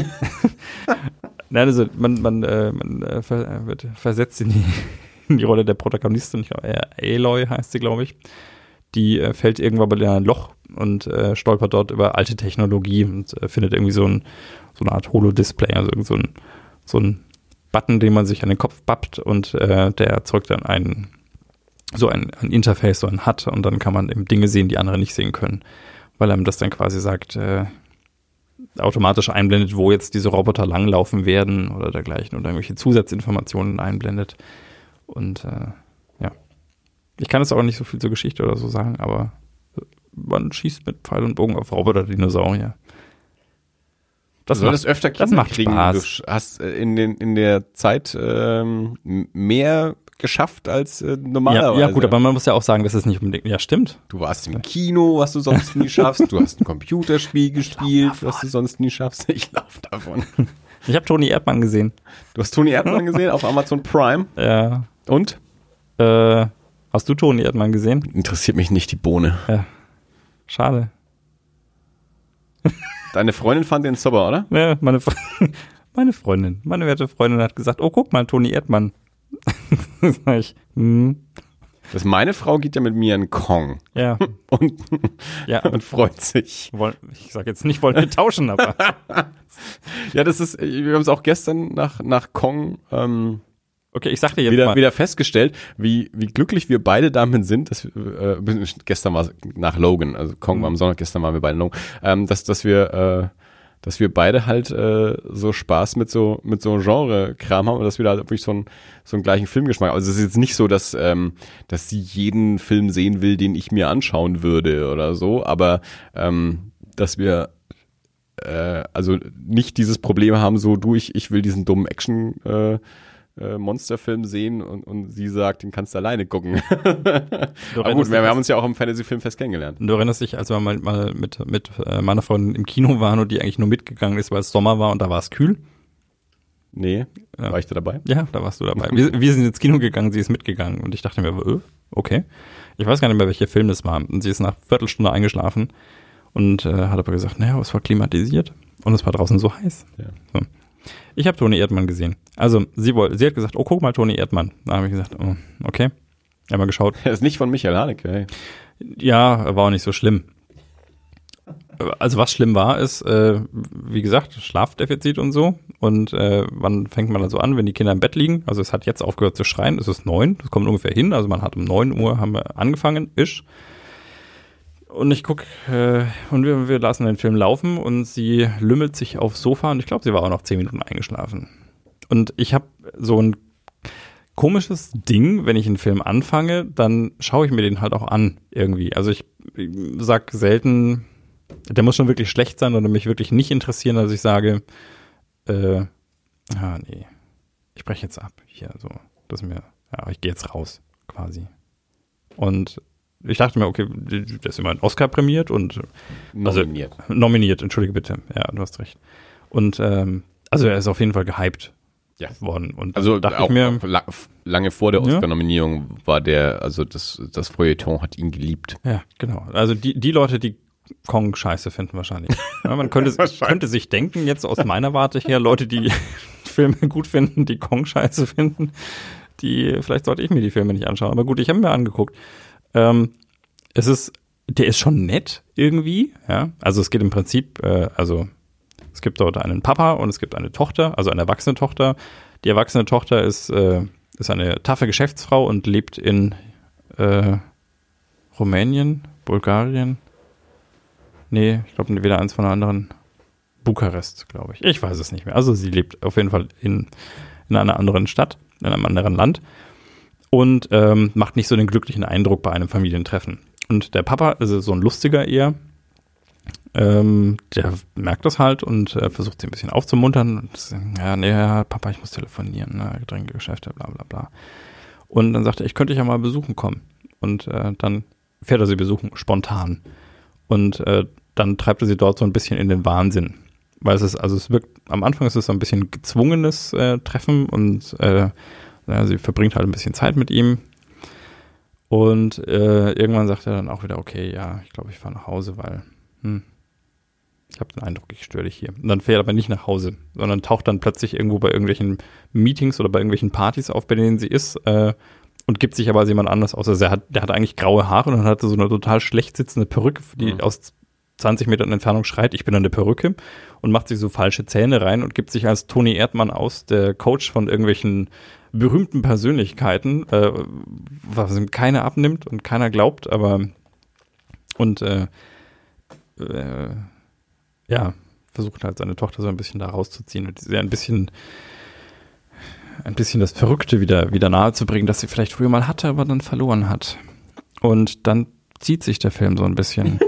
S1: Nein, also man, man, äh, man äh, ver, wird versetzt in die, in die Rolle der Protagonistin. Ich glaube, äh, Aloy heißt sie, glaube ich. Die äh, fällt irgendwann bei ein Loch und äh, stolpert dort über alte Technologie und äh, findet irgendwie so, ein, so eine Art Holo-Display, also irgend so ein, so ein Button, den man sich an den Kopf bappt und äh, der erzeugt dann ein, so ein, ein Interface, so ein H U D und dann kann man eben Dinge sehen, die andere nicht sehen können, weil einem das dann quasi sagt, äh, automatisch einblendet, wo jetzt diese Roboter langlaufen werden oder dergleichen oder irgendwelche Zusatzinformationen einblendet und äh, ja. Ich kann jetzt auch nicht so viel zur Geschichte oder so sagen, aber man schießt mit Pfeil und Bogen auf Roboter-Dinosaurier.
S2: Das du solltest öfter Kinder
S1: das macht
S2: kriegen.
S1: Spaß.
S2: Du hast in, den, in der Zeit ähm, mehr geschafft als äh, normalerweise.
S1: Ja, ja, gut, aber man muss ja auch sagen, das ist nicht unbedingt. Ja, stimmt.
S2: Du warst im Kino, was du sonst nie schaffst. Du hast ein Computerspiel gespielt, was du sonst nie schaffst. Ich lauf davon.
S1: Ich habe Toni Erdmann gesehen.
S2: Du hast Toni Erdmann gesehen auf Amazon Prime?
S1: Ja.
S2: Und?
S1: Äh, hast du Toni Erdmann gesehen?
S2: Interessiert mich nicht die Bohne.
S1: Ja. Schade.
S2: Deine Freundin fand den super, oder?
S1: Ja, meine, Fre- meine Freundin, meine werte Freundin hat gesagt, oh, guck mal, Toni Erdmann. Sag ich, hm.
S2: Das meine Frau geht ja mit mir in Kong.
S1: Ja.
S2: Und,
S1: ja.
S2: und freut sich.
S1: Woll, ich sag jetzt nicht, wollen wir tauschen, aber.
S2: Ja, das ist, wir haben es auch gestern nach, nach Kong ähm,
S1: okay, ich sagte jetzt
S2: wieder,
S1: mal.
S2: wieder festgestellt, wie, wie glücklich wir beide damit sind, dass wir, äh, gestern war es nach Logan, also Kong mhm. war am Sonntag, gestern waren wir beide Logan, ähm, dass, dass wir, äh, dass wir beide halt äh, so Spaß mit so mit so Genre-Kram haben und dass wir da wirklich so, ein, so einen gleichen Filmgeschmack. Also es ist jetzt nicht so, dass ähm, dass sie jeden Film sehen will, den ich mir anschauen würde oder so, aber ähm, dass wir äh, also nicht dieses Problem haben, so du, ich, ich will diesen dummen Action äh, äh, Monsterfilm sehen und, und sie sagt, den kannst du alleine gucken. Aber gut, wir, wir haben uns ja auch im Fantasy-Filmfest kennengelernt.
S1: Du erinnerst dich, als wir mal, mal mit, mit äh, meiner Freundin im Kino waren und die eigentlich nur mitgegangen ist, weil es Sommer war und da war es kühl?
S2: Nee,
S1: ja.
S2: War ich da dabei?
S1: Ja, da warst du dabei. Wir, wir sind ins Kino gegangen, sie ist mitgegangen und ich dachte mir, äh, okay. Ich weiß gar nicht mehr, welcher Film das war. Und sie ist nach einer Viertelstunde eingeschlafen und äh, hat aber gesagt, naja, es war klimatisiert und es war draußen so heiß.
S2: Ja.
S1: So. Ich habe Toni Erdmann gesehen. Also sie wollte, sie hat gesagt, oh, guck mal, Toni Erdmann. Da habe ich gesagt, oh, okay. Haben wir geschaut.
S2: Er ist nicht von Michael Haneke, hey.
S1: Ja, war auch nicht so schlimm. Also was schlimm war, ist, äh, wie gesagt, Schlafdefizit und so. Und äh, wann fängt man dann so an, wenn die Kinder im Bett liegen? Also es hat jetzt aufgehört zu schreien, es ist neun, das kommt ungefähr hin. Also man hat um neun Uhr haben wir angefangen, isch. Und ich guck, äh, und wir, wir lassen den Film laufen und sie lümmelt sich aufs Sofa und ich glaube, sie war auch noch zehn Minuten eingeschlafen. Und ich habe so ein komisches Ding, wenn ich einen Film anfange, dann schaue ich mir den halt auch an irgendwie. Also ich, ich sag selten, der muss schon wirklich schlecht sein oder mich wirklich nicht interessieren, dass ich sage, äh, ah nee, ich breche jetzt ab. Hier, so, das ist mir, ja, ich gehe jetzt raus, quasi. Und ich dachte mir, okay, der ist immerhin Oscar prämiert und
S2: nominiert.
S1: Also, nominiert, entschuldige bitte. Ja, du hast recht. Und ähm, also er ist auf jeden Fall gehypt
S2: ja.
S1: worden. Und
S2: also
S1: dachte
S2: auch,
S1: ich mir,
S2: auch la- lange vor der
S1: ja.
S2: Oscar-Nominierung war der, also das, das Feuilleton hat ihn geliebt.
S1: Ja, genau. Also die, die Leute, die Kong scheiße finden wahrscheinlich. Ja, man könnte, könnte sich denken, jetzt aus meiner Warte her, Leute, die Filme gut finden, die Kong scheiße finden, die, vielleicht sollte ich mir die Filme nicht anschauen. Aber gut, ich habe mir angeguckt. Ähm, es ist, der ist schon nett irgendwie, ja. Also es geht im Prinzip, äh, also es gibt dort einen Papa und es gibt eine Tochter, also eine erwachsene Tochter. Die erwachsene Tochter ist, äh, ist eine taffe Geschäftsfrau und lebt in äh, Rumänien, Bulgarien. Nee, ich glaube weder eins von der anderen. Bukarest, glaube ich. Ich weiß es nicht mehr. Also sie lebt auf jeden Fall in, in einer anderen Stadt, in einem anderen Land. Und ähm, macht nicht so den glücklichen Eindruck bei einem Familientreffen. Und der Papa ist so ein lustiger eher, ähm, der merkt das halt und äh, versucht sie ein bisschen aufzumuntern. Und sagt, ja, nee, Papa, ich muss telefonieren, ne, Getränkegeschäfte, bla bla bla. Und dann sagt er, ich könnte dich ja mal besuchen kommen. Und äh, dann fährt er sie besuchen, spontan. Und äh, dann treibt er sie dort so ein bisschen in den Wahnsinn. Weil es ist, also es wirkt, am Anfang ist es so ein bisschen gezwungenes äh, Treffen und äh, ja, sie verbringt halt ein bisschen Zeit mit ihm und äh, irgendwann sagt er dann auch wieder, okay, ja, ich glaube, ich fahre nach Hause, weil hm, ich habe den Eindruck, ich störe dich hier. Und dann fährt er aber nicht nach Hause, sondern taucht dann plötzlich irgendwo bei irgendwelchen Meetings oder bei irgendwelchen Partys auf, bei denen sie ist äh, und gibt sich aber als jemand anders aus. Also er hat, der hat eigentlich graue Haare und dann hatte so eine total schlecht sitzende Perücke, die mhm. aus zwanzig Metern Entfernung schreit, ich bin an der Perücke und macht sich so falsche Zähne rein und gibt sich als Toni Erdmann aus, der Coach von irgendwelchen berühmten Persönlichkeiten, äh, was ihm keiner abnimmt und keiner glaubt, aber und äh, äh, ja, versucht halt seine Tochter so ein bisschen da rauszuziehen und sie ein bisschen ein bisschen das Verrückte wieder, wieder nahe zu bringen, das sie vielleicht früher mal hatte, aber dann verloren hat. Und dann zieht sich der Film so ein bisschen.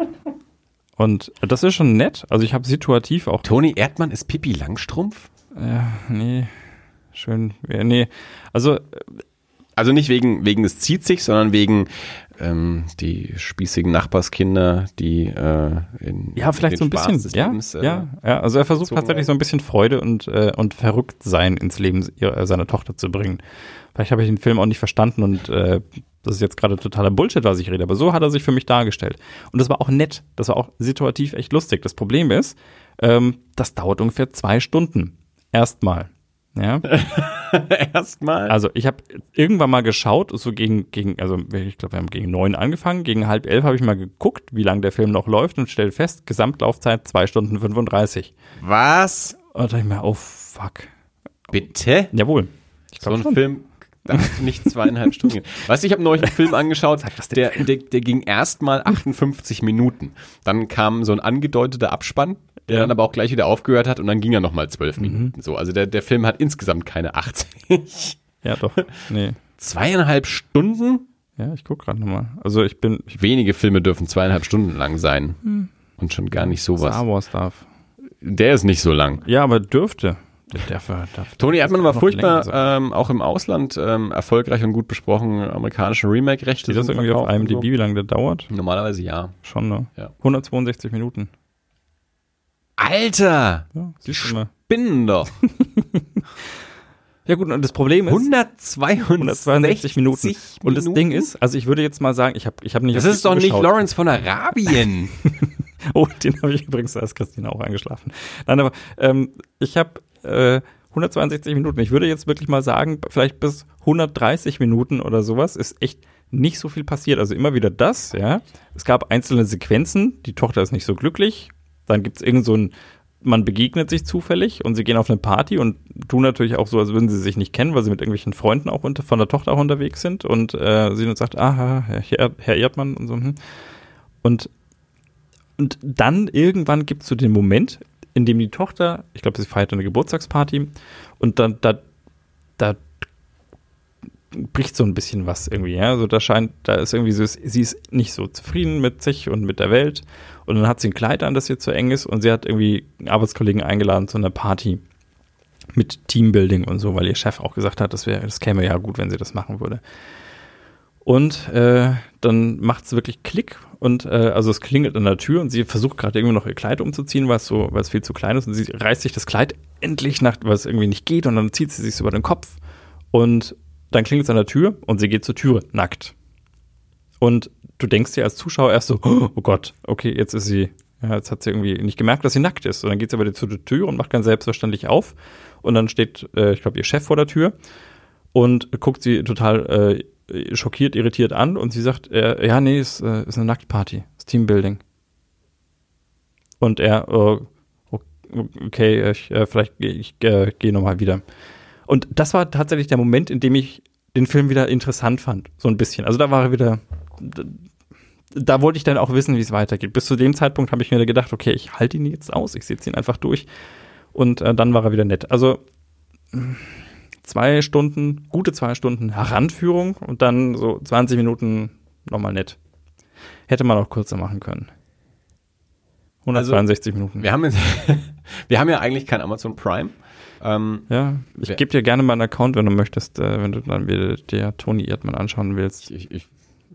S1: Und das ist schon nett. Also ich habe situativ auch...
S2: Toni Erdmann ist Pippi Langstrumpf?
S1: Ja, nee, schön, ja, nee. Also...
S2: Also nicht wegen, wegen es zieht sich, sondern wegen ähm, die spießigen Nachbarskinder, die äh, in
S1: ja, vielleicht so ein bisschen, ja, Lebens, äh, ja, ja, also er versucht tatsächlich so ein bisschen Freude und, äh, und Verrücktsein ins Leben ihrer, seiner Tochter zu bringen. Vielleicht habe ich den Film auch nicht verstanden und äh, das ist jetzt gerade totaler Bullshit, was ich rede, aber so hat er sich für mich dargestellt. Und das war auch nett, das war auch situativ echt lustig. Das Problem ist, ähm, das dauert ungefähr zwei Stunden. Erstmal. Ja.
S2: Erstmal.
S1: Also ich habe irgendwann mal geschaut, so gegen, gegen also ich glaube, wir haben gegen neun angefangen, gegen halb elf habe ich mal geguckt, wie lange der Film noch läuft und stelle fest, Gesamtlaufzeit zwei Stunden fünfunddreißig.
S2: Was?
S1: Und da dachte ich mir, oh fuck.
S2: Bitte?
S1: Jawohl. Ich
S2: so ein schon. Film darf nicht zweieinhalb Stunden gehen. Weißt du, ich habe neulich einen Film angeschaut, der, der, der ging erstmal achtundfünfzig Minuten. Dann kam so ein angedeuteter Abspann, der ja. dann aber auch gleich wieder aufgehört hat und dann ging er nochmal zwölf mhm. Minuten. So, also der, der Film hat insgesamt keine achtzig.
S1: Ja, doch. Nee.
S2: Zweieinhalb Stunden?
S1: Ja, ich guck gerade nochmal. Also ich bin... Ich
S2: Wenige Filme dürfen zweieinhalb Stunden lang sein.
S1: Hm.
S2: Und schon gar nicht sowas.
S1: Star Wars darf.
S2: Der ist nicht so lang.
S1: Ja, aber dürfte. Der, der, der,
S2: Toni Erdmann war furchtbar,
S1: so.
S2: ähm, auch im Ausland ähm, erfolgreich und gut besprochen. Amerikanische Remake-Rechte.
S1: Steht das irgendwie auf I M D B,
S2: so.
S1: wie lange der dauert?
S2: Normalerweise ja.
S1: Schon, ne?
S2: Ja.
S1: hundertzweiundsechzig Minuten.
S2: Alter!
S1: Ja, siehst du mal.
S2: Spinnen doch!
S1: Ja gut, und das Problem ist
S2: hundertzweiundsechzig
S1: Minuten. Und das Ding ist, also ich würde jetzt mal sagen, ich habe ich hab nicht
S2: Das ist doch nicht Lawrence von Arabien.
S1: Oh, den habe ich übrigens, da ist Christine auch eingeschlafen. Nein, aber ähm, ich habe äh, hundertzweiundsechzig Minuten. Ich würde jetzt wirklich mal sagen, vielleicht bis hundertdreißig Minuten oder sowas ist echt nicht so viel passiert. Also immer wieder das, ja. Es gab einzelne Sequenzen, die Tochter ist nicht so glücklich. Dann gibt es irgend so ein, man begegnet sich zufällig und sie gehen auf eine Party und tun natürlich auch so, als würden sie sich nicht kennen, weil sie mit irgendwelchen Freunden auch unter, von der Tochter auch unterwegs sind und äh, sie sagt, aha, Herr, Herr Erdmann und so. Hm. Und, und dann irgendwann gibt es so den Moment, in dem die Tochter, ich glaube, sie feiert eine Geburtstagsparty und dann da, da bricht so ein bisschen was irgendwie, ja, also da scheint, da ist irgendwie so, sie ist nicht so zufrieden mit sich und mit der Welt und dann hat sie ein Kleid an, das ihr zu eng ist und sie hat irgendwie einen Arbeitskollegen eingeladen zu einer Party mit Teambuilding und so, weil ihr Chef auch gesagt hat, das wäre, das käme ja gut, wenn sie das machen würde. Und äh, dann macht es wirklich Klick und äh, also es klingelt an der Tür und sie versucht gerade irgendwie noch ihr Kleid umzuziehen, weil es so, weil es viel zu klein ist und sie reißt sich das Kleid endlich nach, weil es irgendwie nicht geht und dann zieht sie sich über den Kopf und dann klingelt es an der Tür und sie geht zur Türe, nackt. Und du denkst dir als Zuschauer erst so, oh Gott, okay, jetzt ist sie, ja, jetzt hat sie irgendwie nicht gemerkt, dass sie nackt ist. Und dann geht sie aber zu der Tür und macht ganz selbstverständlich auf. Und dann steht, äh, ich glaube, ihr Chef vor der Tür und guckt sie total äh, schockiert, irritiert an. Und sie sagt, äh, ja, nee, es äh, ist eine Nacktparty, es ist Teambuilding. Und er, äh, okay, ich, äh, vielleicht ich äh, gehe nochmal wieder. Und das war tatsächlich der Moment, in dem ich den Film wieder interessant fand, so ein bisschen. Also da war er wieder, da, da wollte ich dann auch wissen, wie es weitergeht. Bis zu dem Zeitpunkt habe ich mir gedacht, okay, ich halte ihn jetzt aus, ich setze ihn einfach durch. Und äh, dann war er wieder nett. Also zwei Stunden, gute zwei Stunden Heranführung und dann so zwanzig Minuten nochmal nett. Hätte man auch kürzer machen können. hundertzweiundsechzig also, Minuten.
S2: Wir haben, jetzt, wir haben ja eigentlich kein Amazon Prime. Ähm,
S1: ja, ich gebe dir gerne meinen Account, wenn du möchtest, äh, wenn du dann wieder dir Toni Erdmann anschauen willst.
S2: Ich, ich,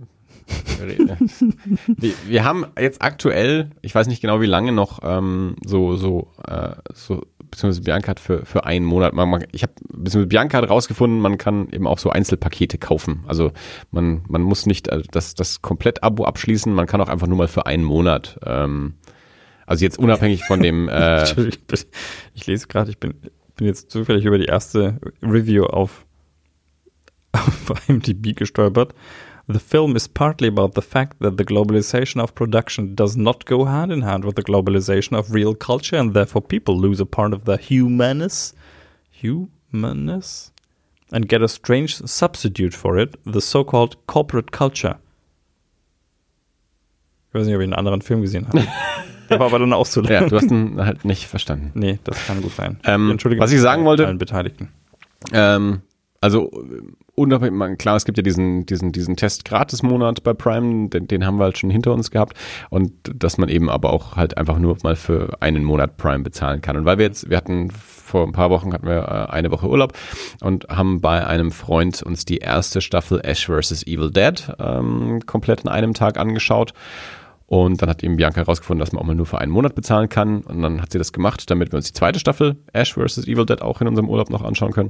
S2: wir, wir haben jetzt aktuell, ich weiß nicht genau wie lange noch, ähm, so, so, äh, so, beziehungsweise Bianca hat für, für einen Monat, man, man, ich habe, beziehungsweise Bianca hat rausgefunden, man kann eben auch so Einzelpakete kaufen. Also man, man muss nicht äh, das, das Komplett-Abo abschließen, man kann auch einfach nur mal für einen Monat, ähm, also jetzt unabhängig von dem. Äh,
S1: Entschuldigung, ich lese gerade, ich bin, bin jetzt zufällig über die erste Review auf, auf I M D B gestolpert. The film is partly about the fact that the globalization of production does not go hand in hand with the globalization of real culture and therefore people lose a part of their humanness, humanness and get a strange substitute for it, the so-called corporate culture. Ich weiß nicht, ob ich einen anderen Film gesehen habe. Der war aber dann auch so lang.
S2: Ja, du hast ihn halt nicht verstanden.
S1: Nee, das kann gut sein.
S2: Ähm,
S1: Entschuldigung.
S2: Was ich sagen wollte,
S1: allen Beteiligten.
S2: Ähm, also unabhängig, klar, es gibt ja diesen diesen diesen Test-Gratis-Monat bei Prime, den, den haben wir halt schon hinter uns gehabt und dass man eben aber auch halt einfach nur mal für einen Monat Prime bezahlen kann. Und weil wir jetzt, wir hatten vor ein paar Wochen hatten wir eine Woche Urlaub und haben bei einem Freund uns die erste Staffel Ash versus. Evil Dead ähm, komplett in einem Tag angeschaut. Und dann hat eben Bianca herausgefunden, dass man auch mal nur für einen Monat bezahlen kann. Und dann hat sie das gemacht, damit wir uns die zweite Staffel Ash versus. Evil Dead auch in unserem Urlaub noch anschauen können.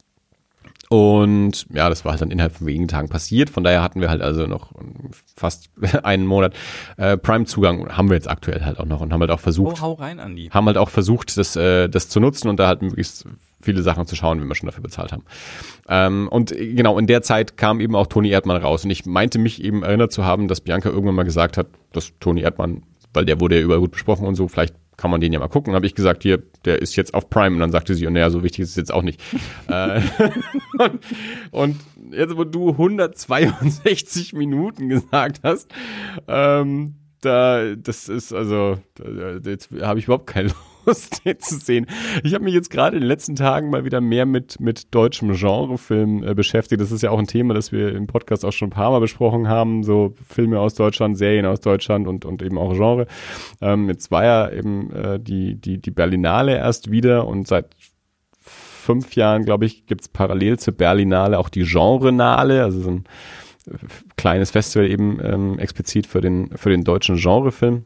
S2: Und ja, das war halt dann innerhalb von wenigen Tagen passiert. Von daher hatten wir halt also noch fast einen Monat äh, Prime-Zugang. Haben wir jetzt aktuell halt auch noch und haben halt auch versucht.
S1: Oh, hau rein, Andi.
S2: Haben halt auch versucht, das, äh, das zu nutzen und da halt möglichst viele Sachen zu schauen, wenn wir schon dafür bezahlt haben. Ähm, und genau, in der Zeit kam eben auch Toni Erdmann raus. Und ich meinte mich eben erinnert zu haben, dass Bianca irgendwann mal gesagt hat, dass Toni Erdmann, weil der wurde ja überall gut besprochen und so, vielleicht kann man den ja mal gucken. Dann habe ich gesagt, hier, der ist jetzt auf Prime. Und dann sagte sie, oh, naja, so wichtig ist es jetzt auch nicht. äh, und, und jetzt, wo du hundertzweiundsechzig Minuten gesagt hast, ähm, da, das ist also, da, jetzt habe ich überhaupt keine Lust, den zu sehen. Ich habe mich jetzt gerade in den letzten Tagen mal wieder mehr mit mit deutschem Genrefilm äh, beschäftigt. Das ist ja auch ein Thema, das wir im Podcast auch schon ein paar Mal besprochen haben. So Filme aus Deutschland, Serien aus Deutschland und und eben auch Genre. Ähm, jetzt war ja eben äh, die die die Berlinale erst wieder und seit fünf Jahren, glaube ich, gibt es parallel zur Berlinale auch die Genrenale, also so ein kleines Festival eben ähm, explizit für den, für den deutschen Genrefilm.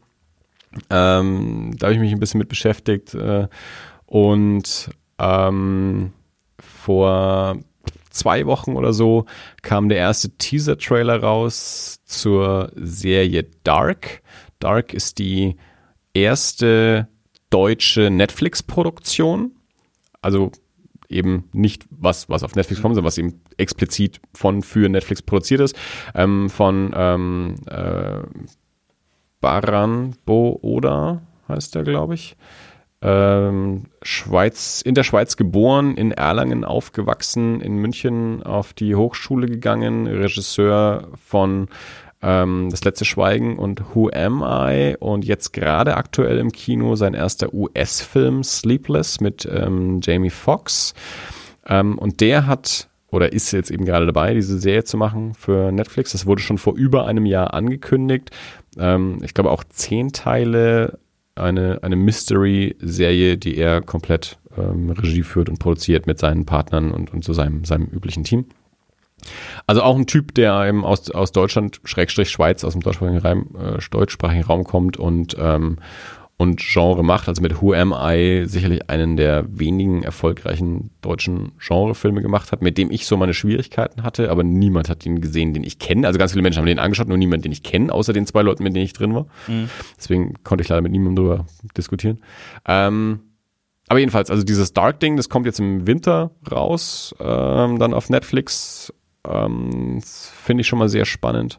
S2: Ähm, da habe ich mich ein bisschen mit beschäftigt äh, und ähm, vor zwei Wochen oder so kam der erste Teaser-Trailer raus zur Serie Dark. Dark ist die erste deutsche Netflix-Produktion, also eben nicht was, was auf Netflix kommt, sondern was eben explizit von für Netflix produziert ist, ähm, von ähm, äh, Baran Bo-Oda heißt der, glaube ich. Ähm, Schweiz, in der Schweiz geboren, in Erlangen aufgewachsen, in München auf die Hochschule gegangen, Regisseur von ähm, Das letzte Schweigen und Who Am I und jetzt gerade aktuell im Kino sein erster U S-Film Sleepless mit ähm, Jamie Foxx. Ähm, und der hat oder ist jetzt eben gerade dabei, diese Serie zu machen für Netflix. Das wurde schon vor über einem Jahr angekündigt. Ähm, ich glaube auch zehn Teile, eine, eine Mystery-Serie, die er komplett ähm, Regie führt und produziert mit seinen Partnern und, und so seinem, seinem üblichen Team. Also auch ein Typ, der eben aus, aus Deutschland, Schrägstrich Schweiz, aus dem deutschsprachigen Raum, äh, deutschsprachigen Raum kommt und, ähm, und Genre macht. Also mit Who Am I sicherlich einen der wenigen erfolgreichen deutschen Genrefilme gemacht hat, mit dem ich so meine Schwierigkeiten hatte, aber niemand hat ihn gesehen, den ich kenne. Also ganz viele Menschen haben den angeschaut, nur niemand, den ich kenne, außer den zwei Leuten, mit denen ich drin war. Mhm. Deswegen konnte ich leider mit niemandem drüber diskutieren. Ähm, aber jedenfalls, also dieses Dark-Ding, das kommt jetzt im Winter raus, ähm, dann auf Netflix. Ähm, finde ich schon mal sehr spannend.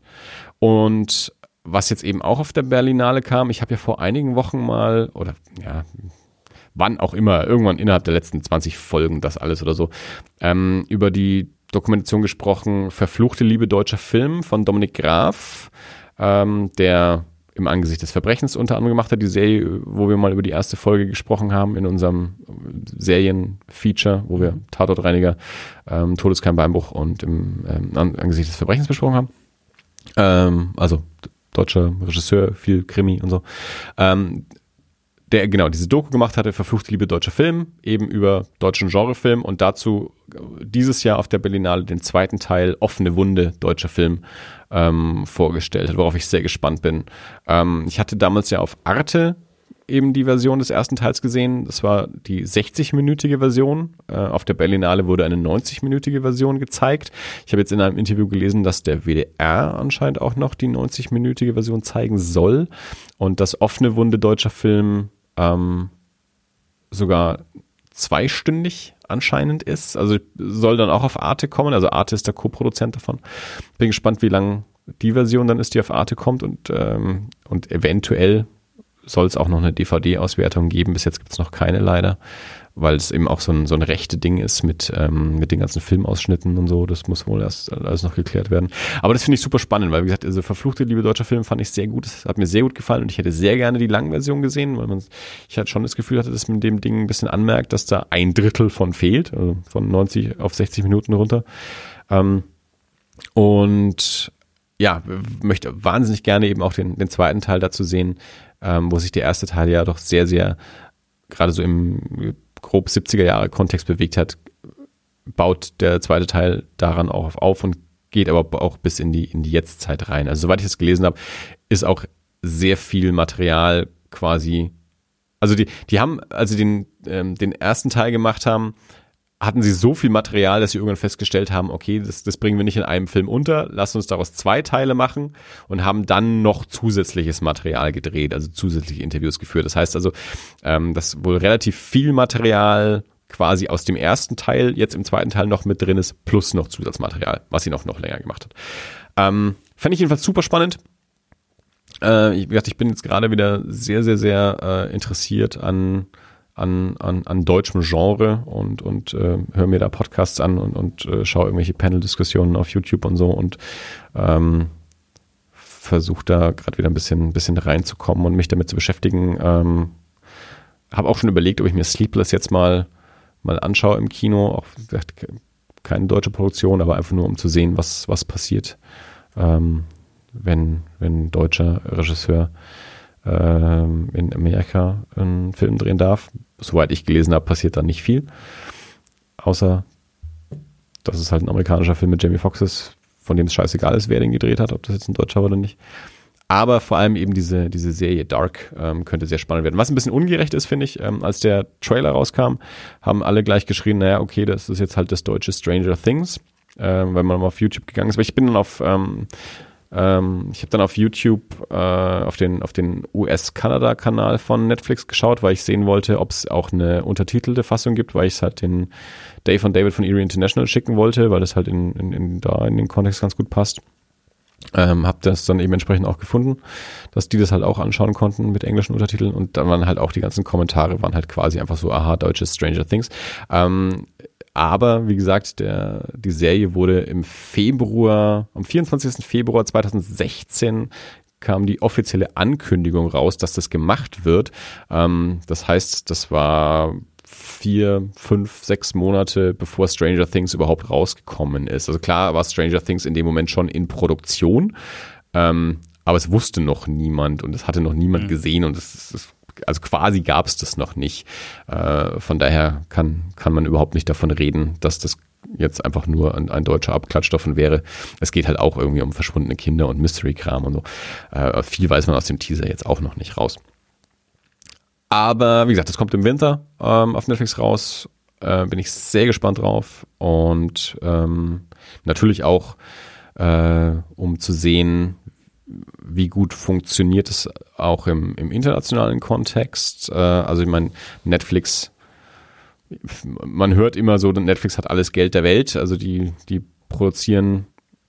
S2: Und was jetzt eben auch auf der Berlinale kam, ich habe ja vor einigen Wochen mal, oder ja, wann auch immer, irgendwann innerhalb der letzten zwanzig Folgen, das alles oder so, ähm, über die Dokumentation gesprochen, Verfluchte Liebe deutscher Film von Dominik Graf, ähm, der im Angesicht des Verbrechens unter anderem gemacht hat, die Serie, wo wir mal über die erste Folge gesprochen haben in unserem Serienfeature, wo wir Tatortreiniger, ähm, Todeskeim, Beinbruch und im ähm, Angesicht des Verbrechens besprochen haben. Ähm, also deutscher Regisseur, viel Krimi und so. Ähm, der genau diese Doku gemacht hatte, Verfluchte Liebe deutscher Film, eben über deutschen Genrefilm und dazu dieses Jahr auf der Berlinale den zweiten Teil Offene Wunde deutscher Film ähm, vorgestellt hat, worauf ich sehr gespannt bin. Ähm, ich hatte damals ja auf Arte eben die Version des ersten Teils gesehen. Das war die sechzig-minütige Version. Äh, auf der Berlinale wurde eine neunzig-minütige Version gezeigt. Ich habe jetzt in einem Interview gelesen, dass der W D R anscheinend auch noch die neunzig-minütige Version zeigen soll und das Offene Wunde deutscher Film ähm, sogar zweistündig anscheinend ist. Also soll dann auch auf Arte kommen. Also Arte ist der Co-Produzent davon. Bin gespannt, wie lang die Version dann ist, die auf Arte kommt und, ähm, und eventuell soll es auch noch eine D V D-Auswertung geben. Bis jetzt gibt es noch keine leider, weil es eben auch so ein, so ein rechte Ding ist mit, ähm, mit den ganzen Filmausschnitten und so. Das muss wohl erst alles noch geklärt werden. Aber das finde ich super spannend, weil wie gesagt, also Verfluchte Liebe deutscher Film fand ich sehr gut. Das hat mir sehr gut gefallen und ich hätte sehr gerne die Langversion gesehen, weil man, ich halt schon das Gefühl hatte, dass man dem Ding ein bisschen anmerkt, dass da ein Drittel von fehlt, also von neunzig auf sechzig Minuten runter. Ähm, und ja, möchte wahnsinnig gerne eben auch den, den zweiten Teil dazu sehen, ähm, wo sich der erste Teil ja doch sehr, sehr gerade so im grob siebziger Jahre Kontext bewegt hat, baut der zweite Teil daran auch auf und geht aber auch bis in die, in die Jetztzeit rein. Also soweit ich das gelesen habe, ist auch sehr viel Material quasi, also die, die haben, als sie den, ähm, den ersten Teil gemacht haben, hatten sie so viel Material, dass sie irgendwann festgestellt haben, okay, das, das bringen wir nicht in einem Film unter, lass uns daraus zwei Teile machen und haben dann noch zusätzliches Material gedreht, also zusätzliche Interviews geführt. Das heißt also, ähm, dass wohl relativ viel Material quasi aus dem ersten Teil jetzt im zweiten Teil noch mit drin ist, plus noch Zusatzmaterial, was ihn auch noch länger gemacht hat. Ähm, fand ich jedenfalls super spannend. Äh, ich, ich bin jetzt gerade wieder sehr, sehr, sehr äh, interessiert an An, an, an deutschem Genre und, und äh, höre mir da Podcasts an und, und äh, schaue irgendwelche Panel-Diskussionen auf YouTube und so und ähm, versuche da gerade wieder ein bisschen, bisschen reinzukommen und mich damit zu beschäftigen. Ähm, habe auch schon überlegt, ob ich mir Sleepless jetzt mal, mal anschaue im Kino. Auch keine deutsche Produktion, aber einfach nur, um zu sehen, was, was passiert, ähm, wenn, wenn ein deutscher Regisseur in Amerika einen Film drehen darf. Soweit ich gelesen habe, passiert da nicht viel. außer dass es halt ein amerikanischer Film mit Jamie Foxx ist, von dem es scheißegal ist, wer den gedreht hat, ob das jetzt ein Deutscher war oder nicht. Aber vor allem eben diese, diese Serie Dark ähm, könnte sehr spannend werden. Was ein bisschen ungerecht ist, finde ich, ähm, als der Trailer rauskam, haben alle gleich geschrien, naja, okay, das ist jetzt halt das deutsche Stranger Things, ähm, weil man mal auf YouTube gegangen ist. Aber ich bin dann auf, ähm, ähm, ich habe dann auf YouTube äh, auf den, auf den U S-Kanada-Kanal von Netflix geschaut, weil ich sehen wollte, ob es auch eine untertitelte Fassung gibt, weil ich es halt den Dave und David von Erie International schicken wollte, weil das halt in, in, in, da in den Kontext ganz gut passt. Ähm, hab das dann eben entsprechend auch gefunden, dass die das halt auch anschauen konnten mit englischen Untertiteln und dann waren halt auch die ganzen Kommentare waren halt quasi einfach so, aha, deutsches Stranger Things. Ähm, aber wie gesagt, der, die Serie wurde im Februar, am vierundzwanzigsten Februar zweitausendsechzehn kam die offizielle Ankündigung raus, dass das gemacht wird. Ähm, das heißt, das war vier, fünf, sechs Monate, bevor Stranger Things überhaupt rausgekommen ist. Also klar war Stranger Things in dem Moment schon in Produktion, ähm, aber es wusste noch niemand und es hatte noch niemand mhm. gesehen und es ist, also quasi gab es das noch nicht. Äh, von daher kann, kann man überhaupt nicht davon reden, dass das jetzt einfach nur ein, ein deutscher Abklatsch davon wäre. Es geht halt auch irgendwie um verschwundene Kinder und Mystery-Kram und so. Äh, viel weiß man aus dem Teaser jetzt auch noch nicht raus. Aber wie gesagt, das kommt im Winter ähm, auf Netflix raus. Äh, bin ich sehr gespannt drauf. Und ähm, natürlich auch, äh, um zu sehen, wie gut funktioniert es auch im, im internationalen Kontext. Äh, also ich meine, Netflix, man hört immer so, Netflix hat alles Geld der Welt. Also die, die produzieren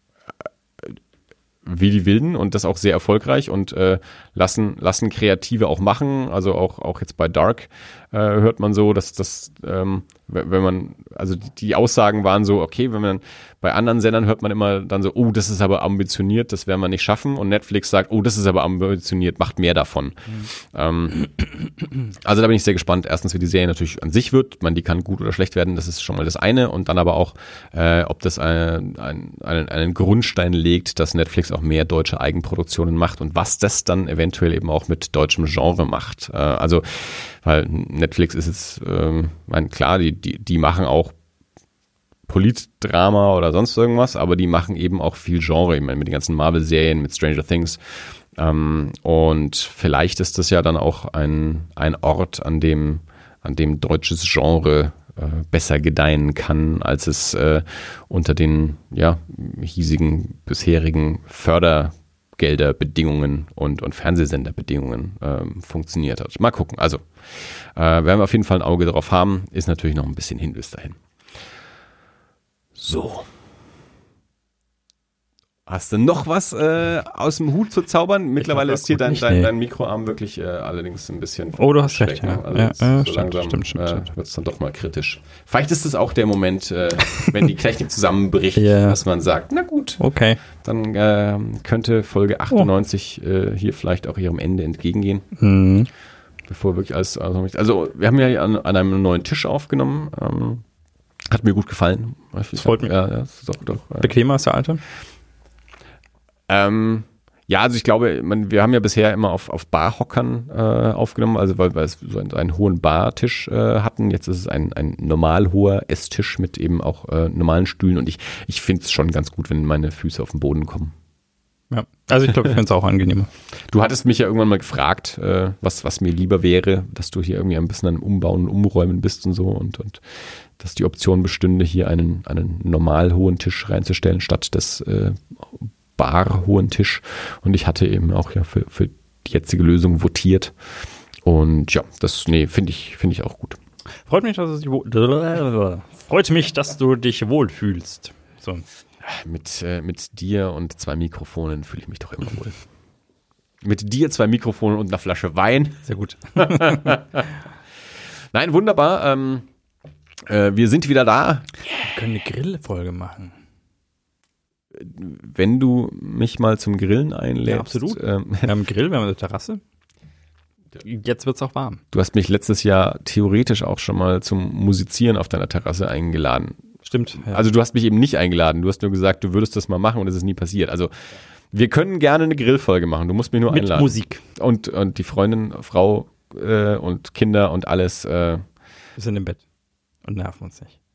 S2: wie die Wilden und das auch sehr erfolgreich und äh, lassen lassen Kreative auch machen, also auch auch jetzt bei Dark äh, hört man so, dass das ähm, wenn man, also die Aussagen waren so, okay, wenn man bei anderen Sendern hört man immer dann so, oh, das ist aber ambitioniert, das werden wir nicht schaffen und Netflix sagt, oh, das ist aber ambitioniert, macht mehr davon. Mhm. Ähm, also da bin ich sehr gespannt, erstens wie die Serie natürlich an sich wird, man die kann gut oder schlecht werden, das ist schon mal das eine und dann aber auch, äh, ob das ein, ein, einen, einen Grundstein legt, dass Netflix auch mehr deutsche Eigenproduktionen macht und was das dann eventuell eben auch mit deutschem Genre macht. Äh, also weil Netflix ist jetzt, ähm, mein, klar, die, die, die machen auch Politdrama oder sonst irgendwas, aber die machen eben auch viel Genre, ich meine, mit den ganzen Marvel-Serien, mit Stranger Things. Ähm, und vielleicht ist das ja dann auch ein, ein Ort, an dem, an dem deutsches Genre äh, besser gedeihen kann, als es äh, unter den ja, hiesigen bisherigen Fördergelderbedingungen und, und Fernsehsenderbedingungen ähm, funktioniert hat. Mal gucken. Also äh, werden wir auf jeden Fall ein Auge drauf haben. Ist natürlich noch ein bisschen hin bis dahin. So. Hast du noch was äh, aus dem Hut zu zaubern? Mittlerweile ist hier dein, dein, dein Mikroarm wirklich äh, allerdings ein bisschen.
S1: Oh, du hast recht, ja.
S2: Also
S1: ja, ja
S2: so
S1: stimmt,
S2: langsam
S1: stimmt, stimmt, stimmt.
S2: äh, wird es dann doch mal kritisch. Vielleicht ist es auch der Moment, äh, wenn die Technik zusammenbricht,
S1: yeah.
S2: dass man sagt, na gut,
S1: okay.
S2: Dann äh, könnte Folge achtundneunzig oh. äh, hier vielleicht auch ihrem Ende entgegengehen.
S1: Mhm.
S2: Bevor wirklich alles. Also, also wir haben ja an, an einem neuen Tisch aufgenommen. Ähm, hat mir gut gefallen.
S1: Das freut mich.
S2: Ja, ja, das ist doch, doch, äh.
S1: Bequemer als der alte?
S2: Ähm, ja, also ich glaube, man, wir haben ja bisher immer auf, auf Barhockern äh, aufgenommen, also weil wir so einen, einen hohen Bartisch äh, hatten. Jetzt ist es ein, ein normal hoher Esstisch mit eben auch äh, normalen Stühlen und ich, ich finde es schon ganz gut, wenn meine Füße auf den Boden kommen.
S1: Ja, also ich glaube, ich finde es auch angenehmer.
S2: Du hattest mich ja irgendwann mal gefragt, äh, was, was mir lieber wäre, dass du hier irgendwie ein bisschen am Umbauen und Umräumen bist und so und, und dass die Option bestünde, hier einen, einen normal hohen Tisch reinzustellen, statt des äh, bar hohen Tisch. Und ich hatte eben auch ja für, für die jetzige Lösung votiert. Und ja, das, nee, finde ich, finde ich auch gut.
S1: Freut mich, dass es wohl, freut mich, dass du dich wohlfühlst. So.
S2: Mit, äh, mit dir und zwei Mikrofonen fühle ich mich doch immer wohl. Mit dir, zwei Mikrofonen und einer Flasche Wein.
S1: Sehr gut.
S2: Nein, wunderbar. Ähm, äh, wir sind wieder da.
S1: Wir können eine Grillfolge machen.
S2: Wenn du mich mal zum Grillen einlädst.
S1: Ja, absolut. Ähm, wir haben einen Grill, wir haben eine Terrasse. Jetzt wird es auch warm.
S2: Du hast mich letztes Jahr theoretisch auch schon mal zum Musizieren auf deiner Terrasse eingeladen.
S1: Stimmt. Ja.
S2: Also du hast mich eben nicht eingeladen. Du hast nur gesagt, du würdest das mal machen und es ist nie passiert. Also wir können gerne eine Grillfolge machen. Du musst mich nur
S1: Mit
S2: einladen.
S1: Musik.
S2: Und, und die Freundin, Frau äh, und Kinder und alles. Äh,
S1: wir sind im Bett und nerven uns nicht.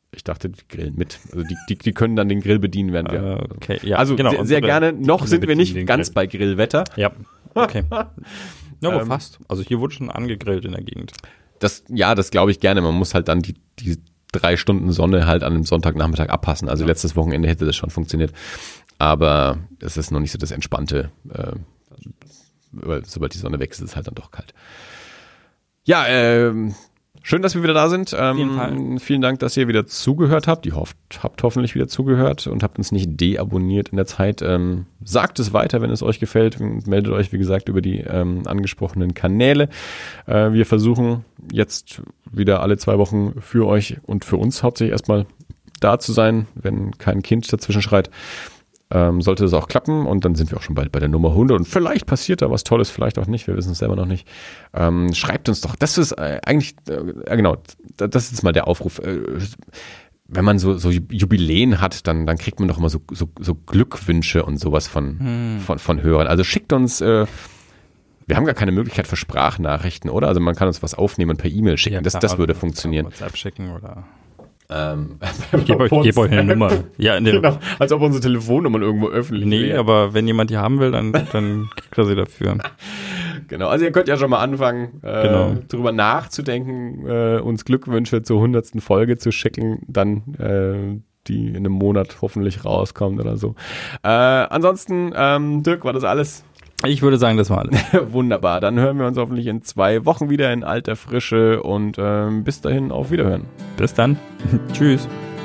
S2: Ich dachte, die grillen mit. Also die, die, die können dann den Grill bedienen, während wir.
S1: Äh, okay, ja,
S2: also
S1: genau,
S2: sehr, sehr gerne. Noch sind wir nicht
S1: den
S2: ganz
S1: Grill.
S2: bei Grillwetter.
S1: Ja, okay. Ja, aber
S2: Ähm,
S1: fast. Also hier wurde schon angegrillt in der Gegend.
S2: Das, ja, das glaube ich gerne. Man muss halt dann die, die drei Stunden Sonne halt an einem Sonntagnachmittag abpassen. Also
S1: Ja.
S2: letztes Wochenende hätte das schon funktioniert. Aber es ist noch nicht so das Entspannte. Äh, weil sobald die Sonne weg ist, ist es halt dann doch kalt. Ja, ähm, schön, dass wir wieder da sind. Ähm,
S1: jeden Fall.
S2: Vielen Dank, dass ihr wieder zugehört habt. Ihr hofft, habt hoffentlich wieder zugehört und habt uns nicht deabonniert in der Zeit. Ähm, sagt es weiter, wenn es euch gefällt. Und meldet euch, wie gesagt, über die ähm, angesprochenen Kanäle. Äh, wir versuchen jetzt wieder alle zwei Wochen für euch und für uns hauptsächlich erstmal da zu sein, wenn kein Kind dazwischen schreit. Ähm, sollte das auch klappen und dann sind wir auch schon bald bei der Nummer hundert und vielleicht passiert da was Tolles, vielleicht auch nicht, wir wissen es selber noch nicht. Ähm, schreibt uns doch, das ist äh, eigentlich, äh, genau, das ist jetzt mal der Aufruf. Äh, wenn man so, so Jubiläen hat, dann, dann kriegt man doch immer so, so, so Glückwünsche und sowas von, hm. von, von Hörern. Also schickt uns, äh, wir haben gar keine Möglichkeit für Sprachnachrichten, oder? Also man kann uns was aufnehmen und per E-Mail schicken,
S1: Ja,
S2: das,
S1: klar,
S2: das würde
S1: also
S2: funktionieren.
S1: WhatsApp schicken oder...
S2: Ähm,
S1: Gib euch, geb euch eine Nummer. Ja, in
S2: genau, als ob unsere Telefonnummern irgendwo öffentlich
S1: Nee,
S2: wären.
S1: aber wenn jemand die haben will, dann, dann kriegt er sie dafür.
S2: Genau, also ihr könnt ja schon mal anfangen, äh,
S1: Genau.
S2: drüber nachzudenken, äh, uns Glückwünsche zur hundertsten Folge zu schicken, dann äh, die in einem Monat hoffentlich rauskommt oder so. Äh, ansonsten, ähm, Dirk, war das alles?
S1: Ich würde sagen, das war alles.
S2: Wunderbar, dann hören wir uns hoffentlich in zwei Wochen wieder in alter Frische und ähm, bis dahin auf Wiederhören.
S1: Bis dann. Tschüss.